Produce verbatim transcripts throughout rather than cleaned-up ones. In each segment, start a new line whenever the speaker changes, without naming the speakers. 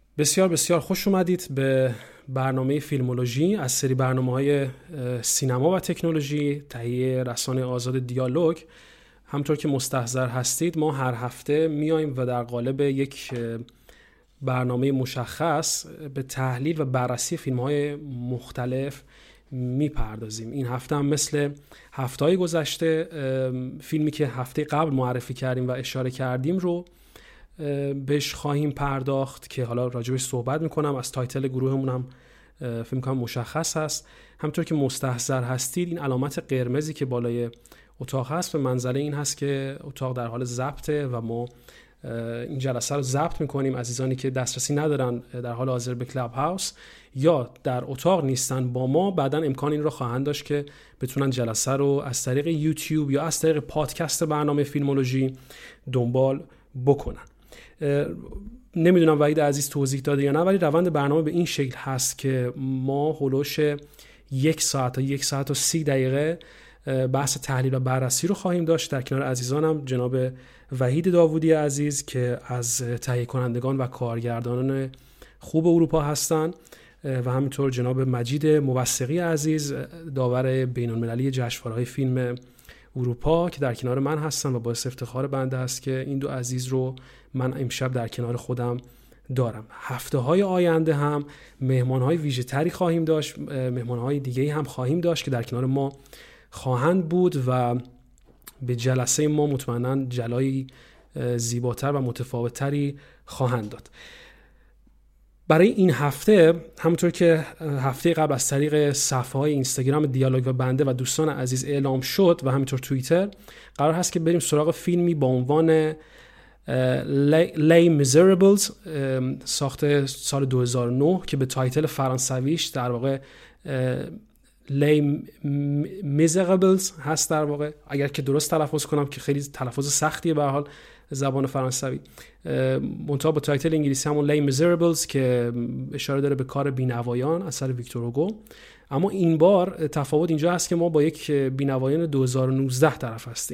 بسیار بسیار خوش اومدید به برنامه فیلمولوژی از سری برنامه‌های سینما و تکنولوژی تهیه رسانه آزاد دیالوگ. همطور که مستحضر هستید ما هر هفته میایم و در قالب یک برنامه مشخص به تحلیل و بررسی فیلم‌های مختلف میپردازیم. این هفته هم مثل هفته‌های گذشته فیلمی که هفته قبل معرفی کردیم و اشاره کردیم رو بهش خواهیم پرداخت که حالا راجبش صحبت میکنم. از تایتل گروهمون هم فیلم کنم مشخص هست. همطور که مستحضر هستید این علامت قرمزی که بالای اتاق هست به منزله این هست که اتاق در حال ضبطه و ما این جلسه رو ضبط میکنیم. عزیزانی که دسترسی ندارن در حال حاضر به کلاب هاوس یا در اتاق نیستن با ما، بعداً امکان این رو خواهند داشت که بتونن جلسه رو از طریق یوتیوب یا از طریق پادکست برنامه فیلمولوژی دنبال بکنن. نمیدونم وحید عزیز توضیح داده یا نه، ولی روند برنامه به این شکل هست که ما هلوش یک ساعت تا یک ساعت و سی دقیقه بحث تحلیل و بررسی رو خواهیم داشت. در کنار عزیزانم جناب وحید داوودی عزیز که از تهیه کنندگان و کارگردانان خوب اروپا هستند و همینطور جناب مجید موثقی عزیز داور بین‌المللی جشنواره‌های فیلم اروپا که در کنار من هستن و باعث افتخار بنده است که این دو عزیز رو من امشب در کنار خودم دارم. هفته های آینده هم مهمان های ویژه تری خواهیم داشت، مهمان های دیگه هم خواهیم داشت که در کنار ما خواهند بود و به جلسه ما مطمئناً جلای زیباتر و متفاوتتری خواهند داد. برای این هفته همونطور که هفته قبل از طریق صفحه های اینستاگرام دیالوگ و بنده و دوستان عزیز اعلام شد و همینطور توییتر، قرار هست که بریم سراغ فیلمی با عنوان لی میزربلز ساخته سال دو هزار و نه که به تایتل فرانسویش در واقع لی میزربلز هست در واقع، اگر که درست تلفظ کنم که خیلی تلفظ سختیه به هر حال زبان فرانسوی، منتها با تایتل انگلیسی همون لی میزربلز که اشاره داره به کار بینوایان اثر ویکتور هوگو. اما این بار تفاوت اینجا هست که ما با یک بینوایان دو هزار و نوزده طرف هستیم.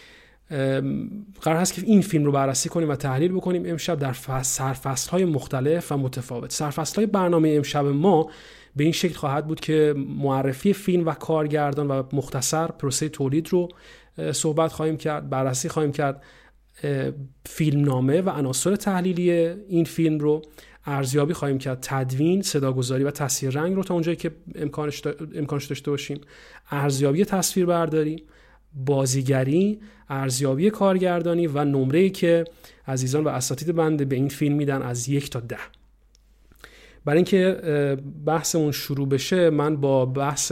قرار هست که این فیلم رو بررسی کنیم و تحلیل بکنیم امشب در سرفصل‌های مختلف و متفاوت. سرفصل‌های برنامه امشب ما به این شکل خواهد بود که معرفی فیلم و کارگردان و مختصر پروسه تولید رو صحبت خواهیم کرد، بررسی خواهیم کرد فیلمنامه و عناصر تحلیلی این فیلم رو ارزیابی خواهیم کرد، تدوین، صداگذاری و تصویر رنگ رو تا اونجایی که امکانش امکانش داشته باشیم، ارزیابی تصویربرداری، بازیگری، ارزیابی کارگردانی و نمره‌ای که عزیزان و اساتید بنده به این فیلم میدن از یک تا ده. برای اینکه بحثمون شروع بشه من با بحث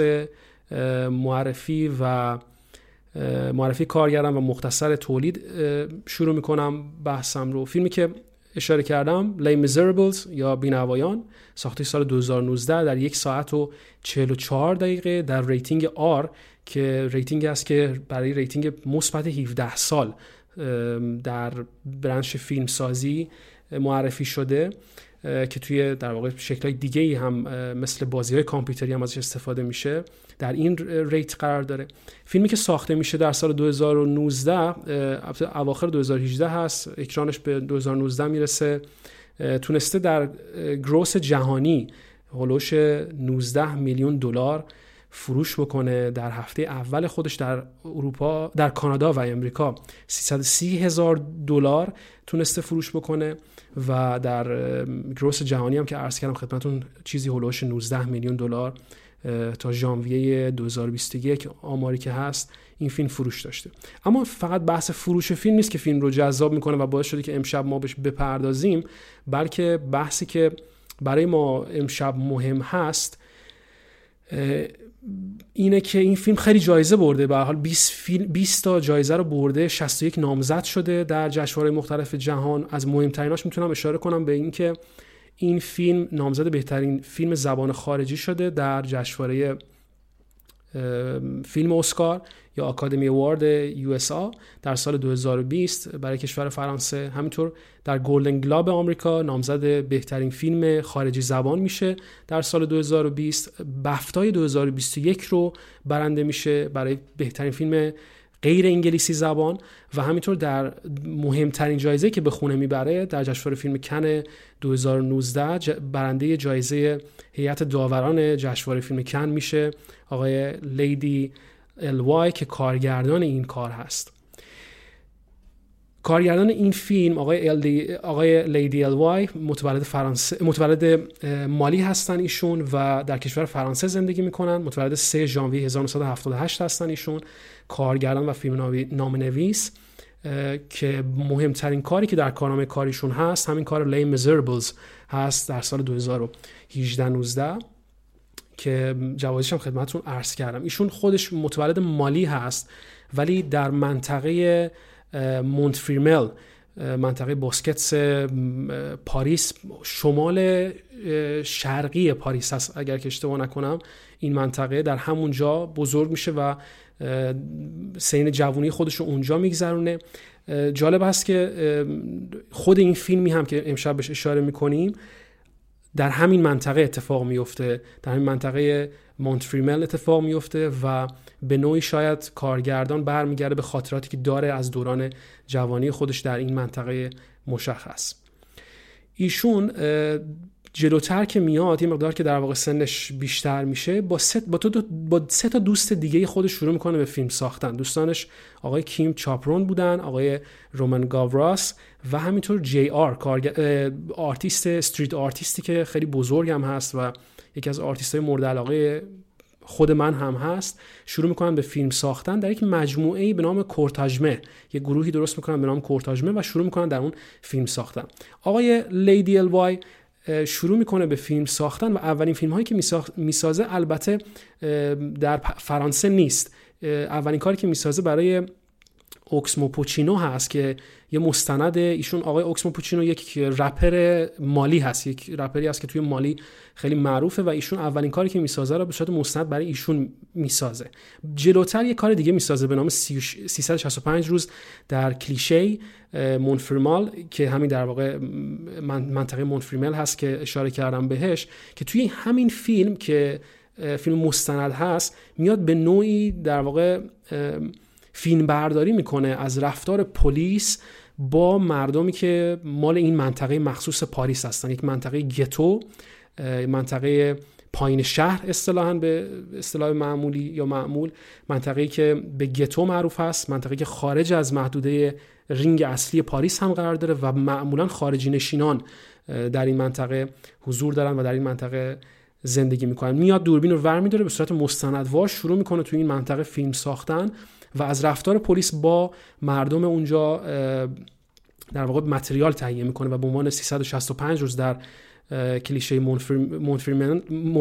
معرفی و معرفی کارگردان و مختصر تولید شروع میکنم بحثم رو. فیلمی که اشاره کردم لی میزربلز یا بینوایان ساخته سال دو هزار و نوزده در یک ساعت و چهل و چهار دقیقه در ریتینگ آر که ریتینگ است که برای ریتینگ مثبت هفده سال در برنش فیلم سازی معرفی شده که توی در واقع شکل‌های دیگه‌ای هم مثل بازی‌های کامپیوتری هم ازش استفاده میشه در این ریت قرار داره. فیلمی که ساخته میشه در سال دو هزار و نوزده اواخر دو هزار و هجده هست، اکرانش به دو هزار و نوزده میرسه، تونسته در گروس جهانی هولوش نوزده میلیون دلار فروش بکنه. در هفته اول خودش در اروپا، در کانادا و امریکا سیصد و سی هزار دلار تونسته فروش بکنه و در گروس جهانی هم که عرض کردم خدمتون چیزی هولوش نوزده میلیون دلار تا ژانویه دو هزار و بیست و یک آماری که هست این فیلم فروش داشته. اما فقط بحث فروش فیلم نیست که فیلم رو جذاب میکنه و باعث شده که امشب ما بهش بپردازیم، بلکه بحثی که برای ما امشب مهم هست اینه که این فیلم خیلی جایزه برده. به هر حال بیست فیلم بیست تا جایزه رو برده، شصت و یک نامزد شده در جشنواره‌های مختلف جهان. از مهمتریناش میتونم اشاره کنم به این که این فیلم نامزد بهترین فیلم زبان خارجی شده در جشنواره فیلم اسکار یا آکادمی اوارد یو اس آ در سال دو هزار و بیست برای کشور فرانسه. همینطور در گلدن گلوب آمریکا نامزد بهترین فیلم خارجی زبان میشه در سال دو هزار و بیست. بفتای دو هزار و بیست و یک رو برنده میشه برای بهترین فیلم غیر انگلیسی زبان و همینطور در مهمترین جایزه که به خونه میبره در جشنواره فیلم کن دو هزار و نوزده برنده جایزه هیئت داوران جشنواره فیلم کن میشه آقای لیدی ال وای که کارگردان این کار هست. کارگردان این فیلم آقای ال آقای لیدی ال وای متولد فرانسه متولد مالی هستن ایشون و در کشور فرانسه زندگی میکنن. متولد سوم ژانویه هزار و نهصد و هفتاد و هشت هستن ایشون. کارگردان و فیلم نامه‌نویس که مهمترین کاری که در کارنامه کاریشون هست همین کار لی میزربلز هست در سال دو هزار و هجده نوزده که جوایزش هم خدمتتون عرض کردم. ایشون خودش متولد مالی هست ولی در منطقه مونتفرمل، منطقه باسکتس پاریس، شمال شرقی پاریس هست اگر که اشتباه نکنم. این منطقه در همونجا بزرگ میشه و سین جوانی خودش رو اونجا میگذرونه. جالب هست که خود این فیلمی هم که امشب بهش اشاره میکنیم در همین منطقه اتفاق میفته، در همین منطقه مونتفرمل اتفاق میفته و به نوعی شاید کارگردان برمیگرده به خاطراتی که داره از دوران جوانی خودش در این منطقه مشخص. ایشون جلوتر که میاد یه مقدار که در واقع سنش بیشتر میشه با سه با تو با سه تا دوست دیگه خودش شروع میکنه به فیلم ساختن. دوستانش آقای کیم چاپرون بودن، آقای رومن گاوراس و همینطور جی آر کارگر... آرتیست استریت آرتیستی که خیلی بزرگ هم هست و یکی از آرتیست‌های مورد علاقه خود من هم هست. شروع میکنن به فیلم ساختن در یک مجموعه‌ای به نام کورتاژمه، یک گروهی درست میکنن به نام کورتاژمه و شروع میکنن در اون فیلم ساختن. آقای لیدی ال وای شروع میکنه به فیلم ساختن و اولین فیلم هایی که میسازه البته در فرانسه نیست. اولین کاری که میسازه برای اوکسمو پوچینو هست که یه مستند ایشون. آقای اوکسمو پوچینو یک رپر مالی هست، یک رپری هست که توی مالی خیلی معروفه و ایشون اولین کاری که میسازه رو به صورت مستند برای ایشون میسازه. جلوتر یه کار دیگه میسازه به نام سیصد و شصت و پنج روز در کلیشه مونفرمال که همین در واقع منطقه مونفرمل هست که اشاره کردم بهش، که توی همین فیلم که فیلم مستند هست میاد به نوعی در واقع فیلم برداری میکنه از رفتار پلیس با مردمی که مال این منطقه مخصوص پاریس هستن. یک منطقه گتو، منطقه پایین شهر اصطلاحاً به اصطلاح معمولی یا معمول، منطقه‌ای که به گتو معروف هست، منطقه‌ای که خارج از محدوده رینگ اصلی پاریس هم قرار داره و معمولاً خارجی نشینان در این منطقه حضور دارن و در این منطقه زندگی میکنن. میاد دوربین رو ور می‌داره، به صورت مستندوار شروع میکنه تو این منطقه فیلم ساختن و از رفتار پلیس با مردم اونجا در واقع متریال تهیه میکنه و به عنوان سیصد و شصت و پنج روز در کلیشه مونتفرمل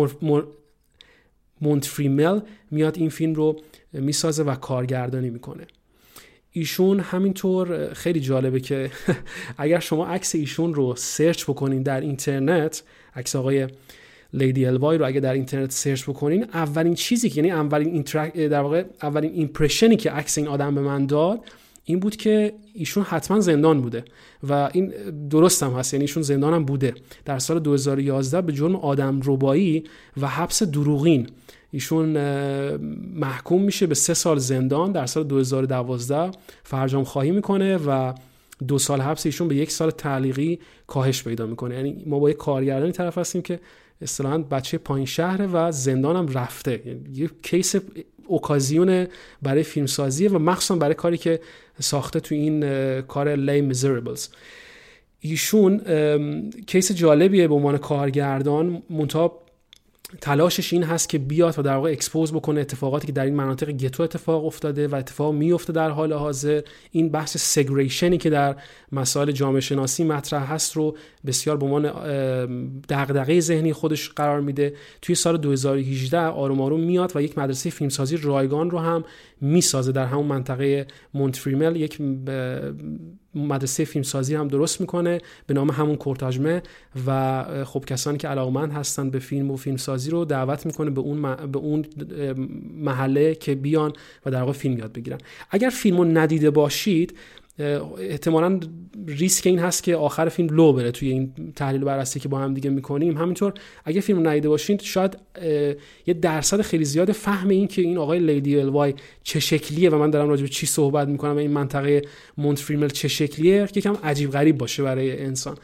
مونتفرمل میاد این فیلم رو میسازه و کارگردانی میکنه. ایشون همینطور خیلی جالبه که اگر شما عکس ایشون رو سرچ بکنین در اینترنت، عکس آقای لیدی ال وای رو اگه در اینترنت سرچ بکنین، اولین چیزی که یعنی اولین اینتراک در واقع اولین ایمپرشنی که عکس این آدم به من داد این بود که ایشون حتما زندان بوده و این درست هم هست، یعنی ایشون زندان هم بوده. در سال دو هزار و یازده به جرم آدمربایی و حبس دروغین ایشون محکوم میشه به سه سال زندان. در سال دو هزار و دوازده فرجام خواهی میکنه و دو سال حبس ایشون به یک سال تعلیقی کاهش پیدا میکنه. یعنی ما با یک کارگردانی طرف هستیم که اصطلاحاً بچه پایین شهره و زندان هم رفته. یعنی یه کیس اوکازیون برای فیلمسازیه و مخصوصا برای کاری که ساخته تو این کار لی میزربلز. ایشون کیس جالبیه به عنوان کارگردان، منتها تلاشش این هست که بیاد و در واقع اکسپوز بکنه اتفاقاتی که در این مناطق گتو اتفاق افتاده و اتفاق میفته در حال حاضر. این بحث سگریشنی که در مسائل جامعه شناسی مطرح هست رو بسیار به عنوان دغدغه ذهنی خودش قرار میده. توی سال دو هزار و هجده آروم آروم میاد و یک مدرسه فیلمسازی رایگان رو هم میسازه در همون منطقه مونتفرمل. یک مدرسه فیلمسازی هم درست میکنه به نام همون کورتاژمه و خب کسانی که علاقمند هستن به فیلم و فیلمسازی رو دعوت میکنه به اون به اون محله که بیان و در واقع فیلم یاد بگیرن. اگر فیلمو ندیده باشید احتمالاً ریسک این هست که آخر فیلم لو بره توی این تحلیل بررسی که با هم دیگه میکنیم. همینطور اگه فیلم رو ندیده باشین شاید یه درصد خیلی زیاد فهم این که این آقای لیدی الوای چه شکلیه و من دارم راجع به چی صحبت میکنم و این منطقه مونت فریمل چه شکلیه یکم عجیب غریب باشه برای انسان.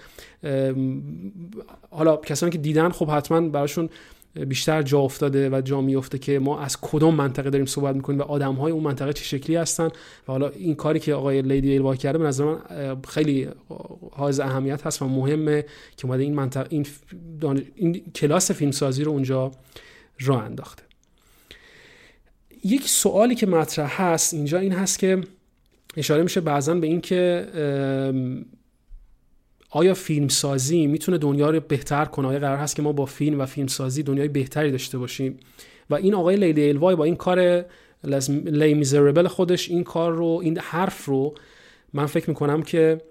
حالا کسانی که دیدن خب حتما براشون بیشتر جا افتاده و جا میفته که ما از کدوم منطقه داریم صحبت میکنیم و آدم‌های اون منطقه چه شکلی هستن و حالا این کاری که آقای لیدی الوا کرده به نظر من خیلی حائز اهمیت هست و مهمه که اومده این منطقه این, دان... این کلاس فیلمسازی رو اونجا راه انداخته. یک سوالی که مطرح هست اینجا این هست که اشاره میشه بعضا به این که آیا فیلمسازی میتونه دنیا رو بهتر کنه؟ آیا قرار هست که ما با فیلم و فیلمسازی دنیای بهتری داشته باشیم؟ و این آقای لیدی الوای با این کار لی میزربل خودش این کار رو این حرف رو من فکر میکنم که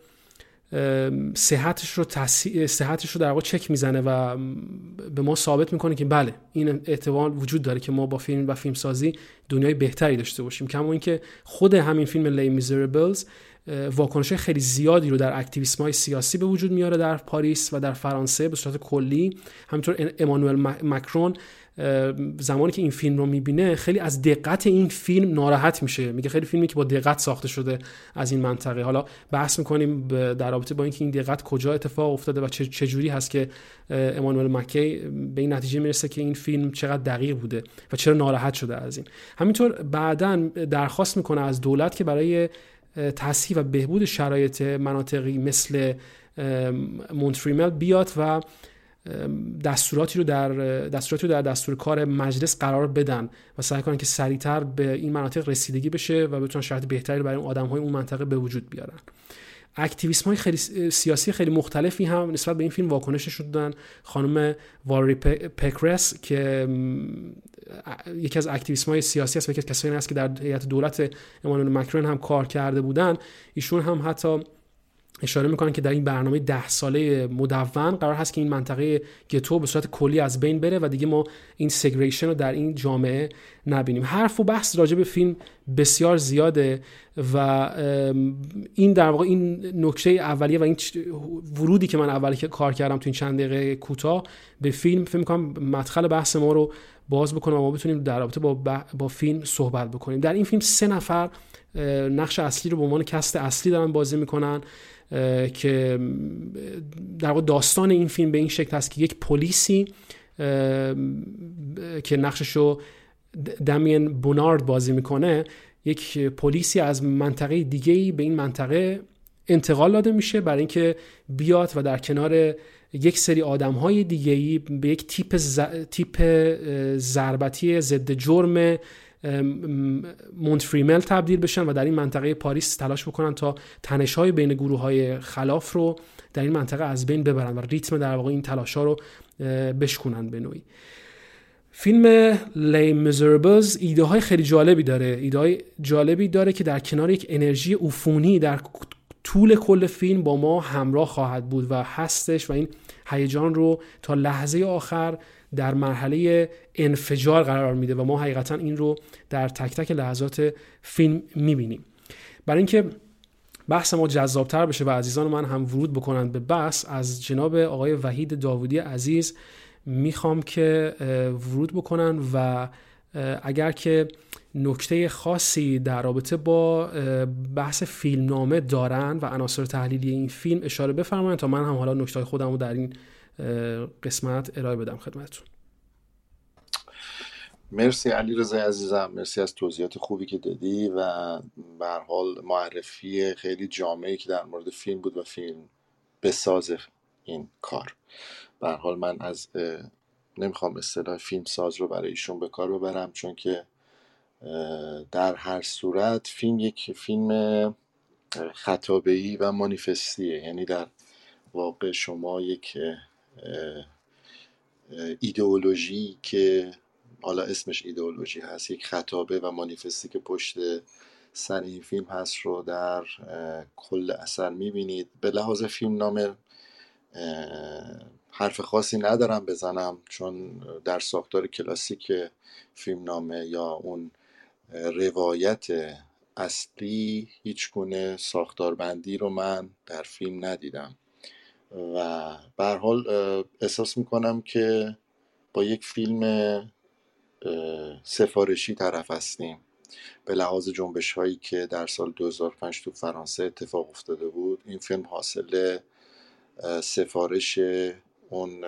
صحتش رو تصحیح صحتش رو در واقع چک میزنه و به ما ثابت میکنه که بله این احتمال وجود داره که ما با فیلم و فیلمسازی دنیای بهتری داشته باشیم. کما اینکه خود همین فیلم لی میزربلز واکنش خیلی زیادی رو در اکتیویسم‌های سیاسی به وجود میاره در پاریس و در فرانسه به صورت کلی. همینطور امانوئل مکرون زمانی که این فیلم رو میبینه خیلی از دقت این فیلم ناراحت میشه، میگه خیلی فیلمی که با دقت ساخته شده از این منطقه. حالا بحث میکنیم در رابطه با اینکه این دقت کجا اتفاق افتاده و چه جوری هست که امانوئل مکی به این نتیجه میرسه که این فیلم چقدر دقیق بوده و چرا ناراحت شده از این. همینطور بعداً درخواست میکنه از دولت که برای تصحیح و بهبود شرایط مناطقی مثل مونتفریمل بیاد و دستوراتی رو در دستوراتی رو در دستور کار مجلس قرار بدن و سعی کنن که سریعتر به این مناطق رسیدگی بشه و بتونن شرایط بهتری رو برای اون آدم‌های اون منطقه به وجود بیارن. اکتیویسم‌های خیلی سیاسی خیلی مختلفی هم نسبت به این فیلم واکنششون دادن. خانم واری پکرس که یکی از اکتیویسم‌های سیاسی است و یکی از کسانی است که در هیئت دولت امانوئل مکرون هم کار کرده بودن، ایشون هم حتی اشاره میکنن که در این برنامه ده ساله مدون قرار هست که این منطقه گتو به صورت کلی از بین بره و دیگه ما این سگریگیشن رو در این جامعه نبینیم. حرف و بحث راجع به فیلم بسیار زیاده و این در واقع این نکته اولیه و این ورودی که من اولی که کار کردم تو این چند دقیقه کوتاه به فیلم فکر می‌کنم مدخل بحث ما رو باز بکنه و ما بتونیم در رابطه با با فیلم صحبت بکنیم. در این فیلم سه نفر نقش اصلی رو به عنوان کست اصلی دارن بازی میکنن که در واقع داستان این فیلم به این شکل هست که یک پلیسی که نقششو دامین بونارد بازی میکنه، یک پلیسی از منطقه دیگه‌ای به این منطقه انتقال داده میشه برای اینکه بیاد و در کنار یک سری آدم‌های دیگه‌ای به یک تیپ ز... تیپ ضربتی ضد جرم مونتفریمل تبدیل بشن و در این منطقه پاریس تلاش بکنن تا تنش‌های بین گروه‌های خلاف رو در این منطقه از بین ببرن و ریتم در واقع این تلاش‌ها رو بشکنن به نوعی. فیلم لی میزربلز ایده های خیلی جالبی داره ایده های جالبی داره که در کنار یک انرژی عفونی در طول کل فیلم با ما همراه خواهد بود و هستش و این هیجان رو تا لحظه آخر در مرحله انفجار قرار میده و ما حقیقتا این رو در تک تک لحظات فیلم میبینیم. برای اینکه بحث ما جذابتر بشه و عزیزان من هم ورود بکنن به بحث، از جناب آقای وحید داودی عزیز میخوام که ورود بکنن و اگر که نکته خاصی در رابطه با بحث فیلمنامه دارن و عناصر تحلیلی این فیلم اشاره بفرمایید تا من هم حالا نکته‌های خودم رو در این قسمت ارائه بدم خدمتتون.
مرسی علیرضا عزیزم، مرسی از توضیحات خوبی که دادی و به هر حال معرفی خیلی جامعی که در مورد فیلم بود و فیلم بساز این کار. به هر حال من از نمیخوام اصطلاح فیلم ساز رو برای ایشون به کار ببرم، چون که در هر صورت فیلم یک فیلم خطابه‌ای و مانیفستیه، یعنی در واقع شما یک ایدئولوژی که حالا اسمش ایدئولوژی هست، یک خطابه و مانیفستی که پشت سر این فیلم هست رو در کل اثر میبینید. به لحاظ فیلم نامه حرف خاصی ندارم بزنم، چون در ساختار کلاسیک فیلم نامه یا اون روایت اصلی هیچ گونه ساختاربندی رو من در فیلم ندیدم و به هر حال احساس میکنم که با یک فیلم سفارشی طرف هستیم به لحاظ جنبش هایی که در سال دو هزار و پنج تو فرانسه اتفاق افتاده بود. این فیلم حاصل سفارش اون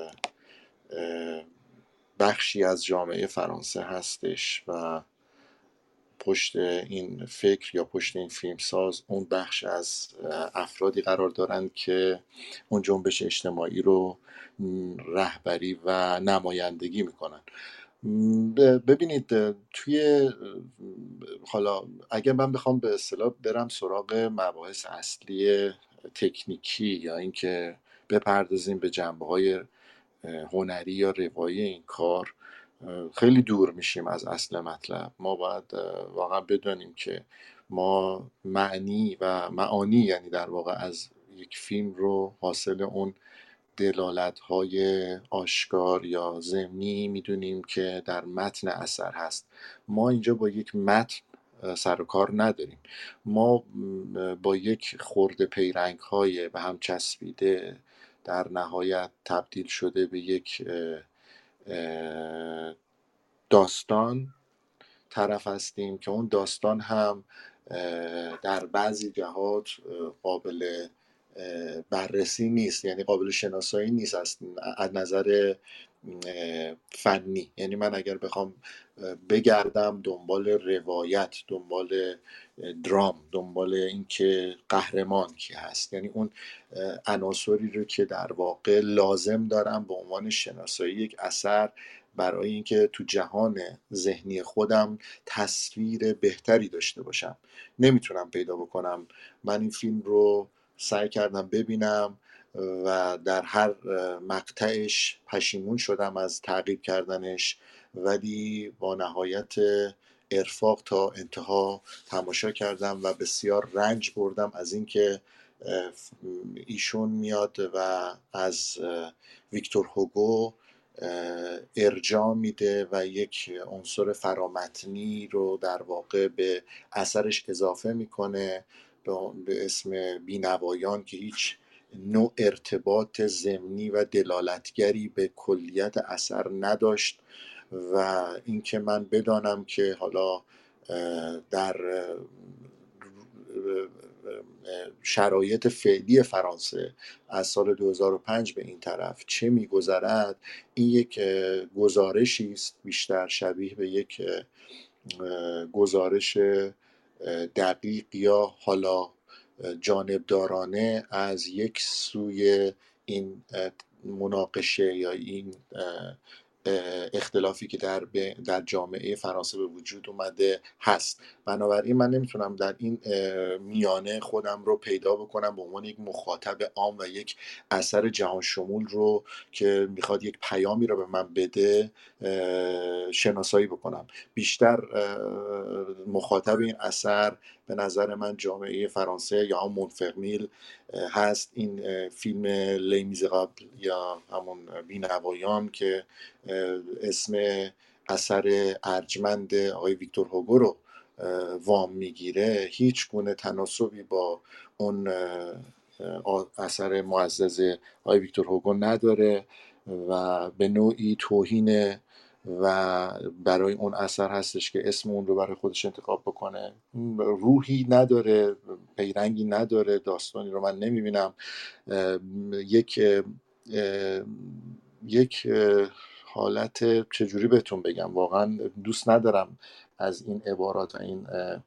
بخشی از جامعه فرانسه هستش و پشت این فکر یا پشت این فیلمساز اون بخش از افرادی قرار دارند که اون جنبش اجتماعی رو رهبری و نمایندگی میکنن. ببینید توی حالا اگر من بخوام به اصطلاح برم سراغ مباحث اصلی تکنیکی یا اینکه بپردازیم به جنبه‌های هنری یا روایی این کار، خیلی دور میشیم از اصل مطلب. ما باید واقعا بدونیم که ما معنی و معانی یعنی در واقع از یک فیلم رو حاصل اون دلالت‌های آشکار یا ضمنی میدونیم که در متن اثر هست. ما اینجا با یک متن سر و کار نداریم، ما با یک خرده پیرنگ‌های به هم چسبیده در نهایت تبدیل شده به یک داستان طرف هستیم که اون داستان هم در بعضی جهات قابل بررسی نیست، یعنی قابل شناسایی نیست از نظر فنی. یعنی من اگر بخوام بگردم دنبال روایت، دنبال درام، دنبال اینکه قهرمان کی هست، یعنی اون عناصری رو که در واقع لازم دارم به عنوان شناسایی یک اثر برای اینکه تو جهان ذهنی خودم تصویر بهتری داشته باشم، نمیتونم پیدا بکنم. من این فیلم رو سعی کردم ببینم و در هر مقطعش پشیمون شدم از تعقیب کردنش، ولی با نهایت ارفاق تا انتها تماشا کردم و بسیار رنج بردم از اینکه ایشون میاد و از ویکتور هوگو ارجاع میده و یک عنصر فرامتنی رو در واقع به اثرش اضافه میکنه به اسم بینوایان که هیچ نوع ارتباط ضمنی و دلالتگری به کلیت اثر نداشت. و اینکه من بدانم که حالا در شرایط فعلی فرانسه از سال دو هزار و پنج به این طرف چه می‌گذرد، این یک گزارشی است بیشتر شبیه به یک گزارش دقیق یا حالا جانبدارانه از یک سوی این مناقشه یا این اختلافی که در در جامعه فرانسه به وجود اومده هست. بنابراین من نمیتونم در این میانه خودم رو پیدا بکنم به عنوان یک مخاطب عام و یک اثر جهان شمول رو که میخواد یک پیامی رو به من بده شناسایی بکنم. بیشتر مخاطب این اثر به نظر من جامعه فرانسه یا هم مونفرمیل هست. این فیلم لی میزرابل یا همون بینوایان که اسم اثر ارجمند آقای ویکتور هوگو رو وام میگیره هیچ گونه تناسبی با اون اثر معزز آقای ویکتور هوگو نداره و به نوعی توهین و برای اون اثر هستش که اسم اون رو برای خودش انتخاب بکنه. روحی نداره، پیرنگی نداره، داستانی رو من نمیبینم. یک یک حالت چجوری بهتون بگم، واقعا دوست ندارم از این عبارات و این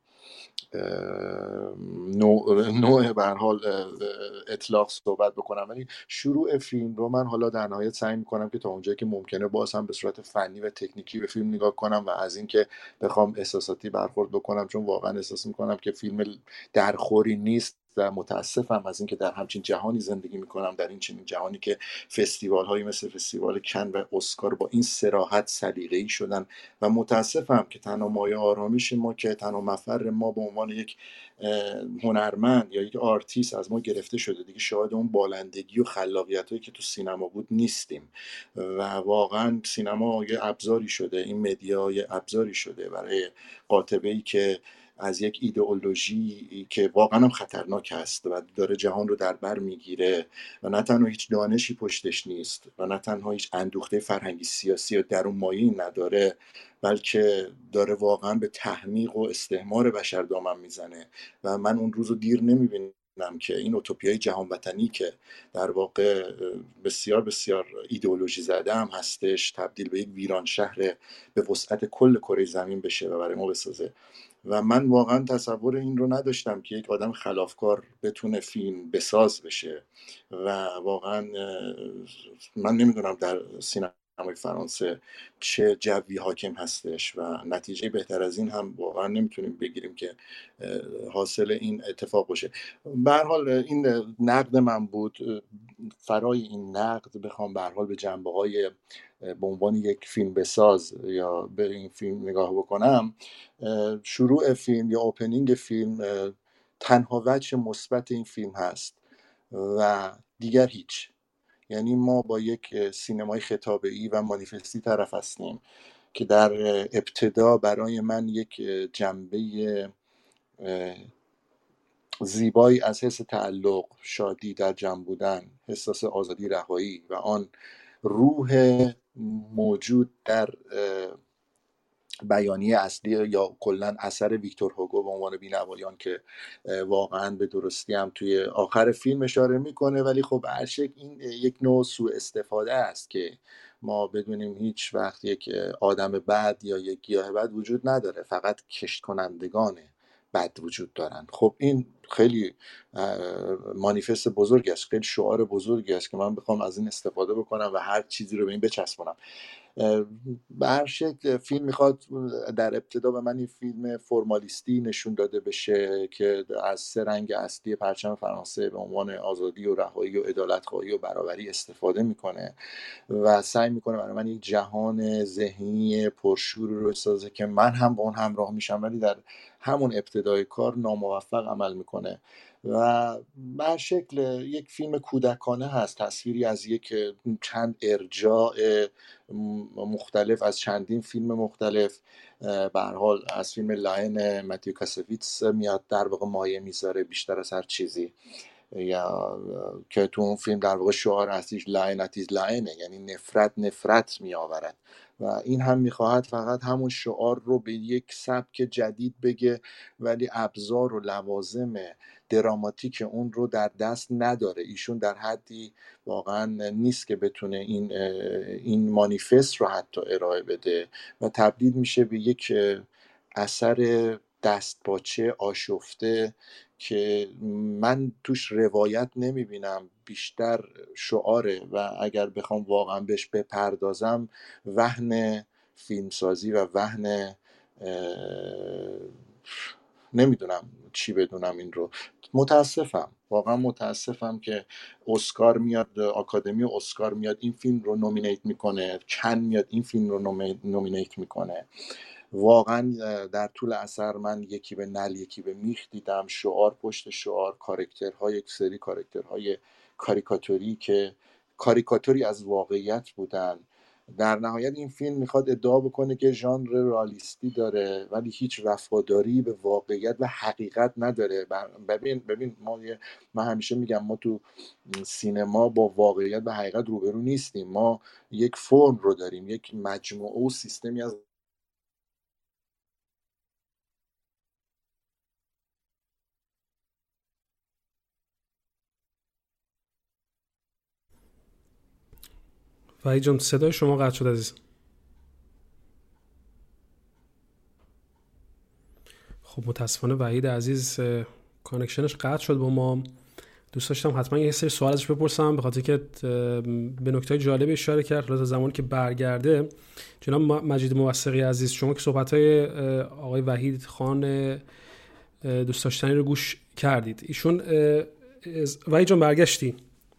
نوع نوع به هر حال اطلاق صحبت بکنم، ولی شروع فیلم رو من حالا در نهایت سعی میکنم که تا اونجایی که ممکنه باز هم به صورت فنی و تکنیکی به فیلم نگاه کنم و از اینکه بخوام احساساتی برخورد بکنم، چون واقعا احساس میکنم که فیلم درخوری نیست و متاسفم از اینکه در همچین جهانی زندگی میکنم، در این چنین جهانی که فستیوال هایی مثل فستیوال کن و اسکار با این صراحت سلیقه‌ای شدن و متاسفم که تنها مایه آرامش ما که تنها مفر ما به عنوان یک هنرمند یا یک آرتیست از ما گرفته شده. دیگه شاهد اون بالندگی و خلاقیت هایی که تو سینما بود نیستیم و واقعا سینما یه ابزاری شده، این مدیا یه ابزاری شده برای قاطبه‌ای که از یک ایدئولوژی که واقعا هم خطرناک است و داره جهان رو در بر میگیره و نه تنها هیچ دانشی پشتش نیست و نه تنها هیچ اندوخته فرهنگی سیاسی و درون مایه‌ای نداره، بلکه داره واقعا به تحمیق و استعمار بشر دامن میزنه. و من اون روز رو دیر نمیبینم که این اوتوپیای جهان وطنی که در واقع بسیار بسیار ایدئولوژی زده هم هستش، تبدیل به یک ویران شهر به وسعت کل کره زمین بشه و برای ما بسازه. و من واقعا تصور این رو نداشتم که یک آدم خلافکار بتونه فیلم بساز بشه. و واقعا من نمیدونم در سینمای فرانسه چه جوی حاکم هستش و نتیجه بهتر از این هم واقعا نمیتونیم بگیریم که حاصل این اتفاق باشه. به هر حال این نقد من بود. فرای این نقد بخوام به هر حال به جنبه‌های به عنوان یک فیلم بساز یا به این فیلم نگاه بکنم، شروع فیلم یا اوپنینگ فیلم تنها وجه مثبت این فیلم هست و دیگر هیچ. یعنی ما با یک سینمای خطابه‌ای و مانیفستی طرف هستیم که در ابتدا برای من یک جنبه زیبایی از حس تعلق، شادی در جمع بودن، حساس آزادی، رهایی و آن روح موجود در بیانیه اصلی یا کلا اثر ویکتور هوگو به عنوان بینوایان که واقعا به درستی هم توی آخر فیلم اشاره میکنه، ولی خب هر شکل این یک نوع سوء استفاده است که ما بدونیم هیچ وقت یک آدم بد یا یک گیاه بد وجود نداره، فقط کشت کنندگان بد وجود دارن. خب این خیلی مانیفست بزرگی است، خیلی شعار بزرگی است که من بخوام از این استفاده بکنم و هر چیزی رو به این بچسبونم. به هر شکل فیلم میخواد در ابتدا به من این فیلم فرمالیستی نشون داده بشه که از سه رنگ اصلی پرچم فرانسه به عنوان آزادی و رهایی و عدالت‌خواهی و برابری استفاده میکنه و سعی میکنه برای من یک جهان ذهنی پرشور رو بسازه که من هم با اون همراه میشم، ولی در همون ابتدای کار ناموفق عمل میکنه و به هر شکل یک فیلم کودکانه هست، تصویری از یک چند ارجاع مختلف از چندین فیلم مختلف. به هر حال از فیلم لاین متیو کاساویتس میاد در واقع مایه میذاره بیشتر از هر چیزی، یا که تو اون فیلم در واقع شعار اصلیش لاینتیز لاینه، یعنی نفرت نفرت می آورد و این هم میخواهد فقط همون شعار رو به یک سبک جدید بگه ولی ابزار و لوازم دراماتیک اون رو در دست نداره. ایشون در حدی واقعا نیست که بتونه این این مانیفست رو حتی ارائه بده و تبدیل میشه به یک اثر دستپاچه آشفته که من توش روایت نمیبینم، بیشتر شعاره و اگر بخوام واقعا بهش بپردازم وهن فیلمسازی و وهن نمیدونم چی بدونم این رو. متاسفم، واقعا متاسفم که اسکار میاد، آکادمی اسکار میاد این فیلم رو نومینیت میکنه، کن میاد این فیلم رو نومینیت میکنه. واقعا در طول اثر من یکی به نل یکی به میخ دیدم، شعار پشت شعار، کاراکترهای یک سری کاراکترهای کاریکاتوری که کاریکاتوری از واقعیت بودن. در نهایت این فیلم میخواد ادعا بکنه که ژانر رئالیستی داره ولی هیچ وفاداری به واقعیت و حقیقت نداره. ببین ببین ما من همیشه میگم ما تو سینما با واقعیت و حقیقت روبرو نیستیم، ما یک فرم رو داریم، یک مجموعه و سیستمی از
وحید جان صدای شما قطع شد عزیز. خب متاسفانه وحید عزیز کانکشنش قطع شد با ما. دوست داشتم حتما یه سری سوال ازش بپرسم به خاطر که به نکته جالب اشاره کرد. حالا زمانی که برگرده جناب مجید موثقی عزیز، شما که صحبت‌های آقای وحید خان دوست داشتنی رو گوش کردید، ایشون وحید جان برگشتی؟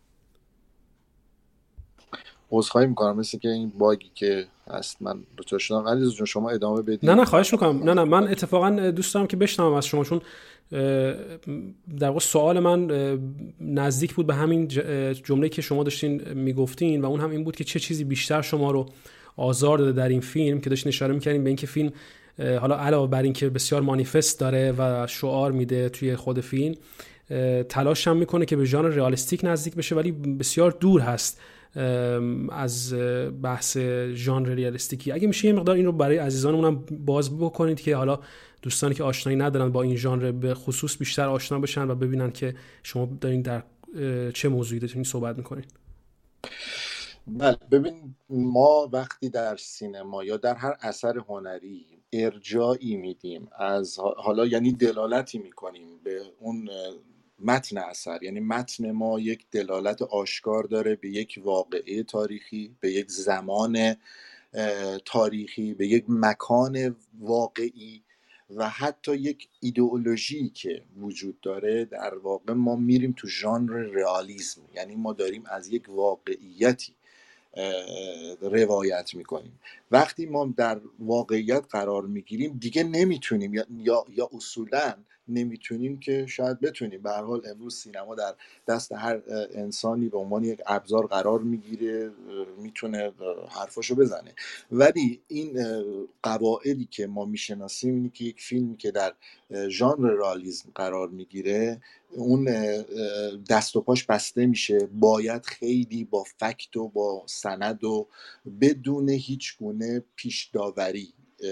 عذرخواهی میکنم مثل که این باگی که هست من دچار شدم. علیرضا جون شما ادامه بدید.
نه نه خواهش میکنم. نه نه من اتفاقا دوست دارم که بشنوم از شما، چون در واقع سوال من نزدیک بود به همین جمله‌ای که شما داشتین میگفتین و اون هم این بود که چه چیزی بیشتر شما رو آزار داده در این فیلم، که داشتین اشاره میکردین به اینکه فیلم حالا علاوه بر این که بسیار مانیفست داره و شعار میده توی خود فیلم، تلاش هم میکنه که به ژانر رئالیستیک نزدیک بشه، ولی بسیار دور هست از بحث ژانر رئالیستیکی. اگه میشه یه مقدار این رو برای عزیزانمون هم باز بکنید که حالا دوستانی که آشنایی ندارن با این ژانر به خصوص بیشتر آشنا بشن و ببینن که شما دارین در چه موضوعی دارین صحبت میکنین.
بله، ببین ما وقتی در سینما یا در هر اثر هنری ارجاعی میدیم از حالا، یعنی دلالتی میکنیم به اون متن اثر، یعنی متن ما یک دلالت آشکار داره به یک واقعه تاریخی، به یک زمان تاریخی، به یک مکان واقعی و حتی یک ایدئولوژی که وجود داره، در واقع ما میریم تو ژانر رئالیسم، یعنی ما داریم از یک واقعیتی روایت میکنیم. وقتی ما در واقعیت قرار میگیریم دیگه نمیتونیم یا یا, یا اصولا نمیتونیم که شاید بتونیم. به هر حال امروز سینما در دست هر انسانی به عنوان یک ابزار قرار میگیره، میتونه حرفاشو بزنه، ولی این قواعدی که ما میشناسیم اینه که یک فیلمی که در ژانر رئالیسم قرار میگیره اون دست و پاش بسته میشه، باید خیلی با فکت و با سند و بدون هیچ گونه پیش داوری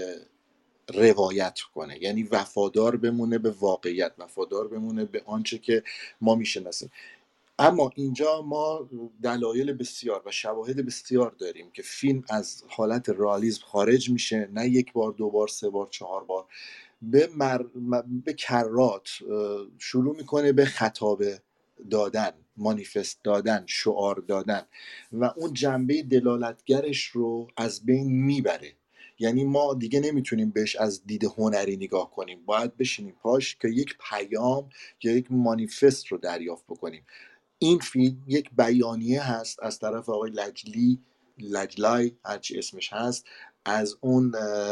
روایت کنه، یعنی وفادار بمونه به واقعیت، وفادار بمونه به آنچه که ما میشناسیم. اما اینجا ما دلایل بسیار و شواهد بسیار داریم که فیلم از حالت رئالیسم خارج میشه، نه یک بار، دو بار، سه بار، چهار بار، به, مر... به کرات شروع میکنه به خطاب دادن، مانیفست دادن، شعار دادن و اون جنبه دلالتگرش رو از بین میبره. یعنی ما دیگه نمیتونیم بهش از دید هنری نگاه کنیم، باید بشینیم پاش که یک پیام یا یک مانیفست رو دریافت بکنیم. این فیلم یک بیانیه هست از طرف آقای لجلی لجلای هرچی اسمش هست، از اون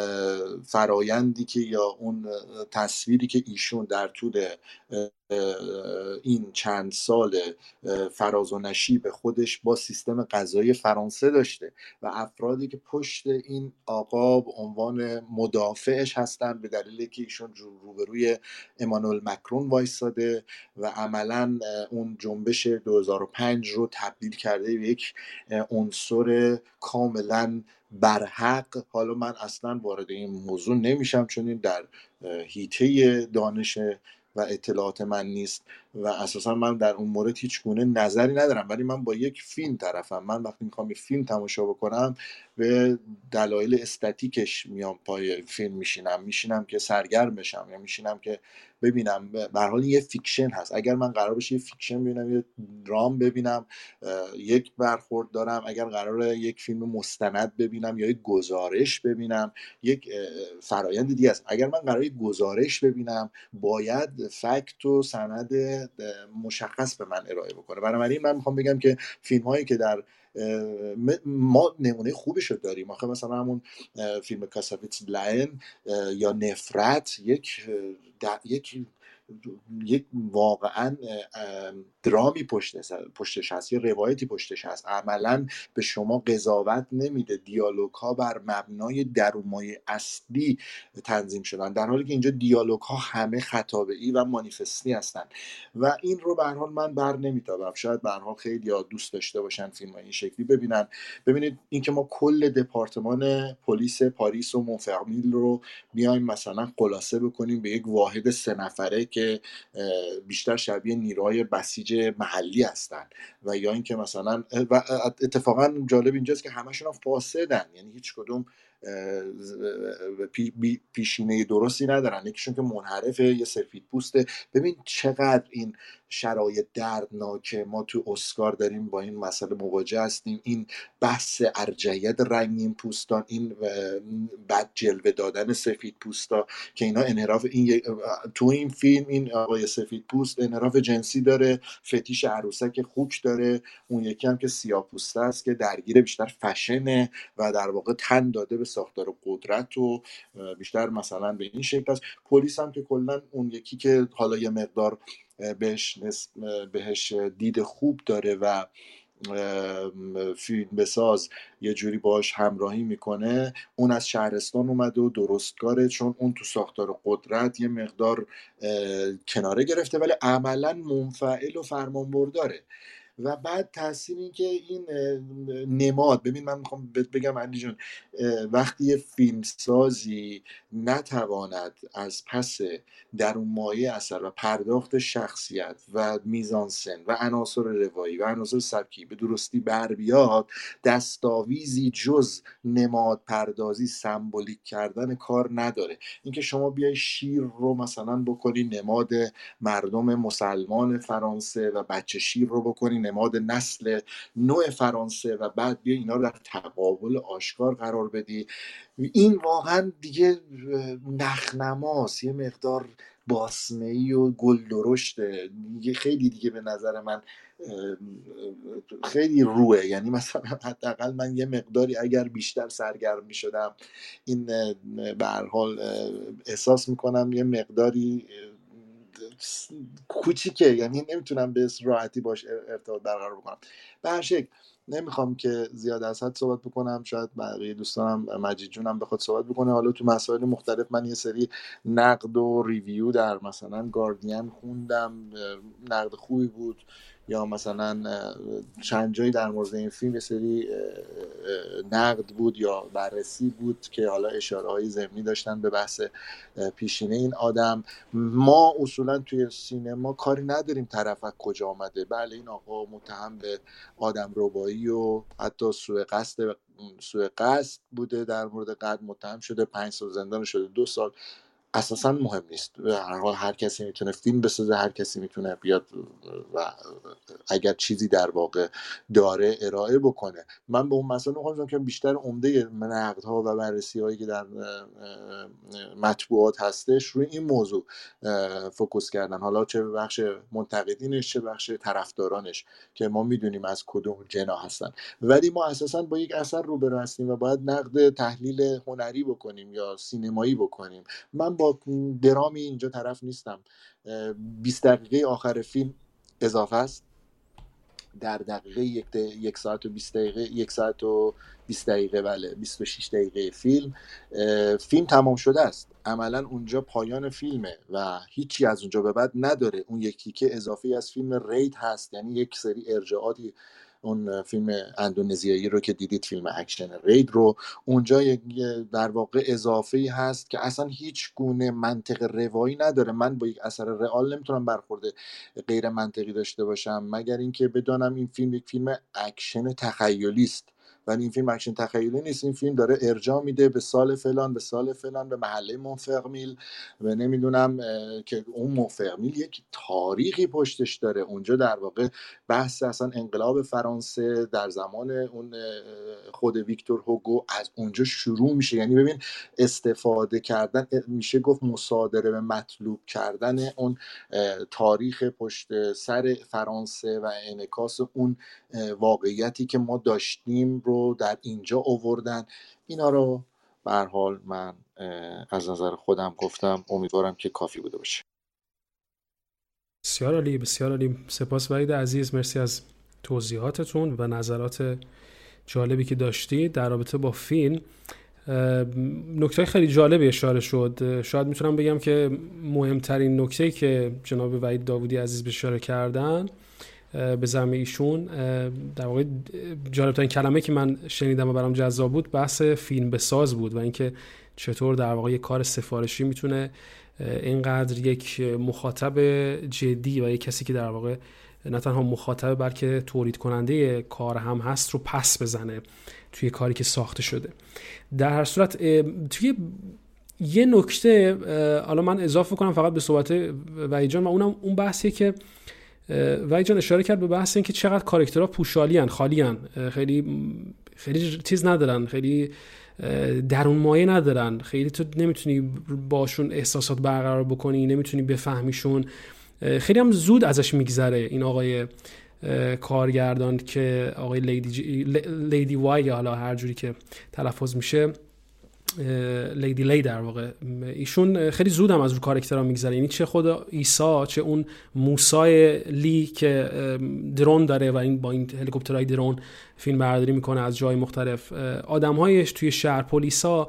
فرایندی که یا اون تصویری که ایشون در طول این چند سال فراز و نشیب خودش با سیستم قضایی فرانسه داشته و افرادی که پشت این آقا به عنوان مدافعش هستن به دلیل که ایشون روبروی امانوئل مکرون وایساده و عملاً اون جنبش دو هزار و پنج رو تبدیل کرده به یک عنصر کاملاً برحق. حالا من اصلا وارد این موضوع نمیشم چون این در حیطه دانش و اطلاعات من نیست و اساسا من در اون مورد هیچ گونه نظری ندارم، ولی من با یک فیلم طرفم. من وقتی میخوام یک فیلم تماشا بکنم به دلایل استاتیکش میام پای فیلم میشینم میشینم که سرگرم بشم یا میشینم که ببینم. به هر حال یه فیکشن هست. اگر من قرار باشه یه فیکشن ببینم، یه درام ببینم، یک برخورد دارم. اگر قراره یک فیلم مستند ببینم یا یک گزارش ببینم، یک فرایند دیگه است. اگر من قراره یک گزارش ببینم باید فکت و سند مشخص به من ارائه بکنه. بنابراین من میخوام بگم که فیلم هایی که در ما نمونه خوبی شد داریم، آخه مثلا همون فیلم کاساویتس بلاین یا نفرت یک یک یک واقعا درامی پشتش هست، یه روایتی پشتش هست، عملا به شما قضاوت نمیده، دیالوگ ها بر مبنای درونمایه اصلی تنظیم شدن، در حالی که اینجا دیالوگ ها همه خطابه‌ای و مانیفستی هستن و این رو به هر حال من بر نمیتابم. شاید به هر حال خیلی ها دوست داشته باشن فیلم این شکلی ببینن. ببینید این که ما کل دپارتمان پلیس پاریس و مونفرمیل رو بیایم مثلا خلاصه بکنیم به یک واحد سه نفره که بیشتر شبیه نیروهای بسیج محلی هستن و یا اینکه مثلا و اتفاقا جالب اینجاست که همشون هم فاسدن، یعنی هیچ کدوم پی پیشینه درستی ندارن، یکیشون که منحرفه، یه سفید پوسته. ببین چقدر این شرایط دردناکه. ما تو اسکار داریم با این مسئله مواجه هستیم، این بحث ارجحیت رنگین پوستان، این بد جلوه دادن سفید پوستا که اینا انحراف این تو این فیلم این آقای سفید پوست انحراف جنسی داره، فتیش عروسک خوک داره، اون یکی هم که سیاه پوسته است که درگیر بیشتر فشنه و در واقع تن داده به ساختار و قدرت و بیشتر مثلا به این شکل است. پلیس هم که کلا اون یکی که حالا یه مقدار بهش بهش دید خوب داره و فیلم بساز یه جوری باش همراهی میکنه، اون از شهرستان اومده و درستکاره، چون اون تو ساختار قدرت یه مقدار کناره گرفته ولی عملا منفعل و فرمانبرداره. و بعد تاثیر این که این نماد، ببین من میخوام بهت بگم علی جون، وقتی یه فیلمسازی نتواند از پس درون مایه اثر و پرداخت شخصیت و میزانسن و عناصر روایی و عناصر سبکی به درستی بر بیاد، دستاویزی جز نماد پردازی، سمبولیک کردن کار نداره. اینکه شما بیای شیر رو مثلا بکنی نماد مردم مسلمان فرانسه و بچه شیر رو بکنی نماد نسل نوع فرانسه و بعد بیا اینا رو در تقابل آشکار قرار بدی، این واقعا دیگه نخنماست، یه مقدار باسمه‌ای و گل درشته دیگه، خیلی دیگه به نظر من خیلی روه. یعنی مثلا حداقل من یه مقداری اگر بیشتر سرگرم می شدم این به هر حال احساس میکنم یه مقداری کوچیکه، یعنی نمیتونم به راحتی باش ارتباط برقرار بکنم. به هر شکل نمیخوام که زیاد از حد صحبت بکنم، شاید بقیه دوستانم مجید جونم بخواد صحبت بکنه. حالا تو مسائل مختلف من یه سری نقد و ریویو در مثلا گاردین خوندم، نقد خوبی بود، یا مثلا چند جایی در مورد این فیلم یه سری نقد بود یا بررسی بود که حالا اشاره‌های ضمنی داشتن به بحث پیشینه این آدم. ما اصولا توی سینما کاری نداریم طرف از کجا آمده، بله این آقا متهم به آدم ربایی و حتی سوء قصد سوء قصد بوده، در مورد قتل متهم شده، پنج سال زندان شده، دو سال، اساسا مهم نیست. به هر حال هر کسی میتونه فیلم بسازه، هر کسی میتونه بیاد و اگر چیزی در واقع داره ارائه بکنه. من به اون مسئله میخوام که بیشتر عمده نقدها و بررسی هایی که در مطبوعات هستش روی این موضوع فوکوس کردن، حالا چه بخش منتقدینش چه بخش طرفدارانش که ما میدونیم از کدوم جنا هستن. ولی ما اساسا با یک اثر روبرو هستیم و باید نقد تحلیل هنری بکنیم یا سینمایی بکنیم. من با درامی اینجا طرف نیستم. بیست دقیقه آخر فیلم اضافه است، در دقیقه یک, دقیقه، یک ساعت و بیست دقیقه یک ساعت و بیست دقیقه بله بیست و شش دقیقه فیلم فیلم تمام شده است. عملا اونجا پایان فیلمه و هیچی از اونجا به بعد نداره. اون یکی که اضافی از فیلم رید هست، یعنی یک سری ارجاعاتی اون فیلم اندونزیایی رو که دیدید، فیلم اکشن رید رو، اونجا در واقع اضافه‌ای هست که اصلا هیچ گونه منطق روایی نداره. من با یک اثر رئال نمیتونم برخورد غیر منطقی داشته باشم مگر اینکه بدانم این فیلم یک فیلم اکشن تخیلی است. ولی این فیلم اکشن تخیلی نیست، این فیلم داره ارجاع میده به سال فلان، به سال فلان، به محله مونفرمیل و نمیدونم که اون مونفرمیل یک تاریخی پشتش داره. اونجا در واقع بحث اصلا انقلاب فرانسه در زمان اون خود ویکتور هوگو از اونجا شروع میشه. یعنی ببین استفاده کردن، میشه گفت مصادره به مطلوب کردن اون تاریخ پشت سر فرانسه و انعکاس اون واقعیتی که ما داشتیم رو در اینجا آوردن. اینا رو به هر حال من از نظر خودم گفتم، امیدوارم که کافی بوده باشه.
بسیار عالی، بسیار عالی. سپاس وحید عزیز، مرسی از توضیحاتتون و نظرات جالبی که داشتید در رابطه با فیلم. نکته خیلی جالبی اشاره شد. شاید میتونم بگم که مهمترین نکته‌ای که جناب وحید داوودی عزیز به اشاره کردن به زعم ایشون، در واقع جالبترین کلمه که من شنیدم و برام جذاب بود بحث فیلم بساز بود و اینکه چطور در واقع یک کار سفارشی میتونه اینقدر یک مخاطب جدی و یک کسی که در واقع نه تنها مخاطب بلکه تولید کننده کار هم هست رو پس بزنه توی کاری که ساخته شده. در هر صورت توی یه نکته حالا من اضافه کنم فقط به صحبت وحید جان و اونم اون بحثیه که وحید جان اشاره کرد به بحث این که چقدر کاراکترها پوشالیان، خالیان، خیلی خیلی چیز ندارن، خیلی درون مایه ندارن، خیلی تو نمیتونی باشون احساسات برقرار بکنی، نمیتونی بفهمیشون، خیلی هم زود ازش میگذره. این آقای کارگردان که آقای لیدی, جی... لیدی وای یا حالا هر جوری که تلفظ میشه، لیدی لی در واقع ایشون خیلی زود هم از رو کاراکترها میگذره، یعنی چه خود عیسی چه اون موسی لی که درون داره و این با این هلیکوپترهای درون فیلم برداری میکنه از جای مختلف، آدمهایش توی شهر، پلیسا،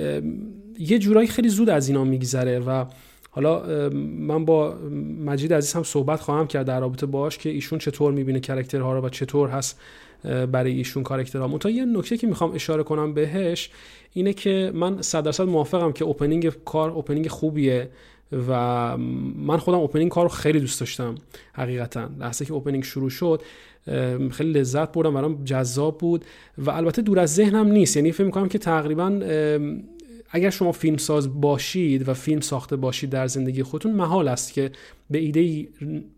یه جورایی خیلی زود از اینا میگذره. و حالا من با مجید عزیز هم صحبت خواهم کرد در رابطه باش که ایشون چطور میبینه کاراکترها رو و چطور هست برای ایشون کاراکترها. منتها یه نکته که میخوام اشاره کنم بهش اینه که من صد درصد موافقم که اوپنینگ کار اوپنینگ خوبیه و من خودم اوپنینگ کار رو خیلی دوست داشتم حقیقتا. لحظه که اوپنینگ شروع شد خیلی لذت بردم، برام جذاب بود و البته دور از ذهنم نیست، یعنی فکر میکنم که تقریبا اگر شما فیلم ساز باشید و فیلم ساخته باشید در زندگی خودتون، محال است که به ایده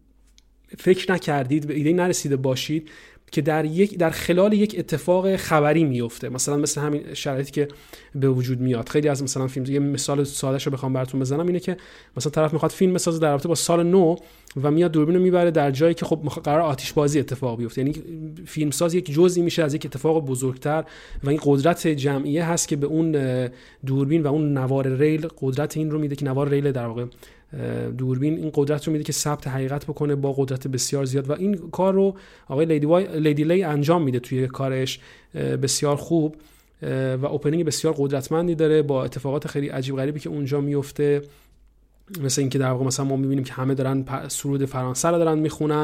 فکر نکردید، به ایده نرسیده باشید که در یک در خلال یک اتفاق خبری میفته، مثلا مثل همین شرایطی که به وجود میاد. خیلی از مثلا فیلم، یه مثال سادهش رو بخوام براتون بزنم اینه که مثلا طرف میخواد فیلم بسازه در رابطه با سال نو و میاد دوربین رو میبره در جایی که خب قرار آتش بازی اتفاق بیفته، یعنی فیلمساز یک جزئی میشه از یک اتفاق بزرگتر و این قدرت جمعیه هست که به اون دوربین و اون نوار ریل قدرت این رو میده که نوار ریل در واقع دوربین این قدرت رو میده که ثبت حقیقت بکنه با قدرت بسیار زیاد و این کار رو آقای لیدی, وای، لیدی لی انجام میده توی کارش بسیار خوب و اوپنینگ بسیار قدرتمندی داره با اتفاقات خیلی عجیب غریبی که اونجا میفته، مثل اینکه در واقع مثلا ما میبینیم که همه دارن سرود فرانسه رو دارن میخونن،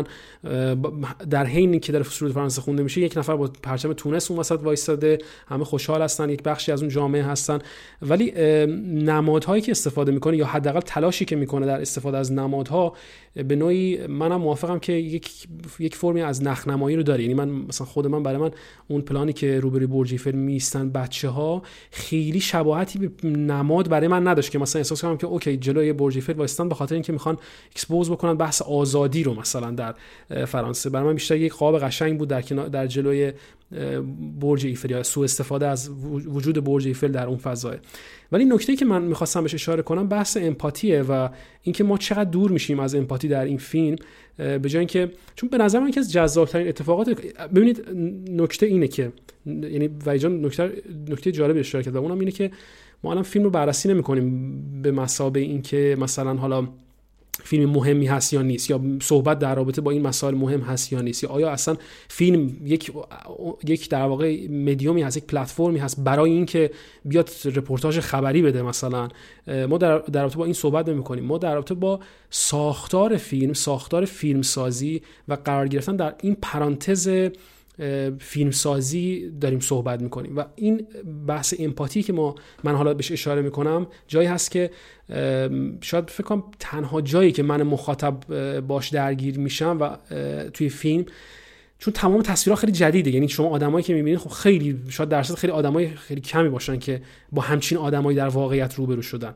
در حین که داره سرود فرانسه خونده میشه یک نفر با پرچم تونس اون وسط وایساده، همه خوشحال هستن، یک بخشی از اون جامعه هستن. ولی نمادهایی که استفاده میکنه یا حداقل تلاشی که میکنه در استفاده از نمادها به نوعی منم موافقم که یک یک فرمی از نخنمایی رو داره. یعنی من مثلا خود من برای من اون پلانی که روبروی برج ایفل میستن بچه‌ها خیلی شباهتی به نماد برای من نداشت که مثلا احساس کنم که اوکی جلوی برج ایفل وایستن به خاطر اینکه میخوان اکسپوز بکنن بحث آزادی رو مثلا در فرانسه. برای من بیشتر یک قاب قشنگ بود در در جلوی برج ایفل یا سوء استفاده از وجود برج ایفل در اون فضا. ولی نکته‌ای که من می‌خواستم بهش اشاره کنم بحث امپاتیه و اینکه ما چقدر دور میشیم از امپاتی در این فیلم، به جای اینکه چون به نظر من یکی از جذاب‌ترین اتفاقات، ببینید نکته اینه که یعنی ویجان نکته نکته جالب اشاره کرد و اونم اینه که ما الان فیلم رو بررسی نمی‌کنیم به مثابه اینکه مثلا حالا فیلم مهمی هست یا نیست یا صحبت در رابطه با این مسائل مهم هست یا نیست یا آیا اصلا فیلم یک یک در واقع مدیومی هست، یک پلتفرمی هست برای اینکه بیاد رپورتاج خبری بده. مثلا ما در در رابطه با این صحبت نمی‌کنیم، ما در رابطه با ساختار فیلم، ساختار فیلمسازی و قرار گرفتن در این پرانتز فیلمسازی داریم صحبت میکنیم و این بحث امپاتی که ما من حالا بهش اشاره میکنم جایی هست که شاید فکر کنم تنها جایی که من مخاطب باش درگیر میشم و توی فیلم، چون تمام تصویرها خیلی جدیده، یعنی شما آدمایی که میبینید خب خیلی شاید درصد خیلی آدمای خیلی کمی باشن که با همچین آدمایی در واقعیت روبرو شدن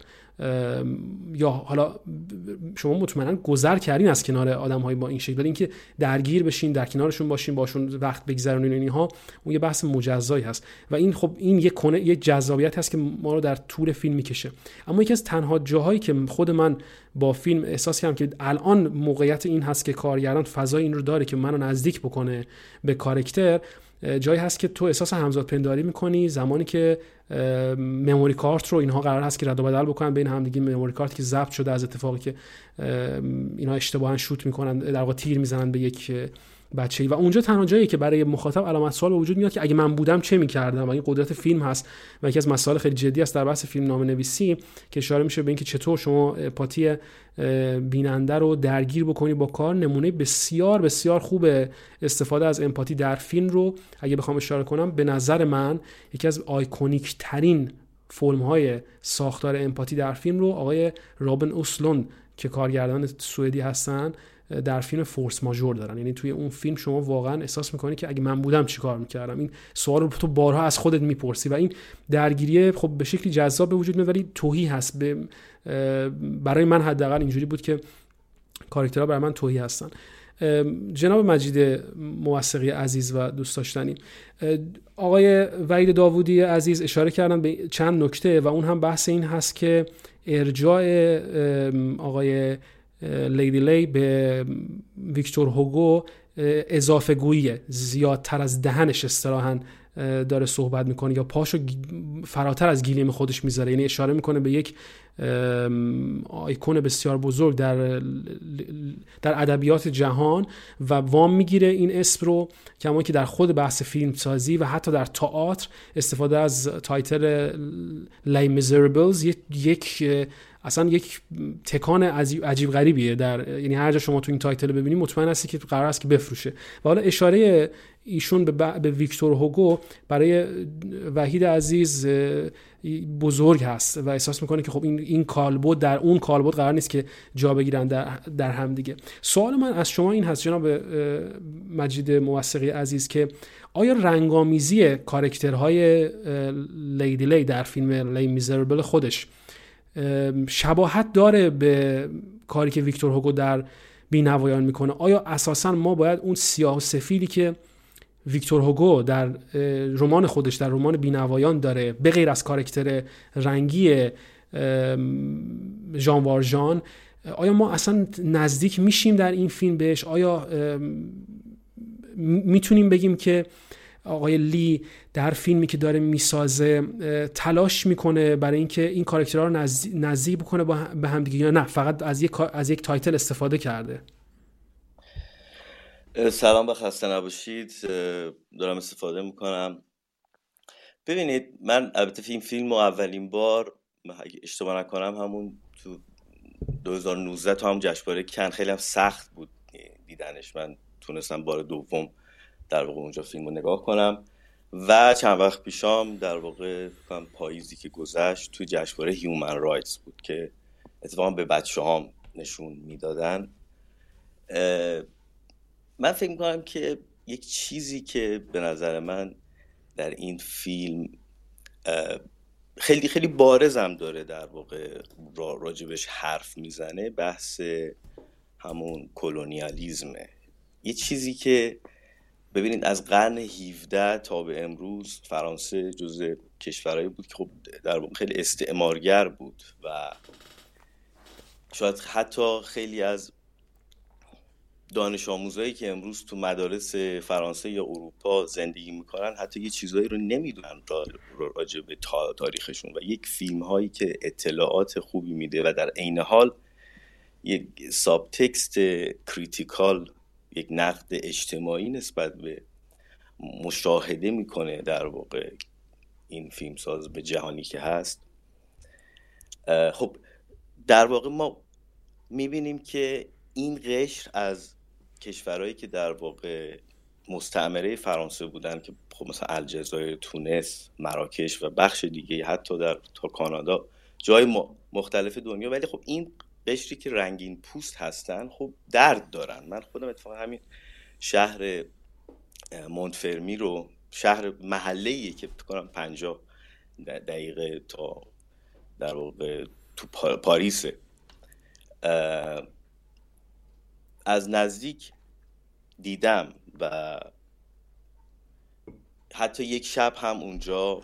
یا حالا شما مطمئنا گذر کردین از کنار آدم‌های با این شکل، ولی اینکه درگیر بشین، در کنارشون باشین، باشون وقت بگذرونین، اینها اون یه بحث مجزایی هست و این خب این یه کنه یه جذابیت هست که ما رو در طول فیلم میکشه. اما یکی از تنها جاهایی که خود من با فیلم احساس کردم که الان موقعیت این هست که کارگردان فضای این رو داره که منو نزدیک بکنه به کاراکتر، جایی هست که تو احساس همزاد پنداری میکنی زمانی که مموری کارت رو اینها قرار هست که رد و بدل بکنن بین هم دیگه، مموری کارت که ضبط شده از اتفاقی که اینها اشتباهاً شوت میکنن، در واقع تیر میزنن به یک بچه‌ای و اونجا تنها جایی که برای مخاطب علامت سوال به وجود میاد که اگه من بودم چه میکردم و این قدرت فیلم هست و یکی از مسائل خیلی جدی است در بحث فیلم نامه‌نویسی که اشاره میشه به اینکه چطور شما امپاتی بیننده رو درگیر بکنی با کار. نمونه بسیار بسیار خوب استفاده از امپاتی در فیلم رو اگه بخوام اشاره کنم، به نظر من یکی از آیکونیک ترین فرم‌های ساختار امپاتی در فیلم رو آقای رابن اوسلوند که کارگردان سوئدی هستن در فیلم فورس ماژور دارن. یعنی توی اون فیلم شما واقعا احساس میکنی که اگه من بودم چیکار میکردم. این سوال رو تو بارها از خودت میپرسی و این درگیری خب به شکلی جذاب به وجود میاد، ولی توهی هست. به برای من حداقل اینجوری بود که کاراکترها برای من توهی هستن. جناب مجید موثقی عزیز و دوست داشتنی، آقای وحید داوودی عزیز اشاره کردن به چند نکته و اون هم بحث این هست که ارجاع آقای لیدی لی به ویکتور هوگو اضافه گوییه، زیادتر از دهنش اصطلاحاً داره صحبت میکنه یا پاشو فراتر از گلیم خودش میذاره، یعنی اشاره میکنه به یک آیکون بسیار بزرگ در در ادبیات جهان و وام میگیره این اسم رو، کما که در خود بحث فیلم سازی و حتی در تئاتر استفاده از تایتل لی میزربلز یک اصلا یک تکان عجیب غریبیه در، یعنی هر جا شما تو این تایتل ببینید مطمئن هستی که قرار است که بفروشه. و حالا اشاره ایشون به, به ویکتور هوگو برای وحید عزیز بزرگ هست و احساس میکنه که خب این این کالبد در اون کالبد قرار نیست که جا بگیرن در در هم دیگه. سوال من از شما این هست جناب مجید موثقی عزیز که آیا رنگامیزی کاراکترهای لیدی لی در فیلم لی میزربل خودش شباهت داره به کاری که ویکتور هوگو در بی‌نوایان میکنه؟ آیا اساساً ما باید اون سیاه و سفیدی که ویکتور هوگو در رمان خودش در رمان بی‌نوایان داره به غیر از کاراکتر رنگی ژان وارژان، آیا ما اصلا نزدیک میشیم در این فیلم بهش؟ آیا میتونیم بگیم که آقای لی در فیلمی که داره میسازه تلاش میکنه برای اینکه این کاراکترها رو نزدیک بکنه به هم دیگه، یا نه فقط از یک از یک تایتل استفاده کرده؟
سلام و خسته نباشید. دارم استفاده میکنم. ببینید من البته این فیلم رو اولین بار اگه اشتباه نکنم همون تو دو هزار و نوزده تو هم جشنواره کن، خیلی هم سخت بود دیدنش. من تونستم بار دوم در واقع اونجا فیلم رو نگاه کنم و چند وقت پیشام در واقع پاییزی که گذشت توی جشنواره هیومن رایتس بود که اتفاقا به بچه هام نشون میدادن. من فکر میکنم که یک چیزی که به نظر من در این فیلم خیلی خیلی بارزم داره در واقع راجبش حرف میزنه، بحث همون کلونیالیزمه. یه چیزی که ببینید از قرن هفدهم تا به امروز فرانسه جزء کشورهایی بود که خب در واقع خیلی استعمارگر بود و شاید حتی خیلی از دانش آموزایی که امروز تو مدارس فرانسه یا اروپا زندگی میکنن حتی یه چیزایی رو نمیدونن راجع به تاریخشون، و یک فیلم هایی که اطلاعات خوبی میده و در عین حال یک ساب تکست کریتیکال، یک نقد اجتماعی نسبت به مشاهده میکنه در واقع این فیلم ساز به جهانی که هست. خب در واقع ما میبینیم که این قشر از کشورهایی که در واقع مستعمره فرانسه بودن که خب مثلا الجزایر، تونس، مراکش و بخش دیگه حتی در تا کانادا، جای مختلف دنیا، ولی خب این قشری که رنگین پوست هستن خب درد دارن. من خودم اتفاقا همین شهر مونتفرمی رو، شهر محله‌ایه که فکر کنم پنجاه دقیقه تا در واقع تو پاریسه، از نزدیک دیدم و حتی یک شب هم اونجا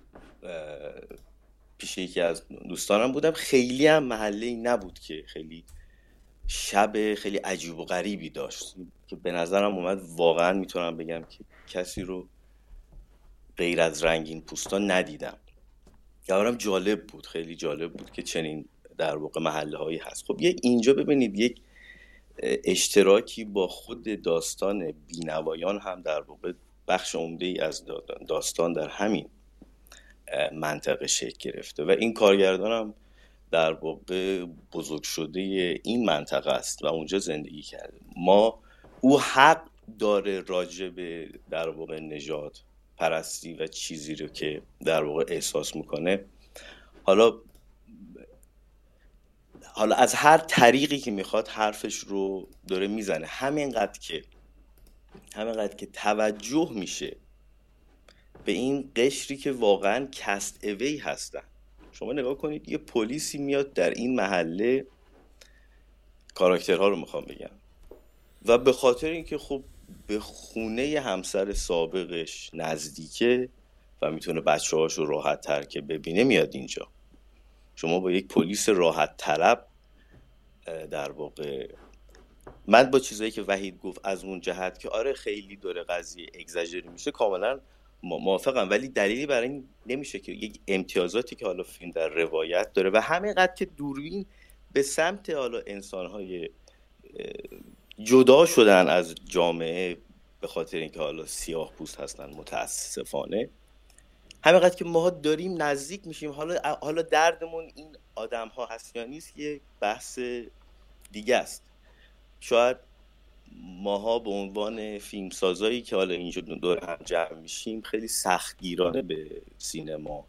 پیش یکی از دوستانم بودم. خیلی هم محله‌ای نبود که خیلی شب خیلی عجیب و غریبی داشت که به نظرم اومد واقعا میتونم بگم که کسی رو غیر از رنگین پوستان ندیدم. یارم جالب بود، خیلی جالب بود که چنین در واقع محله هایی هست. خب یک اینجا ببینید یک اشتراکی با خود داستان بی‌نوایان هم در واقع بخش عمده ای از داستان در همین منطقه شکل گرفته و این کارگردان هم در واقع بزرگ شده این منطقه است و اونجا زندگی کرده. ما او حق داره راجع به در واقع نژاد پرستی و چیزی رو که در واقع احساس میکنه، حالا حالا از هر طریقی که میخواد حرفش رو داره میزنه، همینقدر که همینقدر که توجه میشه به این قشری که واقعا کست اوی هستن. شما نگاه کنید یه پلیسی میاد در این محله، کاراکترها رو میخوام بگم، و به خاطر اینکه خب به خونه همسر سابقش نزدیکه و میتونه بچه هاشو راحت تر که ببینه میاد اینجا. شما با یک پلیس راحت طلب در واقع، من با چیزایی که وحید گفت از اون جهت که آره خیلی داره قضیه اگزاجری میشه کاملا موافقم، ولی دلیلی برای این نمیشه که یک امتیازاتی که حالا فیلم در روایت داره و همینقدر که دوربین به سمت حالا انسان‌های جدا شدن از جامعه به خاطر اینکه حالا سیاه پوست هستن متاسفانه، همینقدر که ما داریم نزدیک میشیم، حالا حالا دردمون این آدم‌ها هست یا نیست یه بحث دیگه است. شاید ماها به عنوان فیلمسازایی که حالا اینجا دور هم جمع میشیم خیلی سختگیرانه به سینما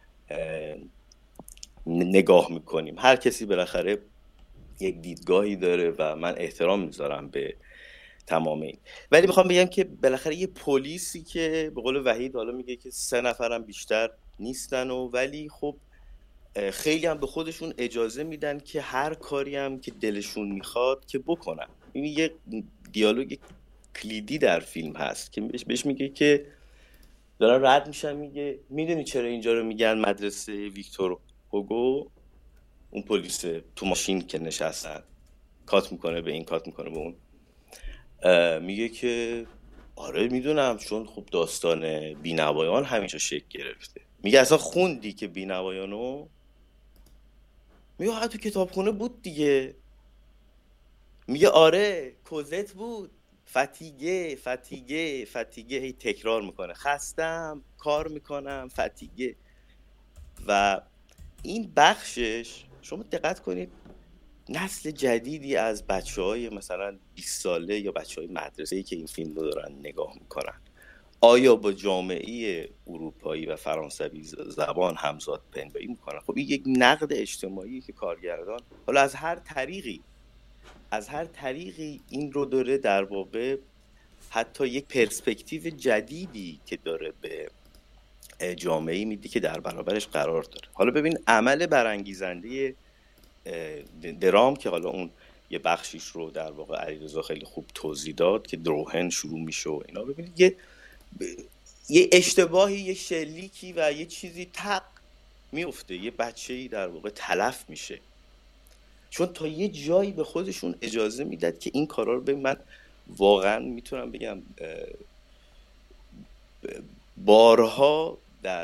نگاه میکنیم. هر کسی بالاخره یک دیدگاهی داره و من احترام میذارم به تمام این، ولی میخوام بگم که بالاخره یه پلیسی که به قول وحید حالا میگه که سه نفرم بیشتر نیستن و ولی خب خیلی هم به خودشون اجازه میدن که هر کاری هم که دلشون میخواد که بکنن. این یه دیالوگ کلیدی در فیلم هست که بهش, بهش میگه که دارن رد میشن، میگه میدونی چرا اینجا رو میگن مدرسه ویکتور هوگو؟ اون پلیس تو ماشین که نشستن کات میکنه به این کات میکنه به اون، میگه که آره میدونم چون خب داستان بینوایان همینجا شکل گرفته. میگه اصلا خوندی که بینوایانو؟ میگه آره تو کتابخونه بود دیگه. میگه آره کوزت بود، فتیگه فتیگه فتیگه، هی تکرار میکنه خستم کار میکنم فتیگه. و این بخشش شما دقت کنید نسل جدیدی از بچه‌های مثلا بیست ساله یا بچه‌های مدرسه‌ای که این فیلم رو دارن نگاه میکنن آیا با جامعه اروپایی و فرانسوی زبان همزاد پنداری میکنن؟ خب این یک نقد اجتماعی که کارگردان حالا از هر طریقی از هر طریقی این رو داره در واقع حتی یک پرسپکتیو جدیدی که داره به جامعه میدی که در برابرش قرار داره. حالا ببین عمل برانگیزنده درام که حالا اون یه بخشیش رو در واقع علیرضا خیلی خوب توضیح داد که دروهن شروع میشه و اینا، ببینید یه یه اشتباهی، یه شلیکی و یه چیزی تق میفته، یه بچه‌ای در واقع تلف میشه چون تا یه جایی به خودشون اجازه میداد که این کارا رو. ببین من واقعا میتونم بگم بارها در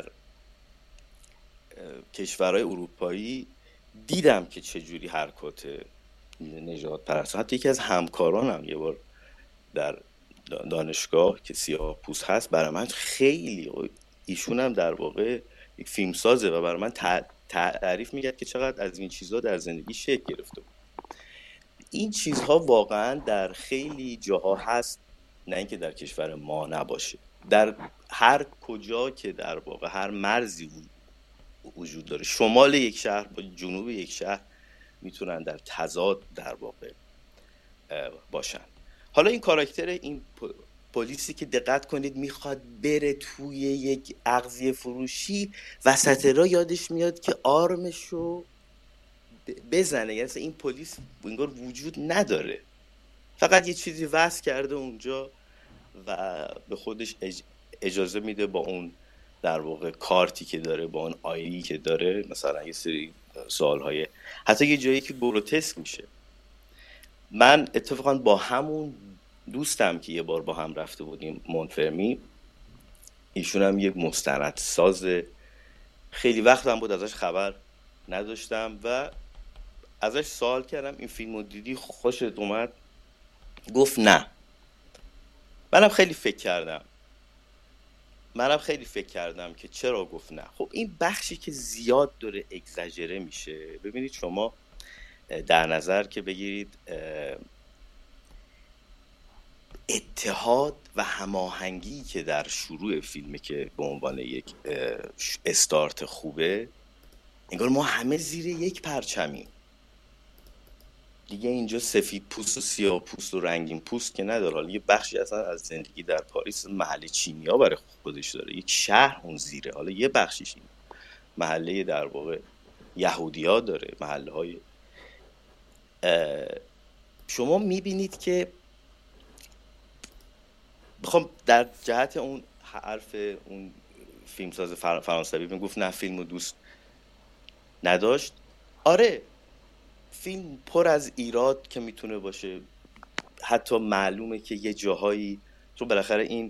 کشورهای اروپایی دیدم که چجوری حرکات نژاد پرست، حتی یکی از همکارانم یه بار در دانشگاه که سیاه پوست هست برای من خیلی، ایشون هم در واقع یک فیلم سازه و برای من تعریف میگرد که چقدر از این چیزها در زندگی شکل گرفته بود. این چیزها واقعا در خیلی جاها هست، نه اینکه در کشور ما نباشه، در هر کجا که در واقع هر مرزی وجود داره، شمال یک شهر با جنوب یک شهر میتونن در تضاد در واقع باشن. حالا این کاراکتر این پلیسی که دقت کنید میخواد بره توی یک اغذیه فروشی، وسط را یادش میاد که آرمشو بزنه، یعنی این پلیس انگار وجود نداره، فقط یه چیزی وصل کرده اونجا و به خودش اجازه میده با اون در واقع کارتی که داره، با اون آیدی که داره، مثلا یه سری سوالهای حتی یه جایی که گروتسک میشه. من اتفاقا با همون دوستم که یه بار با هم رفته بودیم مونتفرمی، ایشون هم یک مستندساز، خیلی وقت هم بود ازش خبر نداشتم و ازش سوال کردم این فیلمو دیدی خوشت اومد؟ گفت نه. منم خیلی فکر کردم منم خیلی فکر کردم که چرا گفت نه. خب این بخشی که زیاد داره اگزاجره میشه. ببینید شما در نظر که بگیرید اتحاد و هماهنگی که در شروع فیلمه که به عنوان یک استارت خوبه، انگار ما همه زیر یک پرچمیم دیگه. اینجا سفید پوست و سیاه پوست و رنگین پوست که نداره. حالا یه بخشی اصلا از زندگی در پاریس محله چینیا برای خودش داره، یک شهر اون زیره. حالا یه بخشیش این محله در واقع یهودیا داره، محله های شما میبینید که بخوام در جهت اون حرف اون فیلمساز فرانسوی میگفت نه فیلمو دوست نداشت. آره فیلم پر از ایراد که میتونه باشه، حتی معلومه که یه جاهایی تو بالاخره این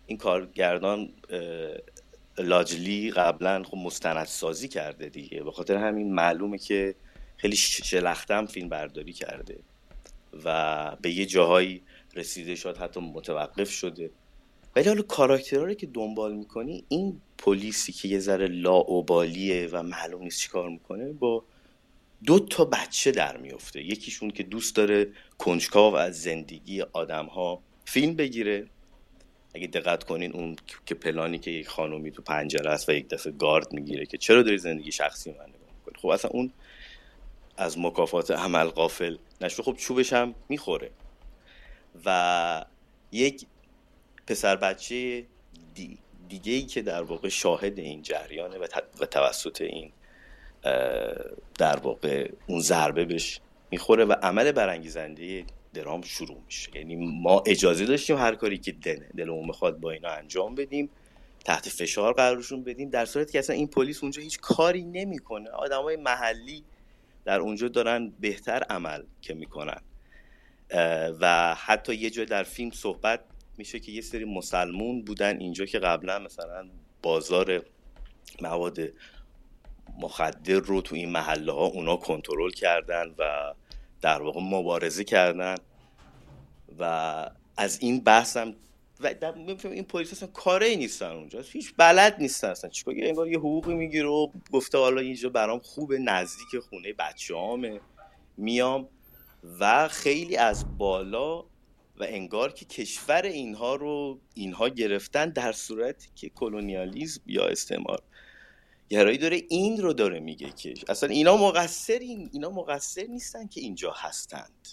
این کارگردان لاجلی قبلا خب مستندسازی کرده دیگه، به خاطر همین معلومه که خیلی شلختم فیلم برداری کرده و به یه جاهایی رسیده، شاید حتی متوقف شده. ولی حالا کاراکترها رو که دنبال میکنی، این پلیسی که یه ذره لاابالیه و معلوم نیست چی کار میکنه، با دو تا بچه در میفته. یکیشون که دوست داره کنجکاو از زندگی آدم‌ها فیلم بگیره، اگه دقت کنین اون که پلانی که یک خانومی تو پنجره است و یک دفعه گارد میگیره که چرا داری زندگی شخصی من نگاه میکنی، خب اصلا اون از مکافات عمل غافل نشو، خب چوبش هم میخوره. و یک پسر بچه دی دیگه ای که در واقع شاهد این جریانه و, و توسط این در واقع اون ضربه بهش میخوره و عمل برانگیزنده درام شروع میشه. یعنی ما اجازه داشتیم هر کاری که دل دلمون بخواد با اینا انجام بدیم، تحت فشار قرارشون بدیم، در صورتی که اصلا این پلیس اونجا هیچ کاری نمیکنه. آدمای محلی در اونجا دارن بهتر عمل که میکنن. و حتی یه جای در فیلم صحبت میشه که یه سری مسلمون بودن اینجا که قبلا مثلا بازار مواد مخدر رو تو این محله ها اونا کنترل کردن و در واقع مبارزه کردن و از این بحث هم و این پلیس اصلا کاری نیستن اونجا، هیچ بلد نیستن اصلا چیکار، انگار یه حقوقی میگیره و گفته حالا اینجا برام خوبه، نزدیک خونه بچه‌هامه، میام و خیلی از بالا و انگار که کشور اینها رو اینها گرفتن، در صورتی که کلونیالیسم یا استعمار گرایی داره این رو داره میگه که اصلا اینا مقصرین، اینا مقصر نیستن که اینجا هستند.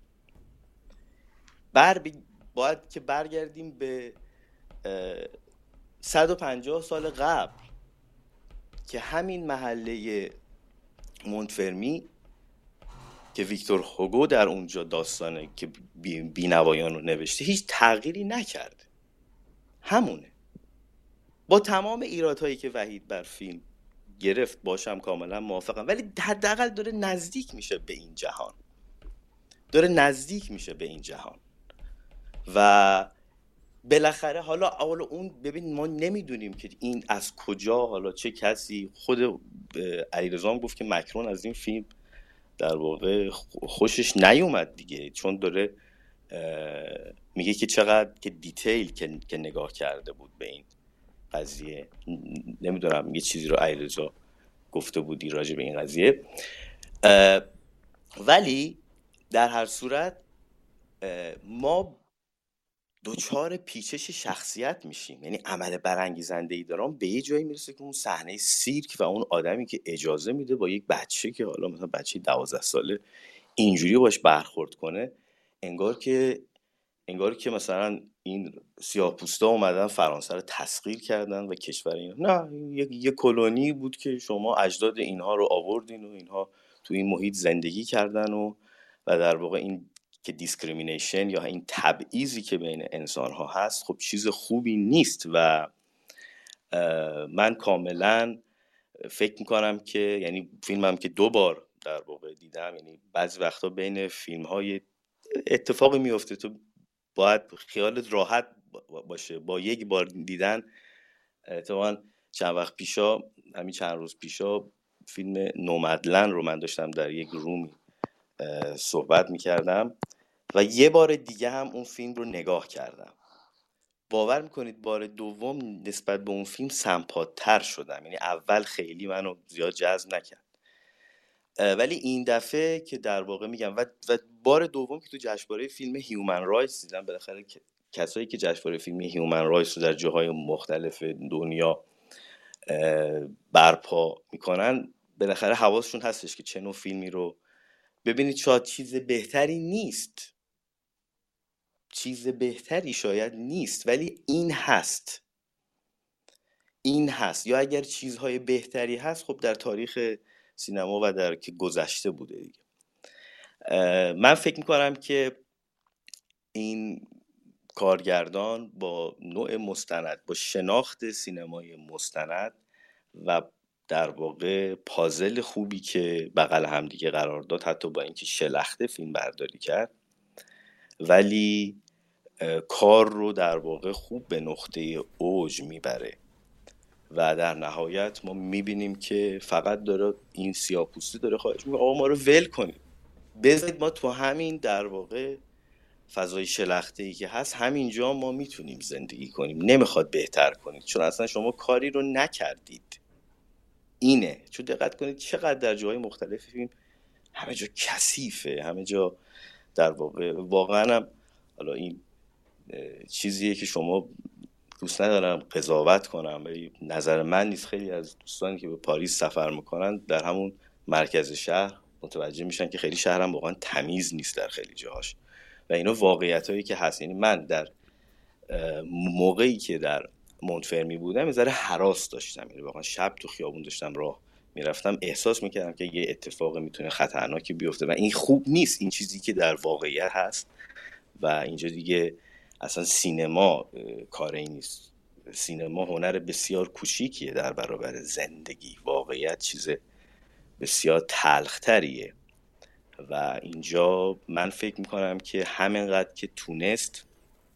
بر ب... باید که برگردیم به صد و پنجاه سال قبل که همین محله مونتفرمی که ویکتور هوگو در اونجا داستانه که بینوایان رو نوشته هیچ تغییری نکرده، همونه. با تمام ایرادهایی که وحید بر فیلم گرفت باشم کاملا موافقم، ولی حداقل داره نزدیک میشه به این جهان، داره نزدیک میشه به این جهان و بالاخره حالا حالا اون ببین ما نمیدونیم که این از کجا، حالا چه کسی، خود علیرضا هم گفت که مکرون از این فیلم در واقع خوشش نیومد دیگه، چون داره میگه که چقدر که دیتیل که, که نگاه کرده بود به این قضیه. نمیدونم یه چیزی رو علیرضا گفته بودی راجع به این قضیه، ولی در هر صورت ما دوچار پیچش شخصیت میشیم. یعنی عمل برانگیزنده‌ای دارم به یه جایی میرسه که اون صحنه سیرک و اون آدمی که اجازه میده با یک بچه که حالا مثلا بچه دوازده ساله اینجوری باش برخورد کنه، انگار که انگار که مثلا این سیاه‌پوستا اومدن فرانسه رو تسخیر کردن و کشور اینا. نه، یه, یه کلونی بود که شما اجداد اینها رو آوردین و اینها تو این محیط زندگی کردن و و در واقع این که دیسکریمینیشن یا این تبعیضی که بین انسان ها هست خب چیز خوبی نیست. و من کاملا فکر میکنم که یعنی فیلمم که دو بار در واقع دیدم، یعنی بعضی وقتا بین فیلم های اتفاقی میفته تو باید خیالت راحت باشه. با یک بار دیدن اتفاقا چند وقت پیشا، همین چند روز پیشا، فیلم نومدلند رو من داشتم در یک رومی صحبت میکردم و یه بار دیگه هم اون فیلم رو نگاه کردم. باور میکنید بار دوم نسبت به اون فیلم سمپات‌تر شدم، یعنی اول خیلی منو زیاد جذب نکرد، ولی این دفعه که در واقع میگم و, و بار دوم که تو جشنواره فیلم هیومن رایتس دیدم، بالاخره کسایی که جشنواره فیلم هیومن رایتس رو در جاهای مختلف دنیا برپا میکنن بالاخره حواسشون هستش که چه نوع فیلمی رو ببینید. شاید چیز بهتری نیست، چیز بهتری شاید نیست، ولی این هست، این هست. یا اگر چیزهای بهتری هست خب در تاریخ سینما و در که گذشته بوده دیگه. من فکر میکنم که این کارگردان با نوع مستند، با شناخت سینمای مستند و در واقع پازل خوبی که بغل هم دیگه قرار داد، حتی با اینکه شلخته فیلم برداری کرد، ولی کار رو در واقع خوب به نقطه اوج میبره و در نهایت ما میبینیم که فقط داره این سیاه‌پوستی داره خواهش میکنه آقا ما رو ول کنید، بذارید ما تو همین در واقع فضای شلخته‌ای که هست همینجا ما میتونیم زندگی کنیم، نمیخواد بهتر کنید چون اصلا شما کاری رو نکردید. اینه، چون دقت کنید چقدر در جاهای مختلف فیلم همه جا کثیفه، همه جا در واقع واقعا هم حالا این چیزیه که شما دوست ندارم قضاوت کنم ولی نظر من نیست، خیلی از دوستانی که به پاریس سفر میکنن در همون مرکز شهر متوجه میشن که خیلی شهرم واقعا تمیز نیست در خیلی جاهاش و اینا واقعیتایی که هست. یعنی من در موقعی که در مونتفرمی بودم یه ذره هراس داشتم، یعنی واقعا شب تو خیابون داشتم راه میرفتم احساس میکردم که یه اتفاق میتونه خطرناکی بیفته و این خوب نیست، این چیزی که در واقعیت هست و اینجا دیگه اصلا سینما کاری نیست. سینما هنر بسیار کوچیکیه در برابر زندگی، واقعیت چیز بسیار تلختریه و اینجا من فکر میکنم که همینقدر که تونست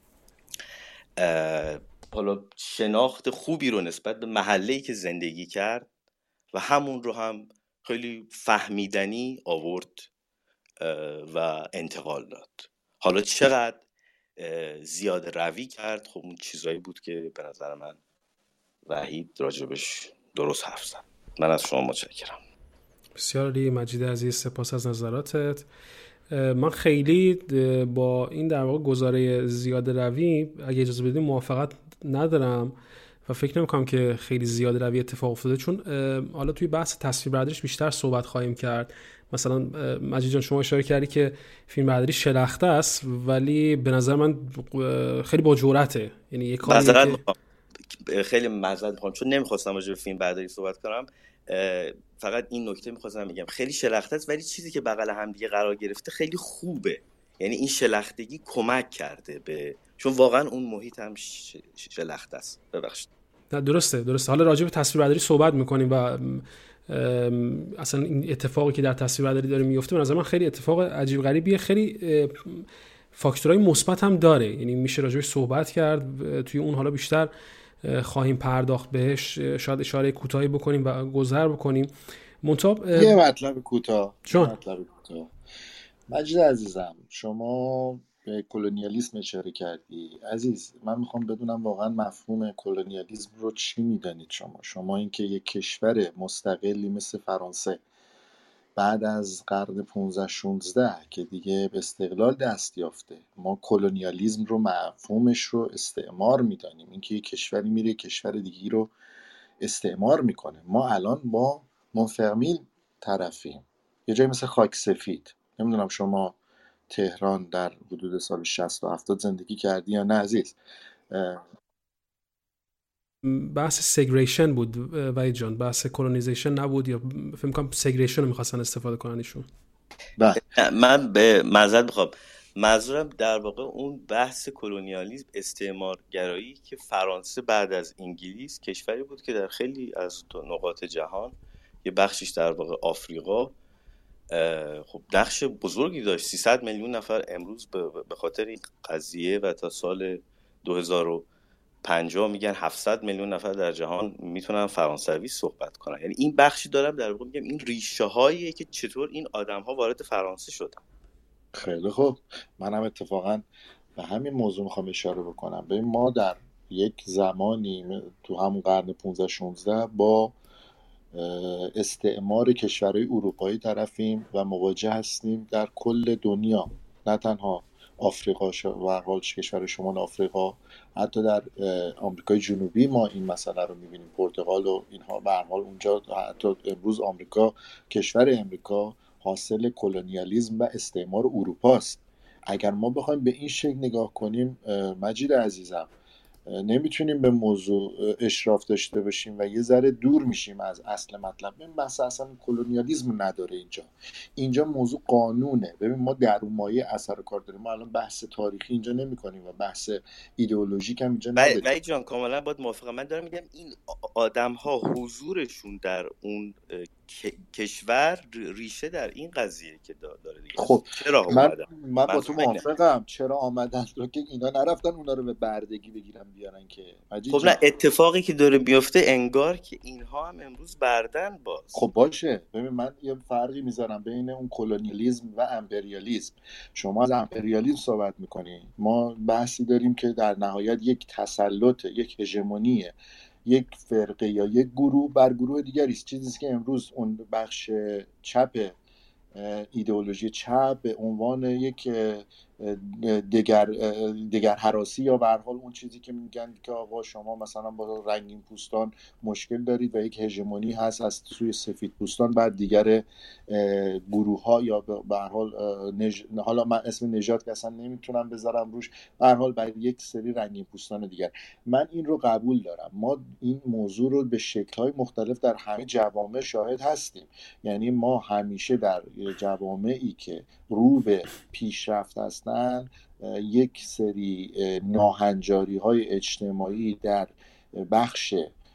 حالا شناخت خوبی رو نسبت به محله‌ای که زندگی کرد و همون رو هم خیلی فهمیدنی آورد و انتقال داد. حالا چقدر زیاد روی کرد خب اون چیزایی بود که به نظر من وحید راجبش درست حرف زد. من از شما متشکرم.
بسیار عالی مجید عزیز، سپاس از نظراتت. من خیلی با این در واقع گزاره زیاد روی اگه اجازه بدید موافقت ندارم و فکر نمی‌کنم که خیلی زیاد روی اتفاق افتاده، چون حالا توی بحث تصویربرداریش بیشتر صحبت خواهیم کرد. مثلا مجید جان شما اشاره کردی که فیلمبرداری شلخته است ولی به نظر من خیلی با جرأته، یعنی یه کاری
معذرت که... خیلی معذرت می‌خوام چون نمی‌خواستم راجع به فیلمبرداری صحبت کنم، فقط این نکته می‌خواستم بگم خیلی شلخته است ولی چیزی که بغل هم دیگه قرار گرفته خیلی خوبه، یعنی این شلختگی کمک کرده به، چون واقعا اون محیط هم ش... شلخته است. ببخشید.
نه درسته درسته حالا راجع به تصویربرداری صحبت می‌کنیم و اصلا این اتفاقی که در تصویربرداری داره میفته به نظر من خیلی اتفاق عجیب غریبیه، خیلی فاکتورهای مثبت هم داره، یعنی میشه راجعش صحبت کرد توی اون، حالا بیشتر خواهیم پرداخت بهش، شاید اشاره کوتاهی بکنیم و گذر بکنیم. منتها
یه مطلب کوتاه
چون
مطلب کوتاه مجید عزیزم شما به کلونیالیسم اشاره کردی. عزیز من میخوام بدونم واقعا مفهوم کلونیالیسم رو چی میدانید شما؟ شما اینکه یک کشور مستقلی مثل فرانسه بعد از قرن پانزده شانزده که دیگه به استقلال دست یافته، ما کلونیالیسم رو مفهومش رو استعمار میدانیم، اینکه یک کشوری میره کشور دیگی رو استعمار میکنه. ما الان با مونفرمیل طرفیم، یه جایی مثل خاک سفید. نمیدونم شما تهران در حدود سال شصت و هفتاد زندگی کردی یا نه عزیز؟
بحث سگریشن بود وحید جان، بحث کلونیزیشن نبود، یا فکر کنم سگریشن رو می‌خواستن استفاده کنن ایشون.
من به معذرت می‌خوام، منظورم در واقع اون بحث کلونیالیسم، استعمارگرایی که فرانسه بعد از انگلیس کشوری بود که در خیلی از نقاط جهان، یه بخشش در واقع آفریقا، خب نقش بزرگی داشت. سیصد میلیون نفر امروز به خاطر این قضیه و تا سال دو هزار و پنجاه میگن هفتصد میلیون نفر در جهان میتونن فرانسوی صحبت کنن. یعنی این بخشی دارم در واقع میگم این ریشه هاییه که چطور این آدم ها وارد فرانسه شدن.
خیلی خوب، منم اتفاقا به همین موضوع میخوام اشاره بکنم. ببین ما در یک زمانی تو همون قرن پانزده شانزده با استعمار کشورهای اروپایی طرفیم و مواجه هستیم در کل دنیا، نه تنها آفریقا و حال کشور شمال آفریقا، حتی در آمریکای جنوبی ما این مسئله رو می‌بینیم، پرتغال و اینها. به هر حال اونجا حتی امروز آمریکا، کشور امریکا حاصل کلونیالیسم و استعمار اروپا است. اگر ما بخوایم به این شکل نگاه کنیم مجید عزیزم، نمیتونیم به موضوع اشراف داشته باشیم و یه ذره دور میشیم از اصل مطلب. ببین بحث اصلا کلونیالیسم نداره اینجا. اینجا موضوع قانونه. ببین ما در اون مایه اثر و کار داریم. ما الان بحث تاریخی اینجا نمی کنیم و بحث ایدئولوژیک هم اینجا نداریم.
ولی جان کاملا باید موافقم. من دارم میگم این آدم ها حضورشون در اون کشور ریشه در این قضیه که داره دیگه.
خب
چرا
من
اومدن؟
من با تو موافقم. چرا آمدن رو که اینا نرفتن اونا رو به بردگی بگیرن بیارن که
خب نه، اتفاقی که داره بیفته انگار که اینها هم امروز بردن باز.
خب باشه، ببین من یه فرقی میذارم بین اون کلونیالیسم و امپریالیسم. شما از امپریالیسم صحبت میکنی، ما بحثی داریم که در نهایت یک تسلط، یک هژمونیه یک فرقه یا یک گروه بر گروه دیگری است. چیزی که امروز اون بخش چپ ایدئولوژی چپ به عنوان یک دگر دگر هراسی یا به هر حال اون چیزی که میگن که آقا شما مثلا با رنگین پوستان مشکل دارید و یک هژمونی هست از سوی سفید پوستان، بعد دیگر گروه ها یا به هر حال نج... حالا من اسم نژاد که اصلا نمیتونم بذارم روش، به هر حال برای یک سری رنگین پوستان دیگر. من این رو قبول دارم، ما این موضوع رو به شکل‌های مختلف در همه جوامع شاهد هستیم. یعنی ما همیشه در جوامعی که رو به پیشرفت هستن یک سری ناهنجاری‌های اجتماعی در بخش،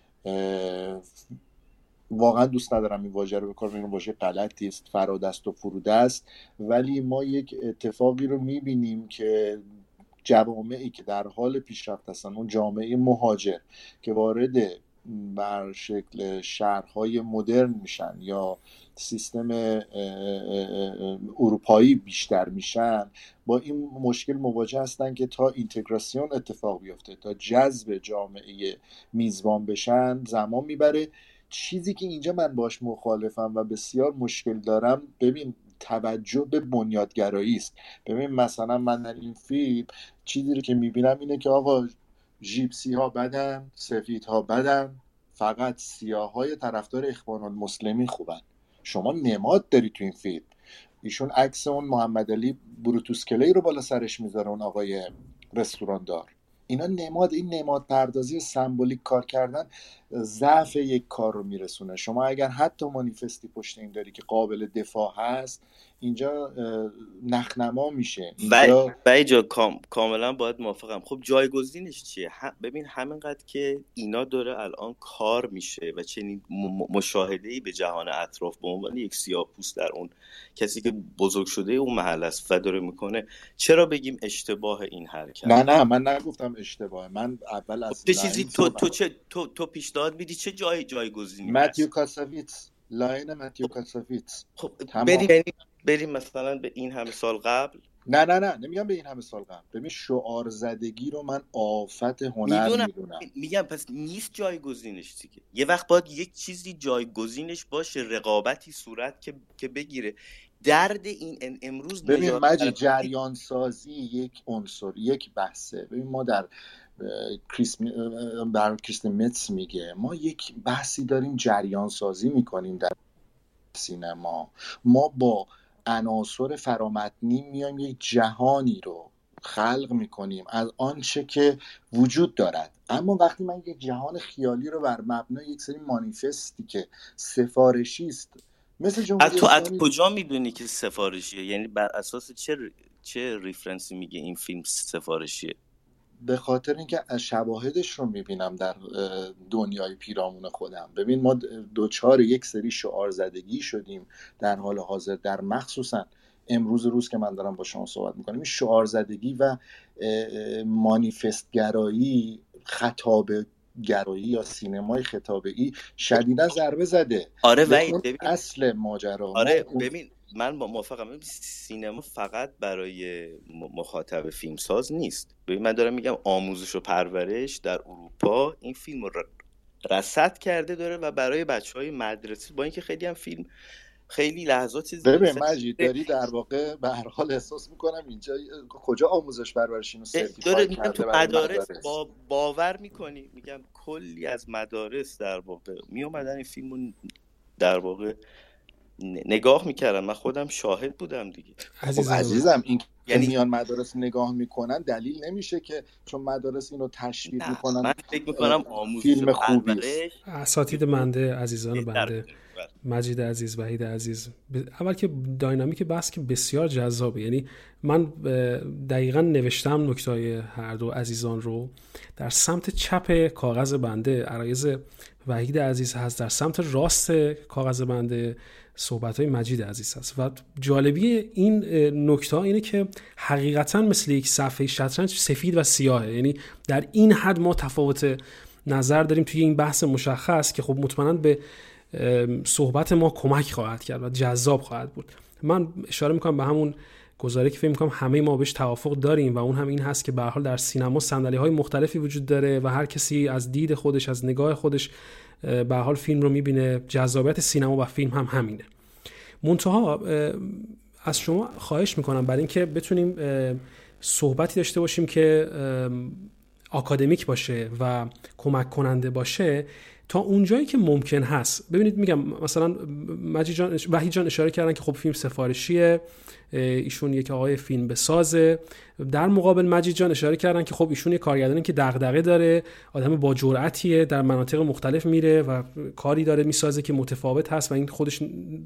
واقعا دوست ندارم این واژه رو بکنم، این واژه غلطی است، فرادست و فرودست، ولی ما یک اتفاقی رو می‌بینیم که جوامعی که در حال پیشرفت هستن، اون جامعه مهاجر که وارد بر شکل شهرهای مدرن میشن یا سیستم اروپایی بیشتر میشن، با این مشکل مواجه هستن که تا اینتگراسیون اتفاق بیفته، تا جذب جامعه میزبان بشن زمان میبره. چیزی که اینجا من باش مخالفم و بسیار مشکل دارم، ببین توجه به بنیادگرایی است. ببین مثلا من در این فیلم چیزی رو که میبینم اینه که آقا ژیپسی ها بدن، سفید ها بدن، فقط سیاه های طرفدار اخوان المسلمین خوبن. شما نماد داری تو این فیلم، ایشون عکس اون محمد علی بروتوس کلی رو بالا سرش میذاره، اون آقای رستوران دار. اینا نماد، این نماد پردازی سمبولیک کار کردن ضعف یک کار رو میرسونه. شما اگر حتی مانیفستی پشت این داری که قابل دفاع هست، اینجا نخنما میشه.
اینجا بای جا کام... کاملا باید موافقم. خب جایگزینش چیه؟ هم... ببین همینقدر که اینا داره الان کار میشه و چنین م... مشاهده‌ای به جهان اطراف به عنوان یک سیاه‌پوست در اون کسی که بزرگ شده اون محل است و داره میکنه، چرا بگیم اشتباه این حرکت؟
نه نه من نگفتم اشتباه. من اول از
چه چیزی تو تو چه تو تو پیشنهاد میدی؟ چه جای جایگزینی؟
متیو کاساویتس، لاین متیو کاساویتس.
خب بریم بریم بریم مثلا به این همه سال قبل.
نه نه نه نمیگم به این همه سال قبل. ببین شعار زدگی رو من آفت هنر میدونم. میدونم
میگم پس نیست جایگزینش دیگه. یه وقت باید یک چیزی جایگزینش باشه، رقابتی صورت که که بگیره. درد این امروز
ببین مجید، جریان سازی یک عنصر، یک بحثه. ببین ما در کریس بر کریستین متس میگه ما یک بحثی داریم، جریان سازی میکنیم در سینما. ما با عناصر فرامتنی میایم یک جهانی رو خلق میکنیم از آنچه که وجود دارد. اما وقتی من یک جهان خیالی رو بر مبنای یک سری مانیفستی که سفارشی است، مثل جمهوری
تو از کجا میدونی که سفارشیه؟ یعنی بر اساس چه ر... چه ریفرنسی میگه این فیلم سفارشیه؟
به خاطر اینکه شواهدش رو میبینم در دنیای پیرامون خودم. ببین ما دوچار یک سری شعار زدگی شدیم در حال حاضر، در مخصوصا امروز روز که من دارم با شما صحبت میکنم، این شعار زدگی و مانیفست گرایی، خطاب گرایی یا سینمای خطابه‌ای شدیدا ضربه زده.
آره ولی ببین
اصل ماجرا.
آره ببین من موافقم، سینما فقط برای مخاطب فیلمساز نیست. ببین من دارم میگم آموزش و پرورش در اروپا این فیلم رو رصد کرده داره و برای بچهای مدرسه، با اینکه خیلی هم فیلم خیلی لحظات چیز
ببین مجید داری در واقع به هر حال احساس میکنم اینجا کجا آموزش پرورش اینو سرتیفای کرده
تو مدارس با باور میکنی. میگم کلی از مدارس در واقع می اومدن این فیلمو در واقع نگاه میکردن. من خودم شاهد بودم دیگه.
عزیزم, خب عزیزم این یعنی میان مدارس نگاه میکنن دلیل نمیشه که چون مدارس اینو تشویق میکنن.
من فکر میکنم آموزش
فیلم خوبی است.
اساتید منده، عزیزان بنده، مجید عزیز، وحید عزیز، اول که داینامیک بحث که بسیار جذابه. یعنی من دقیقاً نوشتم نکته‌های هر دو عزیزان رو. در سمت چپ کاغذ بنده عرایض وحید عزیز هست، در سمت راست کاغذ بنده صحبت‌های مجید عزیز هست. و جالبی این نکته اینه که حقیقتاً مثل یک صفحه شطرنج سفید و سیاهه. یعنی در این حد ما تفاوت نظر داریم توی این بحث مشخص که خب مطمئناً به صحبت ما کمک خواهد کرد و جذاب خواهد بود. من اشاره میکنم به همون گزاره که فکر میکنم همه ما بهش توافق داریم و اون هم این هست که به هر حال در سینما صندلی‌های مختلفی وجود داره و هر کسی از دید خودش، از نگاه خودش به هر حال فیلم رو میبینه. جذابیت سینما و فیلم هم همینه. منتها از شما خواهش میکنم برای اینکه بتونیم صحبتی داشته باشیم که آکادمیک باشه و کمک کننده باشه تا اونجایی که ممکن هست. ببینید میگم مثلا مجید جان، وحید جان اشاره کردن که خب فیلم سفارشیه، ایشون یک آقای فیلم بسازه. در مقابل مجید جان اشاره کردن که خب ایشون یک کارگردانی که دغدغه داره، آدم با جرأتیه، در مناطق مختلف میره و کاری داره میسازه که متفاوت هست و این خودش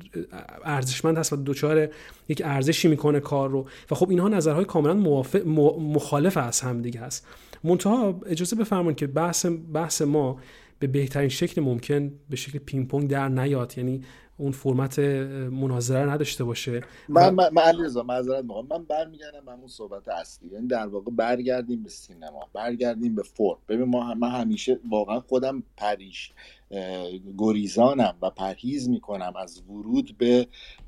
ارزشمند هست و دوچار یک ارزشی میکنه کار رو. و خب اینها نظرهای کاملا موافق مخالف از هم دیگه هست. منتها اجازه بفرمایید که بحث بحث ما به بهترین شکل ممکن به شکل پینگ پونگ در نیاد، یعنی اون فرمت مناظره نداشته باشه.
من من من علیرضا معذرت میخوام، من برمیگردم به همون صحبت اصلی، یعنی در واقع برگردیم به سینما، برگردیم به فرم. ببین ما من همیشه واقعا خودم پریش گریزانم و پرهیز میکنم از ورود به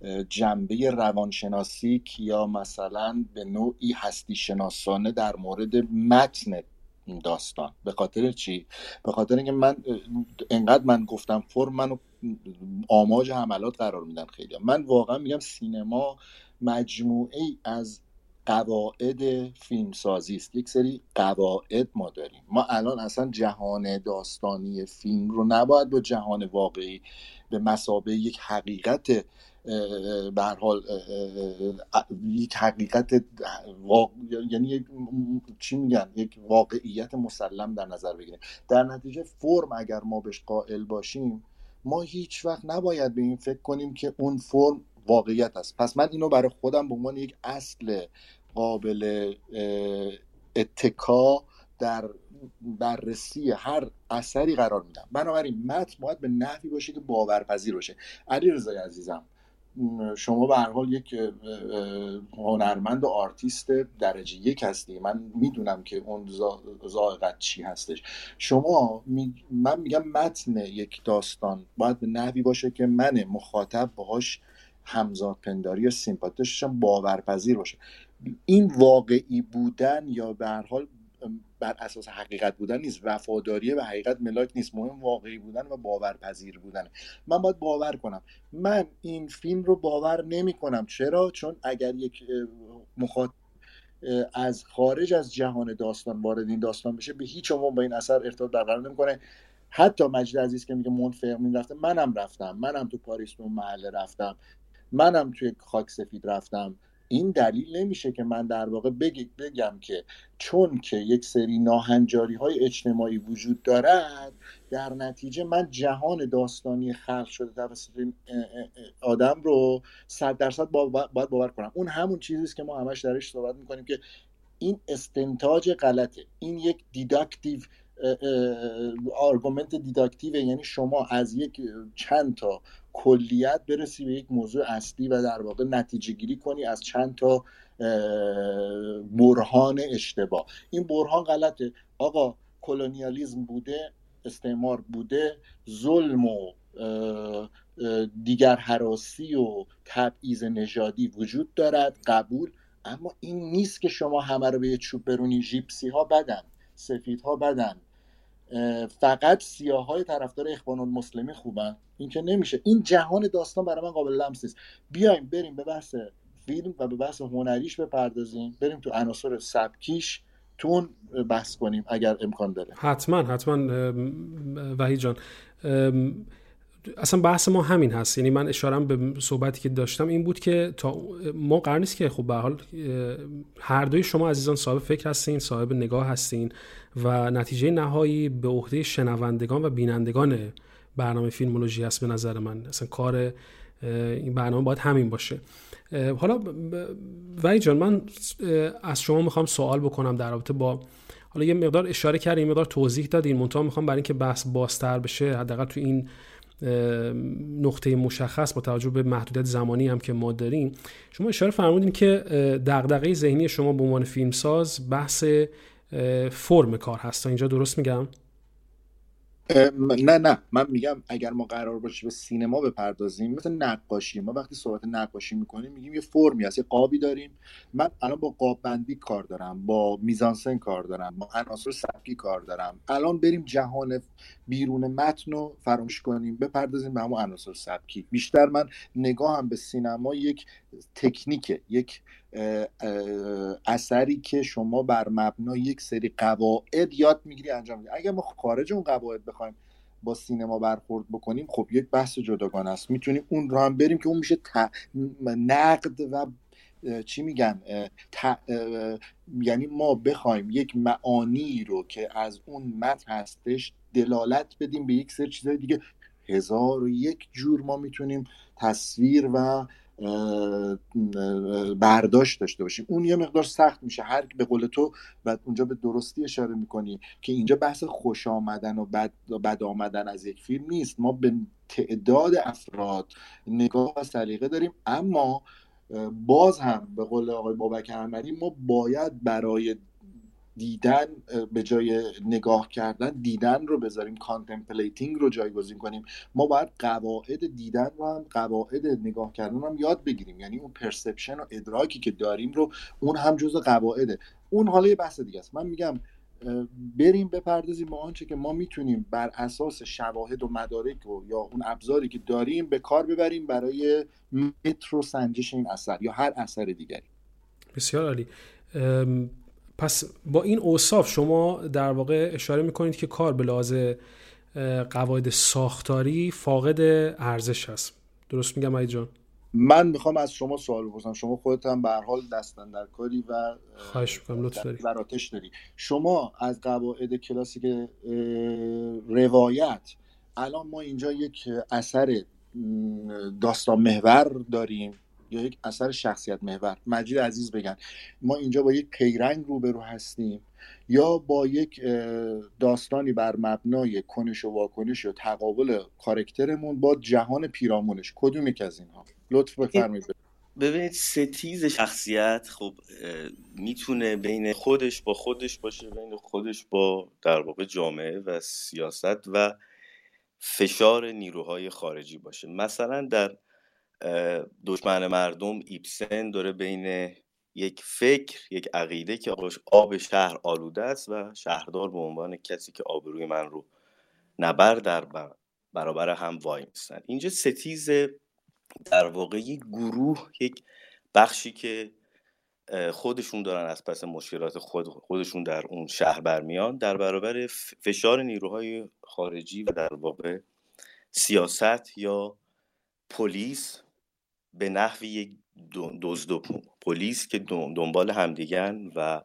جنبه روانشناسی یا مثلا به نوعی هستی شناسانه در مورد متن داستان. به خاطر چی؟ به خاطر اینکه من انقدر من گفتم فرم منو آماج حملات قرار میدن خیلی. من واقعا میگم سینما مجموعه ای از قواعد فیلمسازی است. یک سری قواعد ما داریم. ما الان اصلا جهان داستانی فیلم رو نباید با جهان واقعی به مثابه یک حقیقت به هر حال یک حقیقت واقع... یعنی یک چی میگن یک واقعیت مسلم در نظر بگیریم. در نتیجه فرم اگر ما بهش قائل باشیم، ما هیچ وقت نباید به این فکر کنیم که اون فرم واقعیت است. پس من اینو برای خودم به عنوان یک اصل قابل اتکا در بررسی هر اثری قرار میدم. بنابراین متن باید به نحوی باشه که باورپذیر باشه. علیرضا عزیزم، شما به هر حال یک هنرمند و آرتیست درجه یک هستی، من میدونم که اون ذائقت چی هستش. شما می... من میگم متن یک داستان باید به نحوی باشه که من مخاطب باهاش همزاد پنداری یا سیمپاتیشم باورپذیر باشه. این واقعی بودن یا به هر حال بر اساس حقیقت بودن نیست، وفاداری به حقیقت ملاک نیست، مهم واقعی بودن و باورپذیر بودن. من باید باور کنم. من این فیلم رو باور نمی کنم. چرا؟ چون اگر یک مخاطب از خارج از جهان داستان وارد این داستان بشه، به هیچ عنوان با این اثر ارتباط برقرار نمیکنه. حتی مجید عزیز که میگه مونت فرمین رفته، منم رفتم، منم تو پاریس تو محله رفتم، منم توی خاک سفید رفتم. این دلیل نمیشه که من در واقع بگم که چون که یک سری ناهنجاری های اجتماعی وجود دارد، در نتیجه من جهان داستانی خلق شده توسط این آدم رو صد درصد باید باور کنم. اون همون چیزیست که ما همش درش صحبت میکنیم که این استنتاج غلطه. این یک دیداکتیو آرگومنت دیداکتیو، یعنی شما از یک چند تا کلیت برسی به یک موضوع اصلی و در واقع نتیجه گیری کنی از چند تا برهان اشتباه. این برهان غلطه. آقا کلونیالیسم بوده، استعمار بوده، ظلم و دیگر هراسی و تبعیض نژادی وجود دارد، قبول. اما این نیست که شما همه رو به یه چوب برونی. ژیپسی ها بدن، سفید ها بدن، فقط سیاه های طرفدار اخوان المسلمین خوبن. این که نمیشه. این جهان داستان برای من قابل لمس نیست. بیایم بریم به بحث فیلم و به بحث هنریش بپردازیم، بریم تو عناصر سبکیش تون بحث کنیم اگر امکان داره.
حتما حتما وحید جان، اصلا بحث ما همین هست. یعنی من اشارم به صحبتی که داشتم این بود که تا ما قرار نیست که خب به هر حال هر دوی شما عزیزان صاحب فکر هستین، صاحب نگاه هستین و نتیجه نهایی به عهده شنوندگان و بینندگانه برنامه فیلمولوژی هست به نظر من. اصلا کار این برنامه باید همین باشه. حالا وحید جان، من از شما میخوام سوال بکنم در رابطه با، حالا یه مقدار اشاره کردین، یه مقدار توضیح دادین، منتها میخوام برای اینکه بحث بازتر بشه حداقل تو این نقطه مشخص با توجه به محدودیت زمانی هم که ما داریم، شما اشاره فرمودین که دغدغه ذهنی شما به عنوان فیلمساز بحث فرم کار هست. تا اینجا درست میگم؟
نه نه من میگم اگر ما قرار باشه به سینما بپردازیم، مثل نقاشی، ما وقتی صحبت نقاشی میکنیم میگیم یه فرمی هست، یه قابی داریم. من الان با قاب بندی کار دارم، با میزانسن کار دارم، با عناصر سبکی کار دارم. الان بریم جهان بیرون متن رو فراموش کنیم، بپردازیم به همون عناصر سبکی. بیشتر من نگاهم به سینما یک تکنیکه، یک اه اه اثری که شما بر مبنای یک سری قواعد یاد میگیری انجام میدی. اگه ما خارج اون قواعد بخوایم با سینما برخورد بکنیم، خب یک بحث جداگانه است. میتونیم اون رو هم بریم که اون میشه ت... نقد و چی میگن ت... یعنی ما بخوایم یک معانی رو که از اون متن هستش دلالت بدیم به یک سری چیزای دیگه. هزار و یک جور ما میتونیم تصویر و برداشت داشته باشیم. اون یه مقدار سخت میشه. هر به قول تو و اونجا به درستی اشاره میکنی که اینجا بحث خوش آمدن و بد, بد آمدن از یک فیلم نیست. ما به تعداد افراد نگاه و سلیقه داریم، اما باز هم به قول آقای بابک احمدی ما باید برای دیدن به جای نگاه کردن دیدن رو بذاریم، کانتمپلیتینگ رو جایگزین کنیم. ما باید قواعد دیدن رو هم قواعد نگاه کردن رو هم یاد بگیریم. یعنی اون پرسپشن و ادراکی که داریم رو اون هم جزء قواعده. اون حالا یه بحث دیگه است. من میگم بریم بپردازیم به آنچه که ما میتونیم بر اساس شواهد و مدارک و یا اون ابزاری که داریم به کار ببریم برای متر و سنجش این اثر یا هر اثر دیگری.
بسیار عالی. پس با این اوصاف شما در واقع اشاره میکنید که کار به لحاظ قواعد ساختاری فاقد ارزش هست. درست میگم وحید جان؟
من میخوام از شما سوال بپرسم. شما خودت هم به هر حال دست اندرکاری و
خواهش میکنم، لطف داری.
وراتش داری. شما از قواعد کلاسیک روایت الان ما اینجا یک اثر داستان محور داریم یا یک اثر شخصیت محور؟ مجید عزیز بگن ما اینجا با یک پیرنگ روبرو هستیم یا با یک داستانی بر مبنای کنش و واکنش و تقابل کاراکترمون با جهان پیرامونش؟ کدوم یک از اینها؟ لطف بفرمایید.
ببینید ستیز شخصیت خب میتونه بین خودش با خودش باشه، بین خودش با در واقع جامعه و سیاست و فشار نیروهای خارجی باشه. مثلا در دشمن مردم ایبسن داره بین یک فکر، یک عقیده که آب شهر آلوده است و شهردار به عنوان کسی که آبروی من رو نبر در برابر هم وای میستن. اینجا ستیز در واقع یک گروه، یک بخشی که خودشون دارن از پس مشکلات خود خودشون در اون شهر برمیان در برابر فشار نیروهای خارجی و در واقع سیاست یا پلیس به نحوی یک دزد و پلیس که دنبال همدیگن و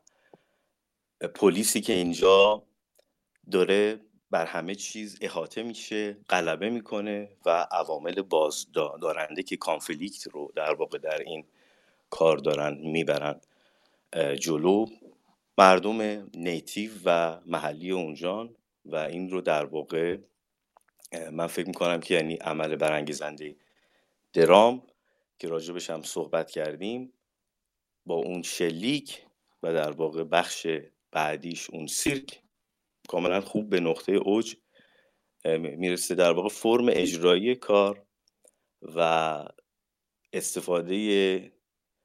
پلیسی که اینجا داره بر همه چیز احاطه میشه، غلبه میکنه و عوامل بازدارنده که کانفلیکت رو در واقع در این کار دارن میبرن جلو، مردم نیتیو و محلی اونجان. و این رو در واقع من فکر میکنم که یعنی عمل برانگیزنده درام که راجبش هم صحبت کردیم با اون شلیک و در واقع بخش بعدیش اون سیرک کاملا خوب به نقطه اوج میرسه. در واقع فرم اجرایی کار و استفاده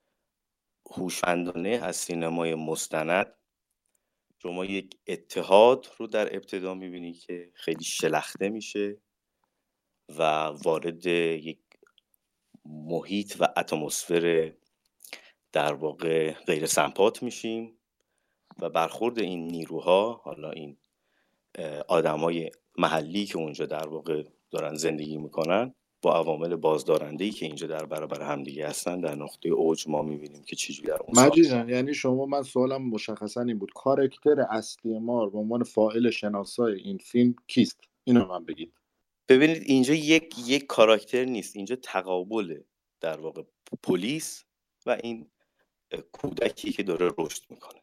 هوشمندانه از سینمای مستند، شما یک اتحاد رو در ابتدا میبینی که خیلی شلخته میشه و وارد یک محیط و اتمسفر در واقع غیر سمپات میشیم و برخورد این نیروها، حالا این آدمای محلی که اونجا در واقع دارن زندگی میکنن با عوامل بازدارنده‌ای که اینجا در برابر همدیگه هستن، در نقطه اوج ما میبینیم که چجوری در اون
مجید جان، یعنی شما، من سوالم مشخصا این بود، کاراکتر اصلی ما به عنوان فاعل شناسای این فیلم کیست؟ اینو من بگید.
ببینید اینجا یک یک کاراکتر نیست، اینجا تقابله در واقع پلیس و این کودکی که داره رشد میکنه.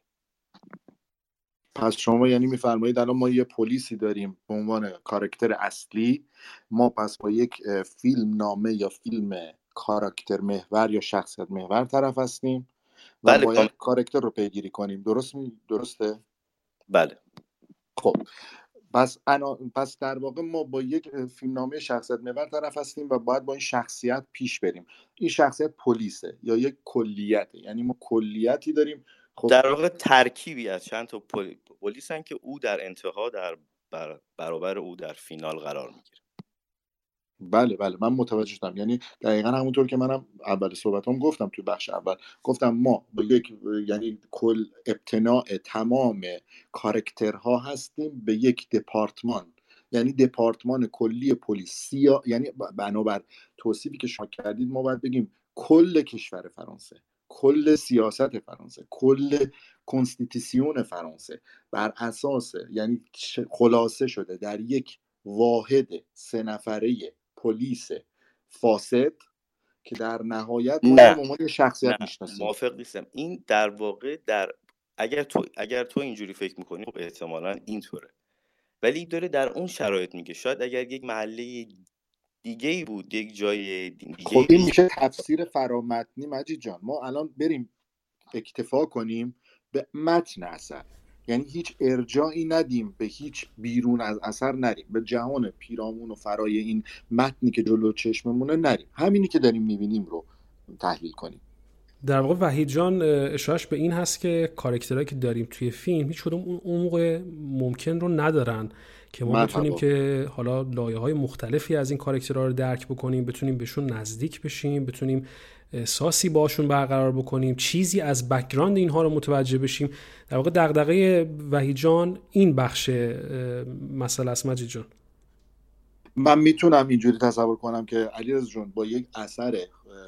پس شما یعنی میفرمایید الان ما یه پلیسی داریم به عنوان کاراکتر اصلی، ما پس با یک فیلم نامه یا فیلم کاراکتر محور یا شخصیت محور طرف هستیم و
بله
باید کاراکتر رو پیگیری کنیم. درست می... درسته؟
بله.
خب پس انا... پس در واقع ما با یک فیلمنامه شخصیت محور طرف هستیم و باید با این شخصیت پیش بریم. این شخصیت پلیسه یا یک کلیته، یعنی ما کلیتی داریم. خب
در واقع ترکیبی از چند تا پل... پلیسن که او در انتها در بر... برابر او در فینال قرار میگیره.
بله بله من متوجه شدم. یعنی دقیقا همونطور که منم اول صحبتام گفتم، توی بخش اول گفتم ما با یک یعنی کل ابتناء تمام کاراکترها هستیم به یک دپارتمان، یعنی دپارتمان کلی پلیسی، یعنی بنابر توصیفی که شما کردید ما باید بگیم کل کشور فرانسه، کل سیاست فرانسه، کل کنستیتوسیون فرانسه بر اساس یعنی خلاصه شده در یک واحد سه نفره پلیس فاسد که در نهایت ما به عنوان شخصیت میشناسیم.
موافق نیستم. این در واقع در اگر تو اگر تو اینجوری فکر میکنی خب احتمالاً اینطوره، ولی داره در اون شرایط میگه. شاید اگر یک محله دیگه ای بود، یک جای دیگه،
خب این میشه تفسیر فرامتنی. مجید جان ما الان بریم اکتفا کنیم به متن اثر، یعنی هیچ ارجاعی ندیم به هیچ بیرون از اثر نریم، به جهان پیرامون و فرای این متنی که جلو چشممونه نریم، همینی که داریم میبینیم رو تحلیل کنیم.
در واقع وحید جان اشارهش به این هست که کاراکترهایی که داریم توی فیلم هیچ کدوم اون عمق ممکن رو ندارن که ما بتونیم که حالا لایه‌های مختلفی از این کاراکترها رو درک بکنیم، بتونیم بهشون نزدیک بشیم، بتونیم احساسی باشون برقرار بکنیم، چیزی از بک‌گراند اینها رو متوجه بشیم. در واقع دغدغه وحید جان این بخش مسئله است. مجید جان
من میتونم اینجوری تصور کنم که علیرضا جان با یک اثر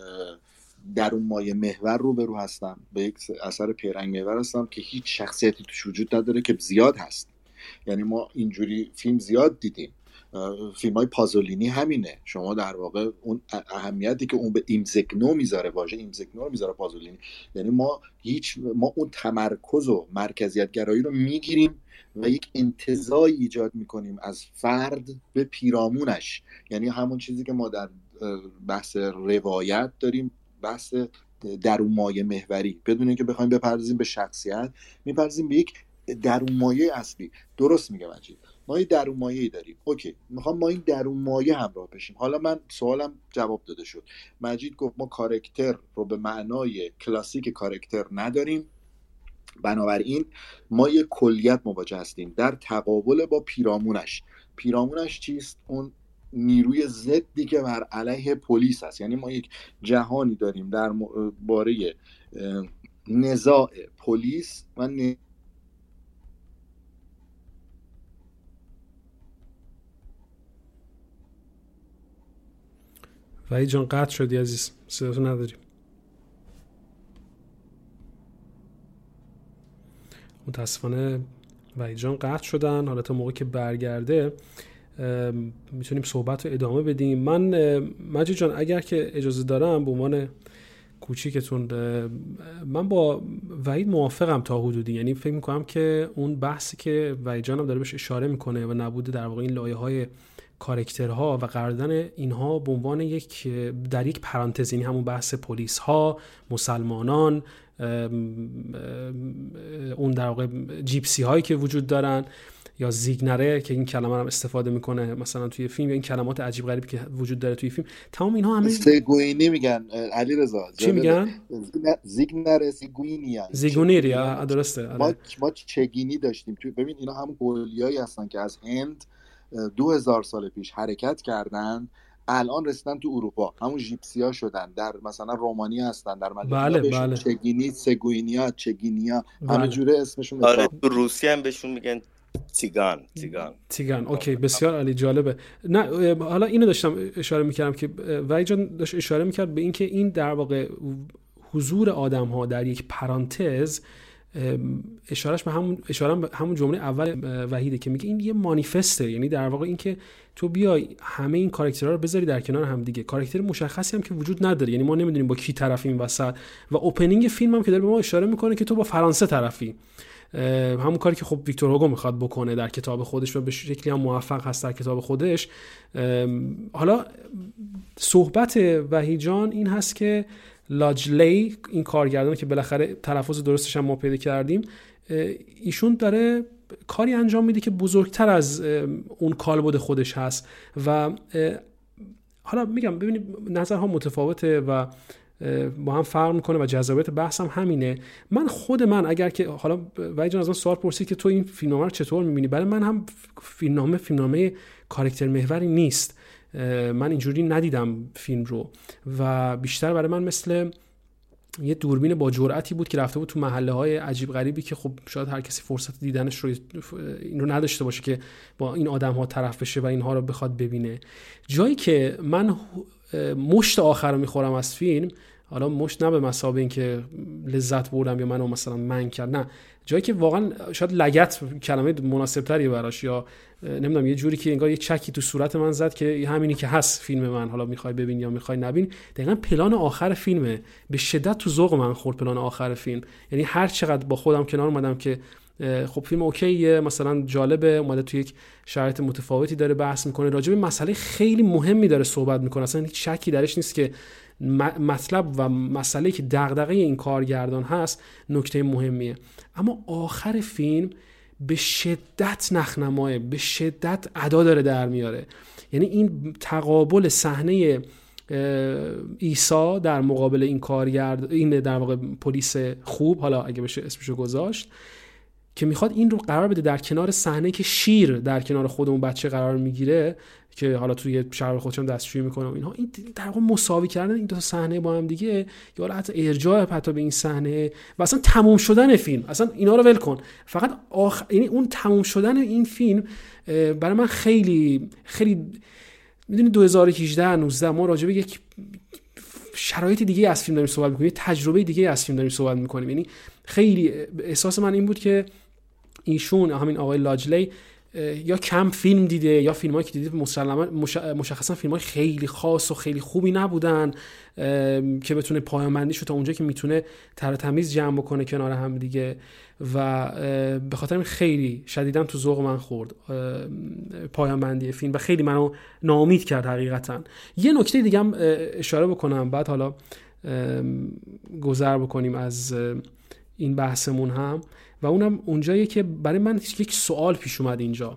در اون مایه محور رو برو هستم، به یک اثر پیرنگ محور هستم که هیچ شخصیتی توش وجود نداره که زیاد هست. یعنی ما اینجوری فیلم زیاد دیدیم، فیلم های پازولینی همینه. شما در واقع اون اهمیتی که اون به ایمزگنو میذاره، واژه ایمزگنو رو میذاره پازولینی، یعنی ما هیچ ما اون تمرکز و مرکزیت گرایی رو میگیریم و یک انتزاعی ایجاد میکنیم از فرد به پیرامونش. یعنی همون چیزی که ما در بحث روایت داریم، بحث درون مایه محوری، بدون اینکه بخوایم بپردازیم به شخصیت، میپردازیم به یک درون مایه اصلی. درست میگه مجید، ما یه درون مایه‌ای داریم. اوکی، میخوام ما این درون مایه همراه بشیم. حالا من سوالم جواب داده شد. مجید گفت ما کاراکتر رو به معنای کلاسیک کاراکتر نداریم، بنابراین ما یه کلیت مواجه هستیم در تقابل با پیرامونش. پیرامونش چیست؟ اون نیروی ضدی که بر علیه پلیس هست. یعنی ما یک جهانی داریم در باره نزاع پلیس و ن...
وحید جان قطع شدی عزیز، صداتو نداریم. متاسفانه وحید جان قطع شدن. حالا تا موقعی که برگرده میتونیم صحبت رو ادامه بدیم. من مجید جان اگر که اجازه دارم به عنوان کوچیکتون، من با وحید موافقم تا حدودی. یعنی فکر میکنم که اون بحثی که وحید جانم داره بهش اشاره میکنه و نبوده در واقع این لایه‌های کاراکترها و قرار دادن اینها به عنوان یک در یک پرانتز، یعنی همون بحث پلیس ها، مسلمانان، اون در واقع جیپسی هایی که وجود دارن، یا زیگنره که این کلمه رو استفاده میکنه مثلا توی فیلم، یا این کلمات عجیب غریبی که وجود داره توی فیلم، تمام اینها همه
سگوینی میگن. علیرضا
چی میگن؟
زیگنره سگوینی
زیگونیریا درسته.
ما ما چگینی داشتیم. ببین اینا همون گولیایی هستن که از هند دو هزار سال پیش حرکت کردن، الان رسیدن تو اروپا، همون ژیپسیا شدن، در مثلا رومانی هستن، در
بله بله.
چگینی، سگوینیا، چگینیا، بله. همه جوره اسمشون.
آره تو روسیه هم بهشون میگن تیگان. تیگان
تیگان اوکی، بسیار عالی، جالبه. نه حالا اینو داشتم اشاره میکردم که وحید جان داشت اشاره میکرد به این که این در واقع حضور آدم ها در یک پرانتز اشارهش به همون اشاره به همون جمله اول وحیده که میگه این یه مانیفسته، یعنی در واقع این که تو بیای همه این کاراکترها رو بذاری در کنار هم دیگه، کاراکتر مشخصی هم که وجود نداره، یعنی ما نمیدونیم با کی طرفیم وسط، و اوپنینگ فیلم هم که داره به ما اشاره میکنه که تو با فرانسه طرفی، همون کاری که خب ویکتور هوگو میخواد بکنه در کتاب خودش و به شکلی هم موفق هست در کتاب خودش. حالا صحبت وحید جان این هست که لاجلی، این کارگردان که بالاخره تلفظ درستش هم ما پیدا کردیم، ایشون داره کاری انجام میده که بزرگتر از اون کالبد خودش هست و حالا میگم ببینید نظرها متفاوته و با هم فرق میکنه و جذابیت بحث هم همینه. من خود من اگر که حالا وحید جان از من سوال پرسید که تو این فیلمنامه رو چطور میبینی، برای من هم فیلمنامه فیلمنامه کاراکتر محوری نیست، من اینجوری ندیدم فیلم رو و بیشتر برای من مثل یه دوربین با جرأتی بود که رفته بود تو محله های عجیب غریبی که خب شاید هر کسی فرصت دیدنش رو این رو نداشته باشه که با این آدم ها طرف بشه و اینها رو بخواد ببینه. جایی که من مشت آخر رو میخورم از فیلم، حالا مشت نه به مثابه این که لذت بردم یا منو مثلا من کرد، نه، جایی که واقعا شاید لگت کلمه مناسب تری براش یا نمیدونم یه جوری که انگار یه چکی تو صورت من زد که همینی که هست فیلم من، حالا میخوای ببین یا میخوای نبین، دقیقاً پلان آخر فیلمه. به شدت تو ذوق من خورد پلان آخر فیلم، یعنی هر چقدر با خودم کنار اومدم که خب فیلم اوکیه، مثلا جالبه، اومده تو یک شرایط متفاوتی داره بحث میکنه، راجع به مسئله خیلی مهمی داره صحبت میکنه، اصلا هیچ شکی درش نیست که مطلب و مسئله که دغدغه این کارگردان هست نکته مهمیه، اما آخر فیلم به شدت نخنمایه، به شدت ادا داره در میاره. یعنی این تقابل صحنه عیسی در مقابل این کارگرد، این در واقع پلیس خوب، حالا اگه بشه اسمشو گذاشت، که میخواد این رو قرار بده در کنار صحنه که شیر در کنار خود اون بچه قرار میگیره که حالا توی شهر خودش هم دستشویی میکنه و اینها، این در واقع مساوی کردن این دو تا صحنه با هم دیگه، یا حالا حتی ارجاع حتی به این صحنه و اصلا تموم شدن فیلم، اصلا اینا رو ول کن، فقط آخ... یعنی اون تموم شدن این فیلم برای من خیلی خیلی میدونی دو هزار و هجده نوزده ما راجع به یک شرایط دیگه از فیلم داریم صحبت میکنیم، تجربه دیگه از فیلم داریم صحبت میکنیم. یعنی خیلی احساس من این بود که ایشون همین آقای لاجلی یا کم فیلم دیده یا فیلمایی که دیده مسلما مشخصا فیلمای خیلی خاص و خیلی خوبی نبودن که بتونه پایان بندیشو تا اونجایی که میتونه تر و تمیز جمع بکنه کنار هم دیگه، و به خاطر این خیلی شدیداً تو ذوق من خورد پایان بندی فیلم و خیلی منو ناامید کرد حقیقتا. یه نکته دیگه هم اشاره بکنم بعد حالا گذر بکنیم از این بحثمون هم، و اونم اونجاییه که برای من یک سوال پیش اومد اینجا.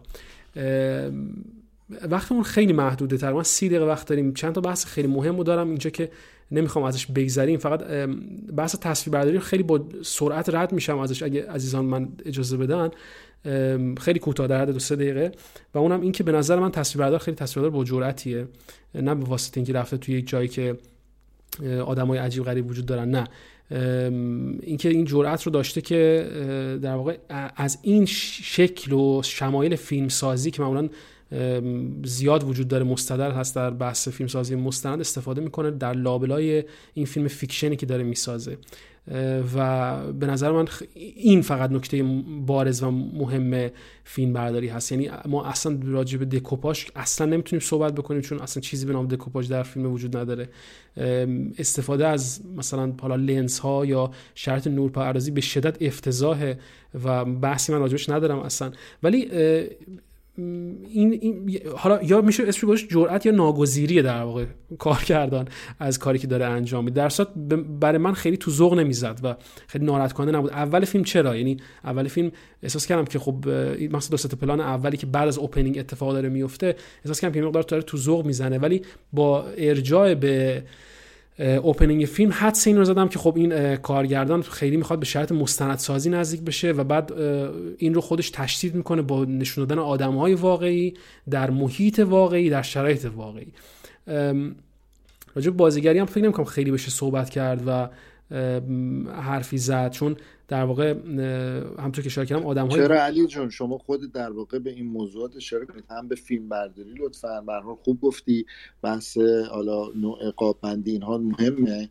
وقتمون خیلی محدوده، تقریبا سی دقیقه وقت داریم، چند تا بحث خیلی مهمو دارم اینجا که نمیخوام ازش بگذریم، فقط بحث تصویربرداری خیلی با سرعت رد میشم ازش اگه عزیزان من اجازه بدن، خیلی کوتاه در حد دو سه دقیقه، و اونم این که به نظر من تصویربردار خیلی تصویربردار با جرأتیه، نه به واسطه اینکه رفته توی یک جایی که آدمای عجیب غریب وجود دارن، نه، اینکه این جرأت رو داشته که در واقع از این شکل و شمایل فیلم سازی که معمولا زیاد وجود داره، مستدل هست در بحث فیلم سازی مستند، استفاده میکنه در لابلای این فیلم فیکشنی که داره میسازه، و به نظر من این فقط نکته بارز و مهم فیلم برداری هست. یعنی ما اصلا راجع به دکوپاژ اصلا نمیتونیم صحبت بکنیم چون اصلا چیزی به نام دکوپاژ در فیلم وجود نداره. استفاده از مثلا حالا لنز ها یا شرط نورپردازی به شدت افتضاحه و بحثی من راجعش ندارم اصلا، ولی این, این حالا یا میشه اسمش گذاشت جرأت یا ناگزیریه در واقع کارگردان از کاری که داره انجام میده. در صورت برای من خیلی تو ذوق نمیزد و خیلی ناراحت کننده نبود. اول فیلم چرا؟ یعنی اول فیلم احساس کردم که خب مثلا دو سه تا پلان اولی که بعد از اوپنینگ اتفاق داره میفته، احساس کردم که این مقدار داره تو ذوق میزنه، ولی با ارجاع به اوپنینگ فیلم حدس این رو زدم که خب این کارگردان خیلی میخواد به شرط مستندسازی نزدیک بشه و بعد این رو خودش تشدید میکنه با نشون دادن آدم‌های واقعی در محیط واقعی در شرایط واقعی. راجع به بازیگری هم فکر نمی‌کنم خیلی بشه صحبت کرد و حرفی زد، چون در واقع همونطور که اشاره کردم آدم‌های
چرا علی جون شما خودت در واقع به این موضوعات اشاره کنید، هم به فیلم برداری لطفاً، به هر حال خوب گفتی بحث حالا نوع قاب بندی اینها مهمه،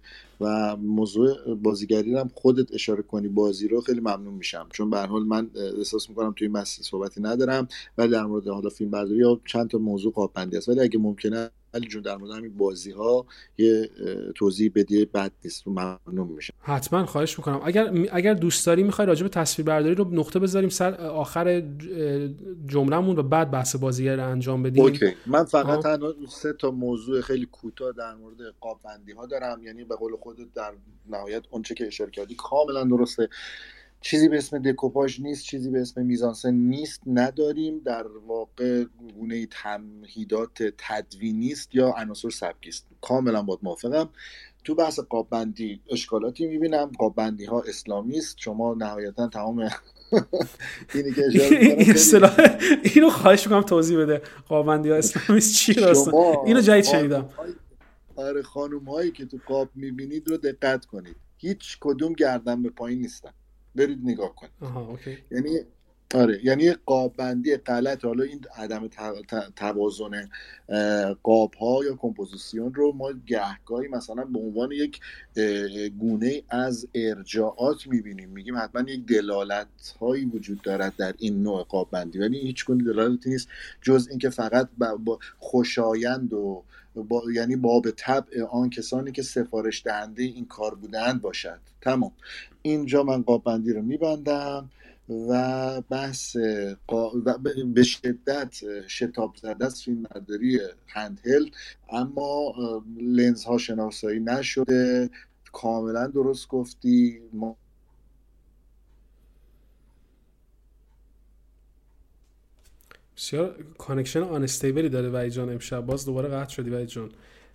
و موضوع بازیگری هم خودت اشاره کنی بازی رو خیلی ممنون میشم، چون به هر حال من احساس میکنم توی این مسئله صحبتی ندارم، ولی در مورد حالا فیلم برداری یا چند تا موضوع قاب بندی است، ولی اگه ممکنه علی جون در مورد همین بازی ها یه توضیح بدی بد نیست، ممنون میشم.
حتما خواهش میکنم. اگر اگر دوست داری میخوای راجع به تصویر برداری رو نقطه بذاریم سر آخر جمله‌مون و بعد بحث بازیگر رو انجام بدیم.
اوکی. من فقط تنها سه تا موضوع خیلی کوتاه در مورد قاب بندی ها دارم، یعنی به قول خودت در نهایت اون چه که اشاره کردی کاملا درسته، چیزی به اسم دکوپاژ نیست، چیزی به اسم میزانسن نیست، نداریم در واقع گونه تمهیدات تدوینی است یا عناصر سبکی است. کاملا باهات موافقم. تو بحث قاب بندی اشکالاتی میبینم، قاب بندی ها اسلامی است، شما نهایتا تمام اینی که اشاره
می‌کنم اینو خواهش می‌کنم توضیح بده، قاب بندی ها اسلامی است چی راست؟ اینو جدید شنیدم.
آره خانم هایی که تو قاب میبینید رو دقت کنید، هیچ کدوم گردن به پایین نیستن، برید نگاه کنید.
آها اوکی.
یعنی آره یعنی قاب بندی غلط، حالا این عدم توازن قاب ها یا کمپوزیسیون رو ما گهگاهی مثلا به عنوان یک گونه از ارجاعات میبینیم، میگیم حتما یک دلالت هایی وجود دارد در این نوع قاب بندی، ولی هیچ گونه دلالتی نیست جز اینکه فقط با خوشایند و با یعنی باب طبع آن کسانی که سفارش دهنده این کار بودند باشد. تمام. اینجا من قاب بندی رو میبندم و بحث قا... و به شدت شتاب زده است فیلم برداری هندهل، اما لنز ها شناسایی نشده. کاملا درست گفتی. ما
بسیار کانکشن آن استیبلی داره وحید جان، امشب باز دوباره قطع شدی وحید جان.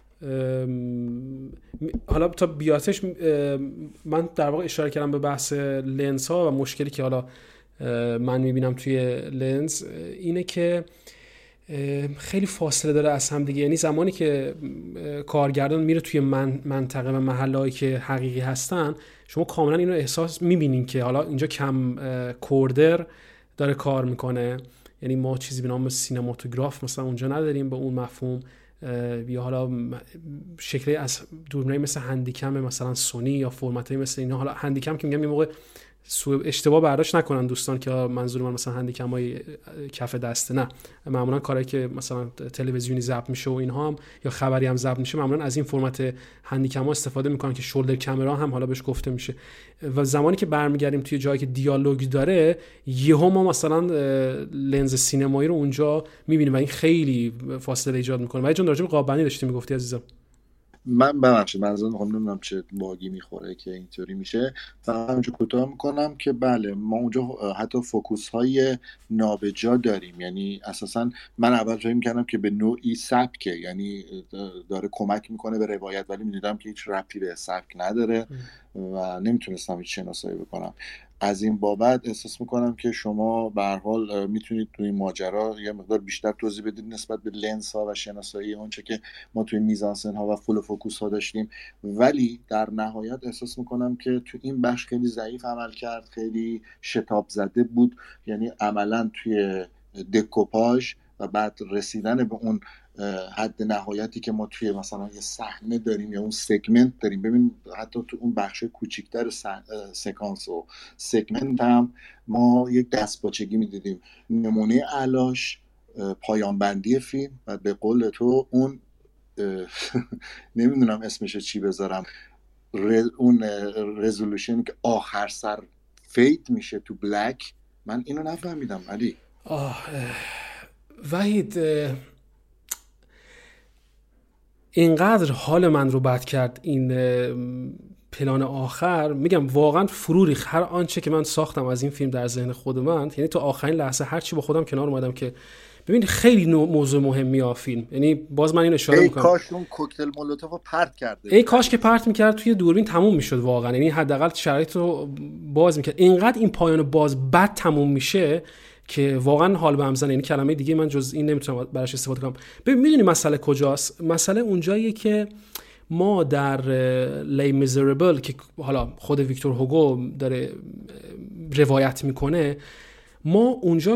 حالا تا بیاتش من در واقع اشاره کردم به بحث لنز ها و مشکلی که حالا من میبینم توی لنز اینه که خیلی فاصله داره از هم دیگه، یعنی زمانی که کارگردان میره توی من منطقه و محلهایی که حقیقی هستن شما کاملا اینو احساس میبینین که حالا اینجا کم کوردر داره کار میکنه، یعنی ما چیزی به نام سینماتوگراف مثلا اونجا نداریم به اون مفهوم، یا حالا شکلی از دوربینای مثل هندیکم مثلا سونی یا فرمتایی مثل اینا. حالا هندیکم که میگم یه موقع اشتباه برداشت نکنن دوستان که منظور من مثلا هندیکم های کف دسته، نه، معمولا کاری که مثلا تلویزیونی ضبط میشه و اینها هم یا خبری هم ضبط میشه معمولا از این فرمت هندیکم ها استفاده میکنن که شولدر کامرا هم حالا بهش گفته میشه. و زمانی که برمیگردیم توی جایی که دیالوگ داره یهو ما مثلا لنز سینمایی رو اونجا میبینیم و این خیلی فاصله ایجاد میکنه. ولی چون راجع به قاب بندی داشتی میگفتی عزیزم.
من ببخشید من اصلا نمیدونم چه باگی میخوره که اینطوری میشه. فقط همینجور کوتاه میکنم که بله ما اونجا حتی فوکوس های نابجا داریم، یعنی اساسا من اول فکر میکردم که به نوعی سبکه، یعنی داره کمک میکنه به روایت، ولی میدیدم که هیچ ربطی به سبک نداره و نمیتونستم هیچ شناسایی بکنم. از این بابت احساس میکنم که شما به هر حال میتونید توی ماجرا یه مقدار بیشتر توضیح بدید نسبت به لنز ها و شناسایی اونچه که ما توی میزانسن ها و فول فوکوس ها داشتیم، ولی در نهایت احساس میکنم که تو این بخش خیلی ضعیف عمل کرد، خیلی شتاب زده بود، یعنی عملا توی دکوپاژ و بعد رسیدن به اون حد نهایتی که ما توی مثلا یه صحنه داریم یا اون سگمنت داریم. ببین حتی تو اون بخش کوچیکتر سکانس و سگمنت هم ما یک دستپاچگی میدیدیم. نمونه علاش پایان بندی فیلم و به قول تو اون نمیدونم اسمش چی بذارم، اون رزولوشن که آخر سر فید میشه تو بلک، من اینو نفهمیدم. علی
آه وحید اینقدر حال من رو بد کرد این پلان آخر، میگم واقعا فرو ریخت هر آنچه که من ساختم از این فیلم در ذهن خود من، یعنی تو آخرین لحظه هر چی با خودم کنار اومدم که ببین خیلی موضوع مهمی آ فیلم، یعنی باز من این اشاره میکنم
ای کاش اون کوکتل مولوتوف رو پرت کرده،
ای کاش که پرت میکرد توی دوربین تموم میشد واقعا، یعنی حداقل شرایط رو باز میکرد. اینقدر این پایان باز بد تموم میشه که واقعا حال به هم زنه، یعنی کلمه دیگه من جز این نمیتونم براش استفاده کنم. ببین میدونی مسئله کجاست؟ مسئله اونجاییه که ما در لی میزربل که حالا خود ویکتور هوگو داره روایت میکنه، ما اونجا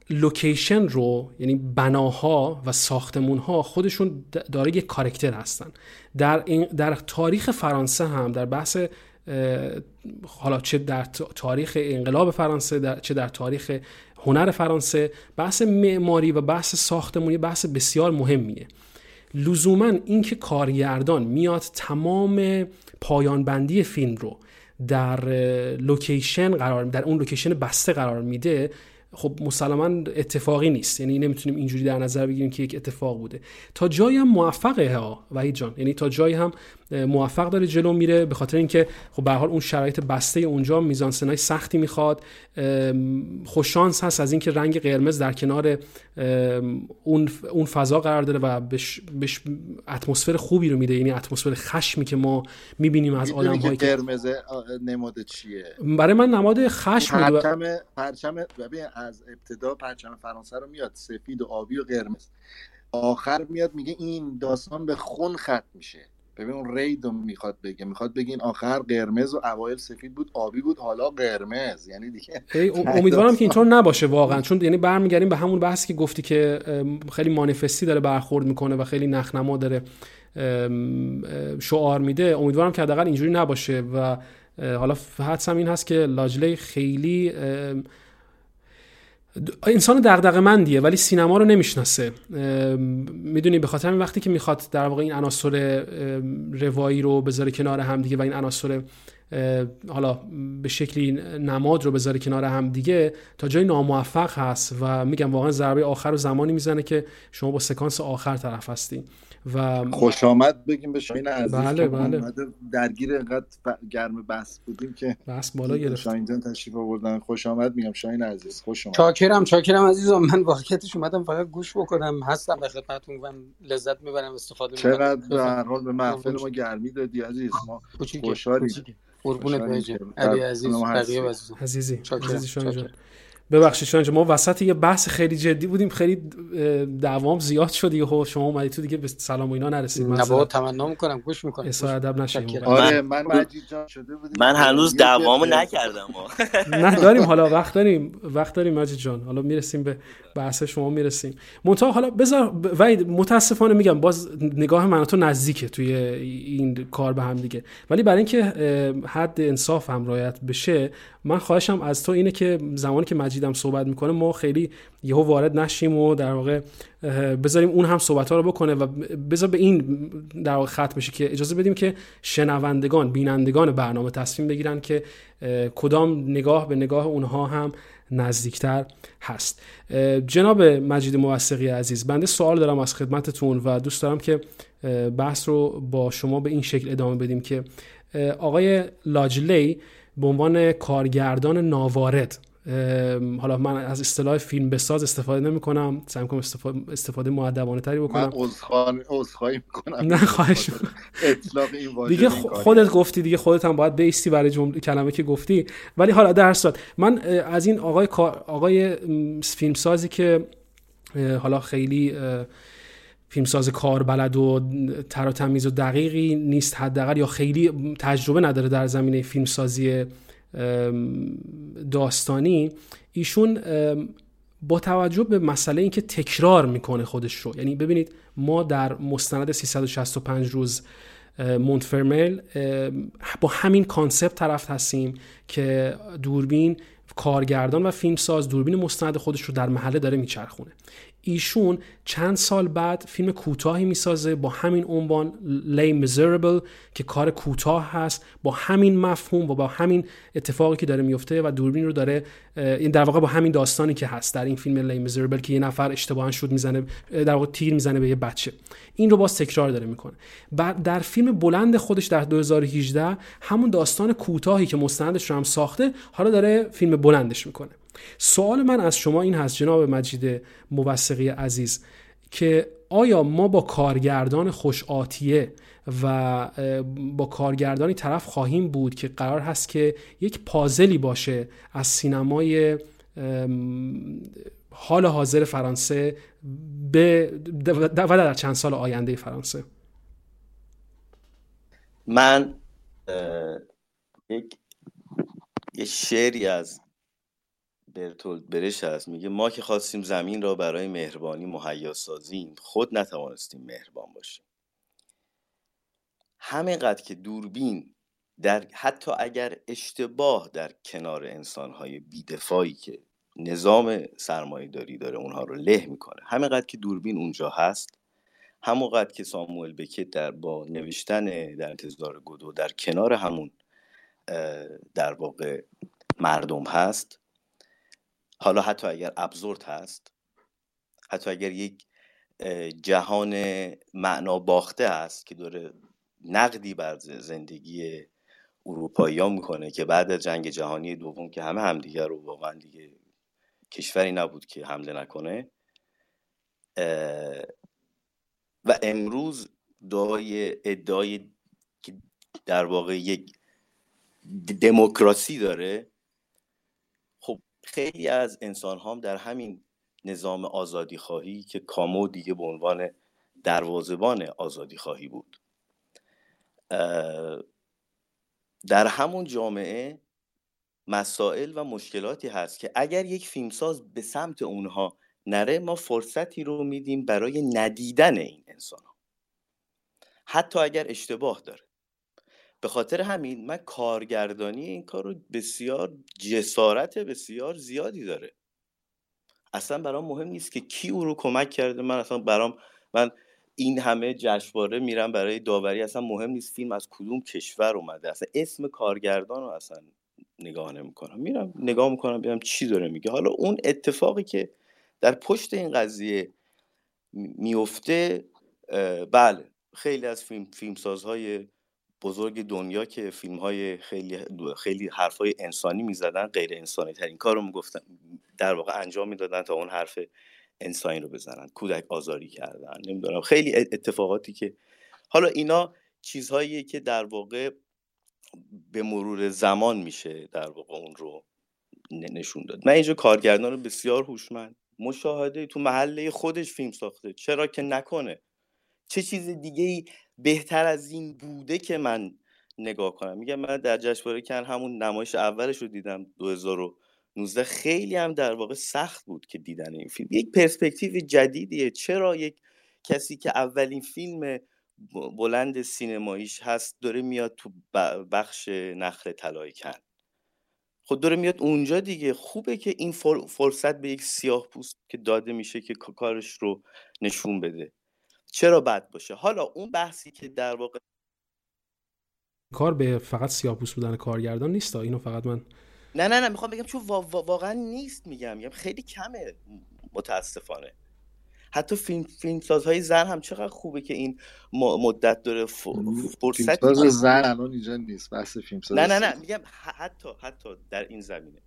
لوکیشن رو، یعنی بناها و ساختمونها خودشون داره یک کاراکتر هستن. در این در تاریخ فرانسه هم در بحث حالا چه در تاریخ انقلاب فرانسه در چه در تاریخ هنر فرانسه، بحث معماری و بحث ساختمانی بحث بسیار مهمیه. لزوما این که کارگردان میاد تمام پایان بندی فیلم رو در لوکیشن قرار در اون لوکیشن بسته قرار میده، خب مسلماً اتفاقی نیست. یعنی نمیتونیم اینجوری در نظر بگیریم که یک اتفاق بوده. تا جایی هم موفقه ها وحید جان، یعنی تا جایی هم موفق داره جلو میره، به خاطر اینکه خب به هر حال اون شرایط بسته اونجا میزانسنای سختی میخواد. خوش شانس هست از اینکه رنگ قرمز در کنار اون اون فضا قرار داره و بهش بهش اتمسفر خوبی رو میده، یعنی اتمسفر خشمی که ما میبینیم از آدم‌هایی که
قرمز نماد چیه.
برای من نماد خشم بود.
پرچم پرچم ببین از ابتدا پرچم فرانسه رو میاد سفید و آبی و قرمز، آخر میاد میگه این داستان به خون ختم میشه. ببین اون ریدو میخواد بگه میخواد بگه این آخر قرمز و اوایل سفید بود آبی بود حالا قرمز، یعنی دیگه
امیدوارم که اینطور نباشه واقعا، چون یعنی برمیگردیم به همون بحثی که گفتی که خیلی مانیفستی داره برخورد میکنه و خیلی نخنما داره شعار میده. امیدوارم که حداقل اینجوری نباشه و حالا حدسم این هست که لاجلی خیلی انسان دغدغه‌مندیه ولی سینما رو نمیشناسه. میدونی به خاطر این وقتی که میخواد در واقع این عناصر روایی رو بذاره کنار هم دیگه و این عناصر حالا به شکلی نماد رو بذاره کنار هم دیگه، تا جای ناموفق هست و میگم واقعا ضربه آخر رو زمانی میزنه که شما با سکانس آخر طرف هستی. و
خوش آمد بگیم به شاهین عزیز.
بله بله.
درگیر اینقدر گرم بحث بودیم که
بحث بالا گرفت.
شاهین جان تشریف آوردن. خوش آمد میگم شاهین عزیز. خوش اومد.
چاکرم چاکرم عزیزم. من واقعیتش اومدم فقط گوش بکنم، هستم به خدمتتون و لذت میبرم استفاده میکنم.
چقدر به هر حال به محفل ما گرمی دادی عزیز. ما خوشحالیم.
قربونت بهجه علی عزیز بقیه عزیز
عزیزی عزیزی شاهین جان. ببخشید شاهین، ما وسط یه بحث خیلی جدی بودیم، خیلی دوام زیاد شد دیگه. شما اومدی تو دیگه به سلام و اینا نرسید.
نه بابا تمنا میکنم گوش میکنم.
اصلا ادب نشه.
آره من مجید جان شده بودیم.
من هنوز دوامو نکردم.
نه داریم حالا وقت داریم وقت داریم مجید جان، حالا میرسیم به بحث شما میرسیم. منتها حالا بذار وحید، متاسفانه میگم باز نگاه من و تو نزدیکه توی این کار به هم دیگه، ولی برای اینکه حد انصاف هم رعایت بشه من خواهشم از تو اینه که زمانی که مجیدم صحبت میکنه ما خیلی یهو وارد نشیم و در واقع بذاریم اون هم صحبت‌ها رو بکنه و بذار به این در واقع ختم بشه که اجازه بدیم که شنوندگان بینندگان برنامه تصمیم بگیرن که کدام نگاه به نگاه اونها هم نزدیکتر هست. جناب مجید موثقی عزیز، بنده سوال دارم از خدمتتون و دوست دارم که بحث رو با شما به این شکل ادامه بدیم که آقای لاجلی به عنوان کارگردان ناوارد، حالا من از اصطلاح فیلم بساز استفاده نمی کنم، سعی می‌کنم استفاده استفاده مؤدبانه تری بکنم.
من عذرخواهی عذرخواهی می‌کنم.
نه خواهش می‌کنم.
اطلاق این واژه
دیگه خودت گفتی دیگه، خودت هم باید بیستی برای جمله کلمه که گفتی. ولی حالا در صورت من از این آقای آقای فیلمسازی که حالا خیلی فیلمساز کاربلد و تر و تمیز و دقیقی نیست حداقل، یا خیلی تجربه نداره در زمینه فیلمسازی داستانی، ایشون با توجه به مسئله این که تکرار میکنه خودش رو، یعنی ببینید ما در مستند سیصد و شصت و پنج روز مونتفرمیل با همین کانسپت طرف هستیم که دوربین کارگردان و فیلمساز دوربین مستند خودش رو در محله داره میچرخونه. ایشون چند سال بعد فیلم کوتاهی میسازه با همین عنوان لی میزربل که کار کوتاه هست با همین مفهوم و با همین اتفاقی که داره میفته و دوربین رو داره، این در واقع با همین داستانی که هست در این فیلم لی میزربل که یه نفر اشتباهاً شوت میزنه، در واقع تیر میزنه به یه بچه، این رو باز تکرار داره میکنه. بعد در فیلم بلند خودش در دو هزار و هجده همون داستان کوتاهی که مستندش رو هم ساخته حالا داره فیلم بلندش میکنه. سوال من از شما این هست جناب مجید موثقی عزیز که آیا ما با کارگردان خوش آتیه و با کارگردانی طرف خواهیم بود که قرار هست که یک پازلی باشه از سینمای حال حاضر فرانسه به و در چند سال آینده فرانسه؟
من یک یه شعری از برتولد برش هست، میگه ما که خواستیم زمین را برای مهربانی مهیا سازیم، خود نتوانستیم مهربان باشیم. همینقدر که دوربین در حتی اگر اشتباه در کنار انسان‌های بی‌دفاعی که نظام سرمایه‌داری داره اونها رو له میکنه، همینقدر که دوربین اونجا هست، همونقدر که ساموئل بکت در با نوشتن در انتظار گودو در کنار همون در واقع مردم هست، حالا حتی اگر ابزورد هست، حتی اگر یک جهان معنا باخته است که داره نقدی بر زندگی اروپایی‌ها میکنه که بعد از جنگ جهانی دوم که همه همدیگه رو واقعا دیگه کشوری نبود که حمله نکنه، و امروز دعای ادعای که در واقع یک دموکراسی داره، خب خیلی از انسان هم در همین نظام آزادی خواهی که کامو دیگه به عنوان دروازه‌بان آزادی خواهی بود، در همون جامعه مسائل و مشکلاتی هست که اگر یک فیلمساز به سمت اونها نره، ما فرصتی رو میدیم برای ندیدن این انسان ها، حتی اگر اشتباه داره. به خاطر همین من کارگردانی این کار رو بسیار جسارت بسیار زیادی داره. اصلا برام مهم نیست که کی او رو کمک کرده، من اصلا برام من این همه جشنواره میرم برای داوری، اصلا مهم نیست فیلم از کدوم کشور اومده، اصلا اسم کارگردان رو اصلا نگاه نمیکنم، میرم نگاه میکنم ببینم چی داره میگه. حالا اون اتفاقی که در پشت این قضیه میفته، بله خیلی از فیلم فیلمسازهای بزرگ دنیا که فیلم‌های خیلی خیلی حرفای انسانی می‌زدن، غیر انسانی ترین کار رو می‌گفتن، در واقع انجام میدادن تا اون حرف انسانی رو بزنن. کودک آزاری کردن، نمیدونم خیلی اتفاقاتی که حالا اینا چیزهاییه که در واقع به مرور زمان میشه در واقع اون رو نشون داد. من اینجا کارگردان رو بسیار هوشمند، مشاهده تو محله خودش فیلم ساخته، چرا که نکنه؟ چه چیز دیگه ای بهتر از این بوده که من نگاه کنم؟ میگم من در جشنواره کن همون نمایش اولش رو دیدم دو هزار و نوزده، خیلی هم در واقع سخت بود که دیدن این فیلم. یک پرسپکتیو جدیدیه. چرا یک کسی که اولین فیلم بلند سینماییش هست داره میاد تو بخش نخل طلای کن، خود داره میاد اونجا دیگه، خوبه که این فرصت به یک سیاه پوست که داده میشه که کارش رو نشون بده، چرا بد باشه؟ حالا اون بحثی که در واقع
کار به فقط سیاه‌پوست بودن کارگردان نیست، اینو فقط من
نه نه نه میخوام بگم چون وا... واقعا نیست، میگم میگم خیلی کمه متاسفانه. حتی فیلم فیلمسازهای زن هم چقدر خوبه که این مدت داره ف... فرصتی
فیلمساز زن الان اینجا نیست، بحث فیلمساز
نه نه نه میگم حتی حتی در این زمینه.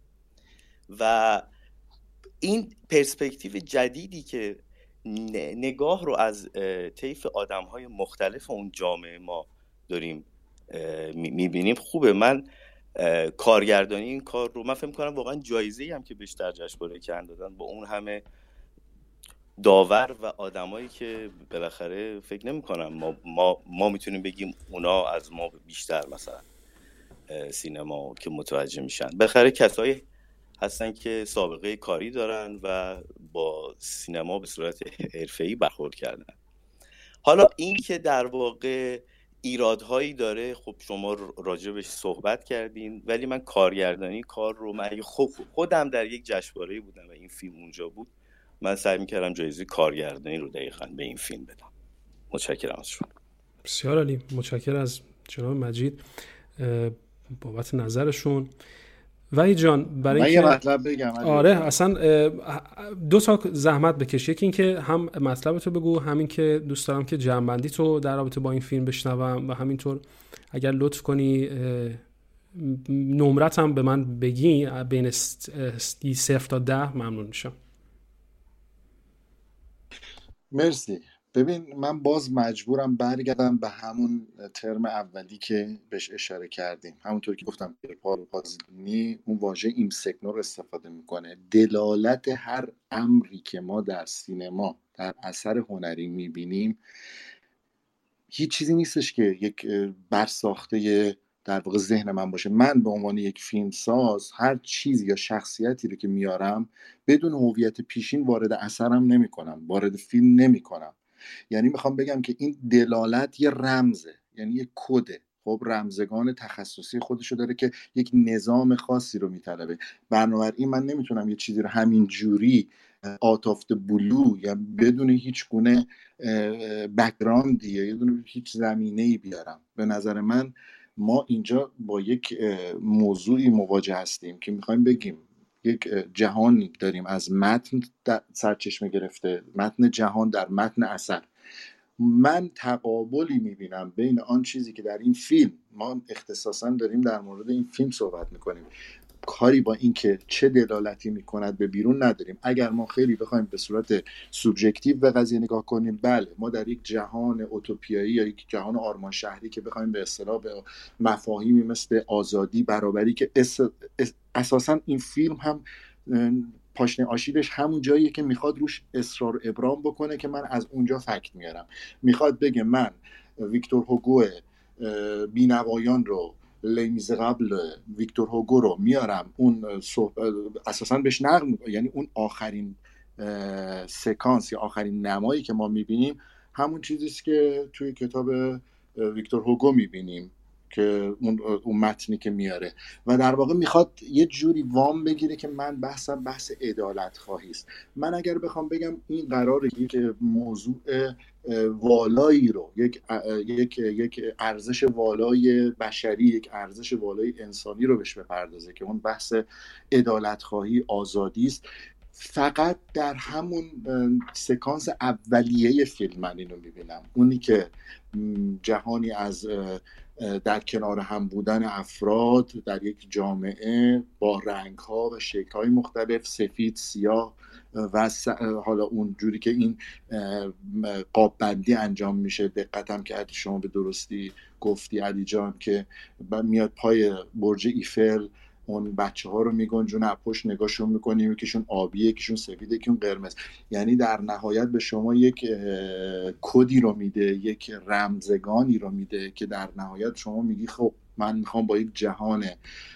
و این پرسپکتیو جدیدی که نگاه رو از طیف آدم‌های مختلف اون جامعه ما داریم می‌بینیم خوبه. من کارگردانی این کار رو من فکر می‌کنم واقعا جایزه‌ای هم که بهش در جشنواره کن دادن، با اون همه داور و آدمایی که بالاخره فکر نمی‌کنم ما ما ما میتونیم بگیم اونا از ما بیشتر مثلا سینما که متوجه میشن، بالاخره کسایی هستن که سابقه کاری دارن و با سینما به صورت حرفه‌ای برخورد کردن. حالا این که در واقع ایرادهایی داره، خب شما راجبش صحبت کردین، ولی من کارگردانی کار رو من خودم در یک جشنواره بودم و این فیلم اونجا بود، من سعی می‌کردم جایزه کارگردانی رو دقیقاً به این فیلم بدم. متشکرم از شما.
بسیار عالی، متشکرم از جناب مجید بابت نظرشون. وحید جان برای
من
اینکه
یه مطلب بگم،
آره اصلا دو تا زحمت بکش، یکی این که هم مطلبتو بگو، همین که دوست دارم که جمع‌بندی تو در رابطه با این فیلم بشنوم، و همینطور اگر لطف کنی نمرت هم به من بگی بین صفر تا ده ممنون میشم. مرسی.
ببین من باز مجبورم برگردم به همون ترم اولی که بهش اشاره کردیم، همونطور که گفتم پارو پازلینی اون واژه ایمسکنور استفاده میکنه. دلالت هر امری که ما در سینما در اثر هنری میبینیم هیچ چیزی نیستش که یک برساخته در واقع ذهن من باشه. من به عنوان یک فیلم ساز هر چیزی یا شخصیتی رو که میارم بدون هویت پیشین وارد اثرم نمی کنم، وارد فیلم نمی کنم. یعنی میخوام بگم که این دلالت یه رمزه، یعنی یه کده. خب رمزگان تخصصی خودشو داره که یک نظام خاصی رو میطلبه. بنابراین من نمیتونم یه چیزی رو همین جوری آتافت بلو یا بدون هیچ گونه بک‌گراندی یا بدون هیچ زمینه‌ای بیارم. به نظر من ما اینجا با یک موضوعی مواجه هستیم که میخوایم بگیم یک جهانی داریم از متن سرچشمه گرفته، متن جهان در متن اثر. من تقابلی میبینم بین آن چیزی که در این فیلم، ما اختصاصا داریم در مورد این فیلم صحبت میکنیم، کاری با این که چه دلالتی میکند به بیرون نداریم. اگر ما خیلی بخوایم به صورت سوبژکتیو به قضیه نگاه کنیم، بله ما در یک جهان اوتوپیایی یا یک جهان آرمان شهری که بخوایم به اصطلاح به مفاهیمی مثل آزادی، برابری که اس... اس... اساسا این فیلم هم پاشنه آشیلش همون جاییه که میخواد روش اصرار و ابرام بکنه که من از اونجا فکت میارم. میخواد بگه من ویکتور هوگو بینوایان رو، لیمیز قبل ویکتور هوگو رو میارم، اون اساسا بهش نقل، یعنی اون آخرین سکانس یا آخرین نمایی که ما میبینیم همون چیزیست که توی کتاب ویکتور هوگو میبینیم که اون اون متنی که میاره و در واقع میخواد یه جوری وام بگیره که من بحثم بحث عدالت خواهی است. من اگر بخوام بگم این قراره که موضوع والایی رو، یک یک یک ارزش والای بشری، یک ارزش والای انسانی رو بهش بپردازه که اون بحث عدالت خواهی، آزادی است، فقط در همون سکانس اولیه فیلم من اینو میبینم. اونی که جهانی از در کنار هم بودن افراد در یک جامعه با رنگ‌ها و شکل‌های مختلف، سفید، سیاه و حالا اون جوری که این قاب بندی انجام میشه، دقتم کردی شما به درستی گفتی علی جان که میاد پای برج ایفل، اون بچه ها رو میگنجونه، از پشت نگاهشون میکنیم، یکیشون آبیه، یکیشون سفیده، یکیشون قرمز. یعنی در نهایت به شما یک کدی رو میده، یک رمزگانی رو میده که در نهایت شما میگی خب من میخوام با یک جهان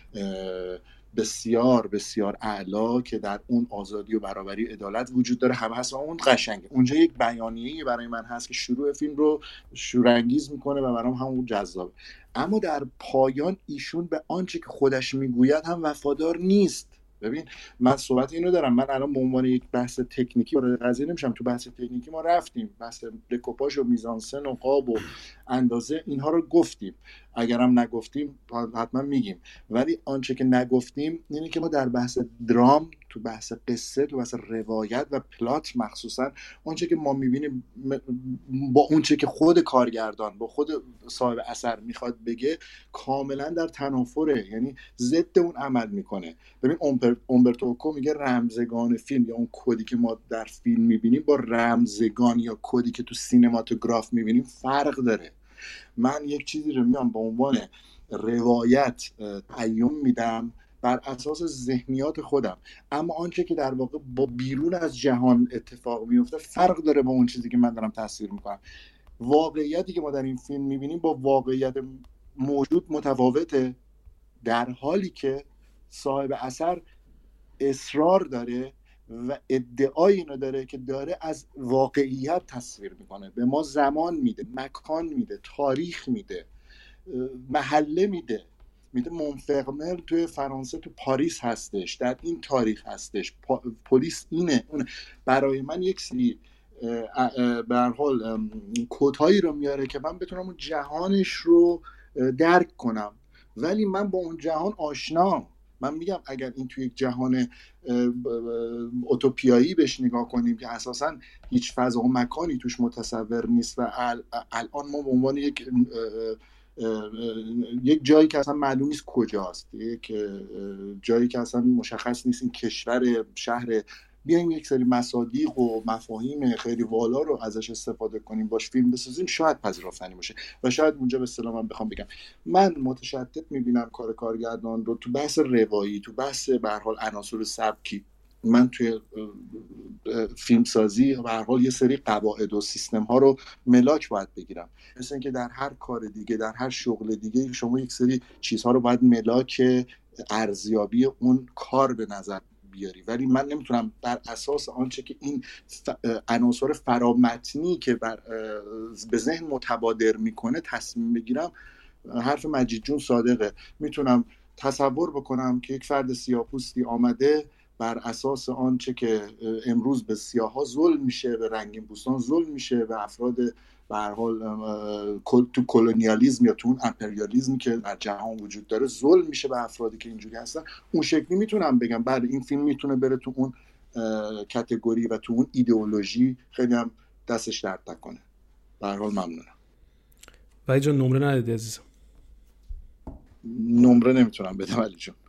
بسیار بسیار اعلا که در اون آزادی و برابری و عدالت وجود داره هم هست و اون قشنگه. اونجا یک بیانیه‌ای برای من هست که شروع فیلم رو شورانگیز میکنه و برام همون جذابه. اما در پایان ایشون به آنچه که خودش میگوید هم وفادار نیست. ببین من صحبت اینو دارم، من الان به عنوان یک بحث تکنیکی وارد قضیه نمیشم. تو بحث تکنیکی ما رفتیم، بحث دکوپاژ و میزانسن و قاب و اندازه اینها رو گفتیم، اگرم نگفتیم حتما میگیم. ولی آنچه که نگفتیم اینه که ما در بحث درام، تو بحث قصه، تو بحث روایت و پلات مخصوصا، آنچه که ما میبینیم با اونچه که خود کارگردان با خود صاحب اثر میخواد بگه کاملا در تنافره، یعنی ضد اون عمل میکنه. ببین اومبرتو اکو میگه رمزگان فیلم یا اون کدی که ما در فیلم میبینیم با رمزگان یا کدی که تو سینماتوگراف میبینیم فرق داره. من یک چیزی رو میام به عنوان روایت پیام میدم بر اساس ذهنیات خودم، اما آنچه که در واقع با بیرون از جهان اتفاق میفته فرق داره با اون چیزی که من دارم تصویر میکنم. واقعیتی که ما در این فیلم میبینیم با واقعیت موجود متفاوته، در حالی که صاحب اثر اصرار داره و ادعای اینو داره که داره از واقعیت تصویر میکنه، به ما زمان میده، مکان میده، تاریخ میده، محله میده. میده مونفرمر توی فرانسه تو پاریس هستش، در این تاریخ هستش، پلیس اینه اونه. برای من یک سری به هر حال کدهایی رو میاره که من بتونم اون جهانش رو درک کنم، ولی من با اون جهان آشنام. من میگم اگر این توی یک جهان اوتوپیایی بهش نگاه کنیم که اساساً هیچ فضا و مکانی توش متصور نیست و الان ما به عنوان یک یک جایی که اصلا معلوم نیست کجاست، یک جایی که اصلا مشخص نیست این کشور، شهر، بیایم یک سری مصادیق و مفاهیم خیلی والا رو ازش استفاده کنیم، باش فیلم بسازیم، شاید پذیرفتنی باشه. و شاید اونجا به اصطلاح من بخوام بگم من متشدد میبینم کار کارگردان رو تو بحث روایی، تو بحث به هر حال عناصر سبکی، من توی فیلمسازی به هر حال یه سری قواعد و سیستم ها رو ملاک باید بگیرم، مثل اینکه در هر کار دیگه، در هر شغل دیگه شما یک سری چیزها رو باید ملاک ارزیابی اون کار به نظر بیاری، ولی من نمیتونم بر اساس آنچه که این عناصر فرامتنی که بر به ذهن متبادر میکنه تصمیم بگیرم. حرف مجید جون صادقه، میتونم تصور بکنم که یک فرد سیاه‌پوستی آمده بر اساس آنچه که امروز به سیاها ظلم میشه، به رنگین پوستان ظلم میشه، به افراد به هر حال تو کلونیالیسم یا تو اون امپریالیسم که در جهان وجود داره ظلم میشه به افرادی که اینجوری هستن، اون شکلی میتونم بگم بله این فیلم میتونه بره تو اون کاتگوری و تو اون ایدئولوژی، خیلی هم دستش درد نکنه. به هر حال ممنونم.
ولی جان نمره ندیدی عزیزم.
نمره نمیتونم بدم علی جون.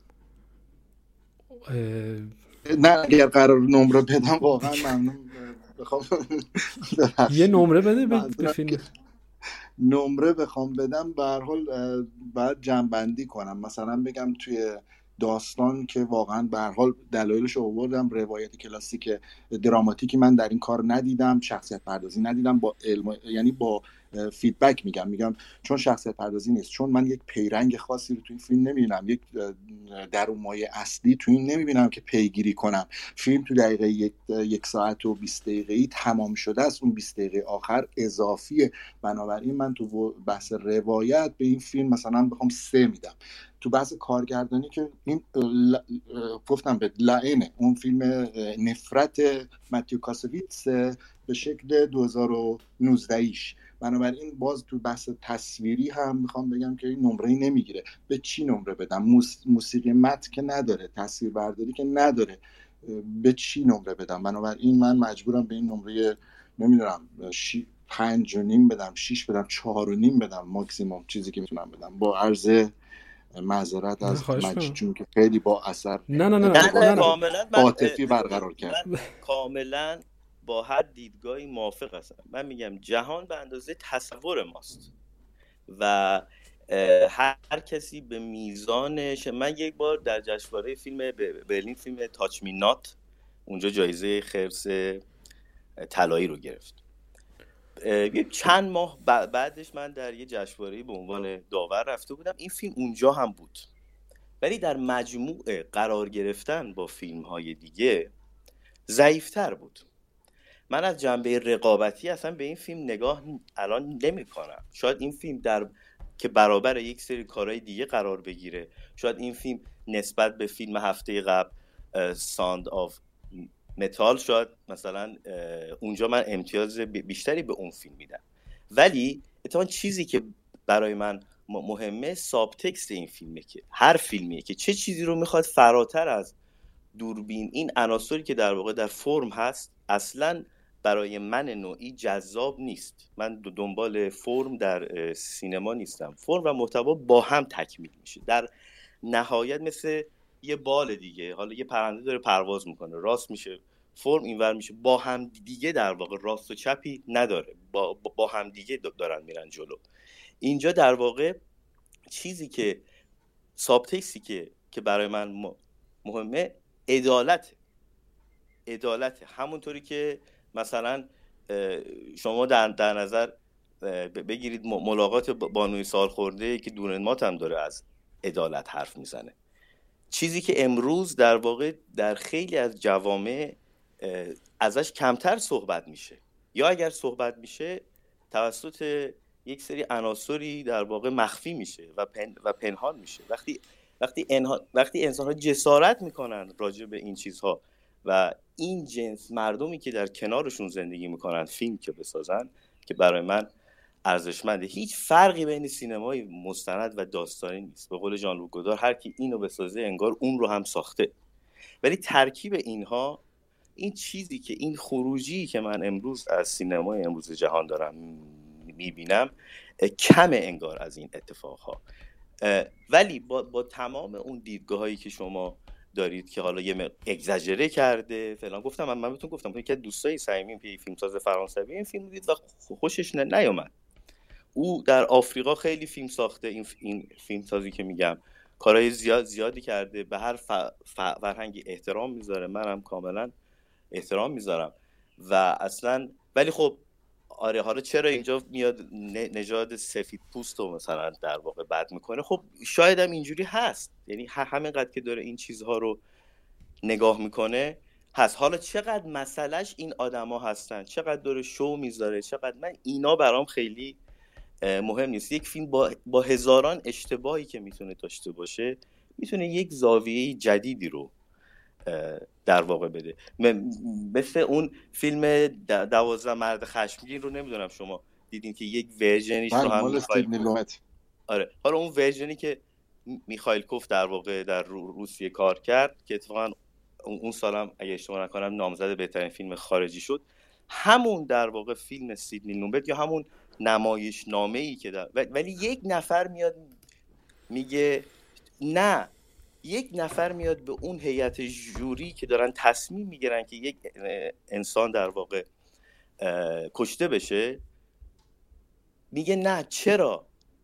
نه اگر قرار نمره بدم واقعا ممنون بخوام
یه نمره بده به فیلم.
نمره بخوام بدم به هر حال باید جمع‌بندی کنم، مثلا بگم توی داستان که واقعا به هر حال دلایلش رو آوردم، روایت کلاسیک دراماتیکی من در این کار ندیدم، شخصیت پردازی ندیدم، با علم یعنی با فیدبک میگم میگم چون شخصیت پردازی نیست، چون من یک پیرنگ خاصی رو تو این فیلم نمیبینم، یک درون مایه اصلی تو این نمیبینم که پیگیری کنم. فیلم تو دقیقه یک, یک ساعت و بیست دقیقه‌ای تمام شده است، اون بیست دقیقه آخر اضافیه، بنابراین من تو بحث روایت به این فیلم مثلا بخوام سه میدم. تو بحث کارگردانی که این ل... گفتم به لعنه اون فیلم نفرت متیو کاسویتس به شکل دو هزار و نوزده ایش، بنابراین باز تو بحث تصویری هم میخوام بگم که این نمره نمیگیره. به چی نمره بدم؟ موس... موسیقی متن که نداره، تصویربرداری که نداره، به چی نمره بدم؟ بنابراین من مجبورم به این نمره نمیدونم شی... پنج و نیم بدم، شیش بدم، چهار و نیم بدم، ماکسیموم چیزی که میتونم بدم، با عرض معذرت از مجید جون که خیلی با اثر
نه نه نه نه, نه, نه.
کاملا
عاطفی برقرار کرد.
من کاملا با هر دیدگاهی موافق هستم. من میگم جهان به اندازه تصور ماست و هر کسی به میزانش. من یک بار در جشنواره فیلم برلین فیلم تاچ می نات اونجا جایزه خرس طلایی رو گرفت. چند ماه بعدش من در یه جشنواره به عنوان داور رفته بودم، این فیلم اونجا هم بود، ولی در مجموع قرار گرفتن با فیلم‌های دیگه ضعیف‌تر بود. من از جنبه رقابتی اصلا به این فیلم نگاه الان نمی‌کنم. شاید این فیلم در که برابر یک سری کارهای دیگه قرار بگیره، شاید این فیلم نسبت به فیلم هفته قبل ساند آف متال شاید مثلا اونجا من امتیاز بیشتری به اون فیلم میدم، ولی اتفاقا چیزی که برای من مهمه ساب تکست این فیلمه، که هر فیلمیه که چه چیزی رو میخواد فراتر از دوربین، این عناصری که در واقع در فرم هست اصلا برای من نوعی جذاب نیست. من دنبال فرم در سینما نیستم، فرم و محتوا با هم تکمیل میشه در نهایت، مثل یه بال دیگه. حالا یه پرنده داره پرواز میکنه، راست میشه فرم اینور میشه، با هم دیگه در واقع راست و چپی نداره، با, با هم دیگه دارن میرن جلو. اینجا در واقع چیزی که سابتکسی که که برای من مهمه عدالت عدالت همونطوری که مثلا شما در, در نظر بگیرید ملاقات بانوی سالخورده که دورنمات هم داره از عدالت حرف میزنه، چیزی که امروز در واقع در خیلی از جوامع ازش کمتر صحبت میشه، یا اگر صحبت میشه توسط یک سری عناصری در واقع مخفی میشه و پن و پنهان میشه. وقتی وقتی انها... وقتی انسان‌ها جسارت میکنن راجع به این چیزها و این جنس مردمی که در کنارشون زندگی میکنن فیلم که بسازن، که برای من ارزشمنده. هیچ فرقی بین سینمای مستند و داستانی نیست. به قول ژان لوک گودار هر کی اینو بسازه انگار اون رو هم ساخته. ولی ترکیب اینها، این چیزی که این خروجی که من امروز از سینمای امروز جهان دارم میبینم کمه انگار از این اتفاقها. ولی با, با تمام اون دیدگاهایی که شما دارید که حالا یه اگزاجره کرده فلان، گفتم من, من بهتون گفتم که دوستای صمیمیم که فیلمساز فرانسوی این فیلم دید و خوشش نیامد. او در آفریقا خیلی فیلم ساخته، این این فیلمسازی که میگم کارهای زیاد زیادی کرده، به هر ف... ف... فرهنگی احترام میذاره، منم کاملا احترام میذارم و اصلا، ولی خب آره حالا چرا اینجا میاد نژاد سفید پوست رو مثلا در واقع بد میکنه؟ خب شاید هم اینجوری هست، یعنی همینقدر که داره این چیزها رو نگاه میکنه هست. حالا چقدر مسئلهش این آدما هستن، چقدر داره شو میذاره، چقدر، من اینا برام خیلی مهم نیست. یک فیلم با, با هزاران اشتباهی که میتونه داشته باشه میتونه یک زاویه جدیدی رو در واقع بده. مثل اون فیلم دوازده مرد خشمگین رو نمیدونم شما دیدین که یک ورژنیش رو هم میخایل، آره حالا اون ورژنی که میخایلکوف در واقع در روسیه کار کرد که اتفاقا اون سالم اگه اشتباه نکنم نامزد بهترین فیلم خارجی شد، همون در واقع فیلم سیدنی لومبت یا همون نمایش نامه‌ای که در، ولی یک نفر میاد میگه نه، یک نفر میاد به اون هیئت ژوری که دارن تصمیم میگیرن که یک انسان در واقع کشته بشه میگه نه، چرا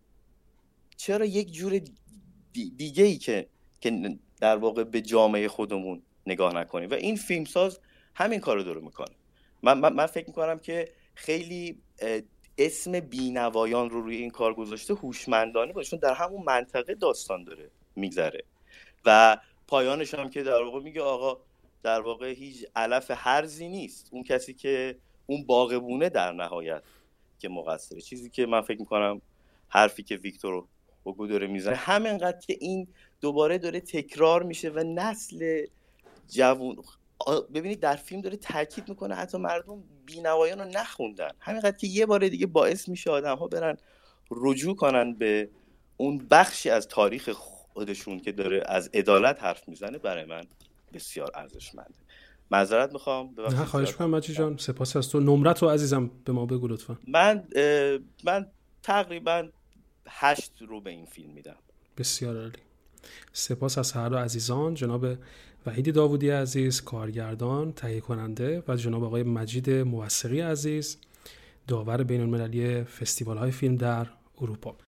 چرا یک جور دیگه ای که که در واقع به جامعه خودمون نگاه نکنیم. و این فیلمساز همین کارو داره میکنه. من, من, من فکر میکنم که خیلی اسم بینوایان رو روی این کار گذاشته هوشمندانه باشه، چون در همون منطقه داستان داره میگذره و پایانش هم که در واقع میگه آقا در واقع هیچ علف هرزی نیست، اون کسی که اون باغبونه در نهایت که مقصره. چیزی که من فکر میکنم حرفی که ویکتور اوگو داره میزنه همینقدر که این دوباره داره تکرار میشه و نسل جوون، ببینید در فیلم داره تاکید میکنه حتی مردم بینوایان رو نخوندن، همینقدر که یه بار دیگه باعث میشه آدم ها برن رجوع کنن به اون بخشی از تاریخ خودشون که داره از عدالت حرف میزنه. برای من بسیار ارزشمنده. معذرت میخوام.
نه خواهش میکنم مجید جان، سپاس از تو. نمرت رو عزیزم به ما بگو لطفا.
من من تقریبا هشت رو به این فیلم میدم.
بسیار عالی. سپاس از هر دو عزیزان، جناب وحید داوودی عزیز کارگردان تهیه کننده و جناب آقای مجید موثقی عزیز داور بین‌المللی فستیوال‌های فیلم در اروپا.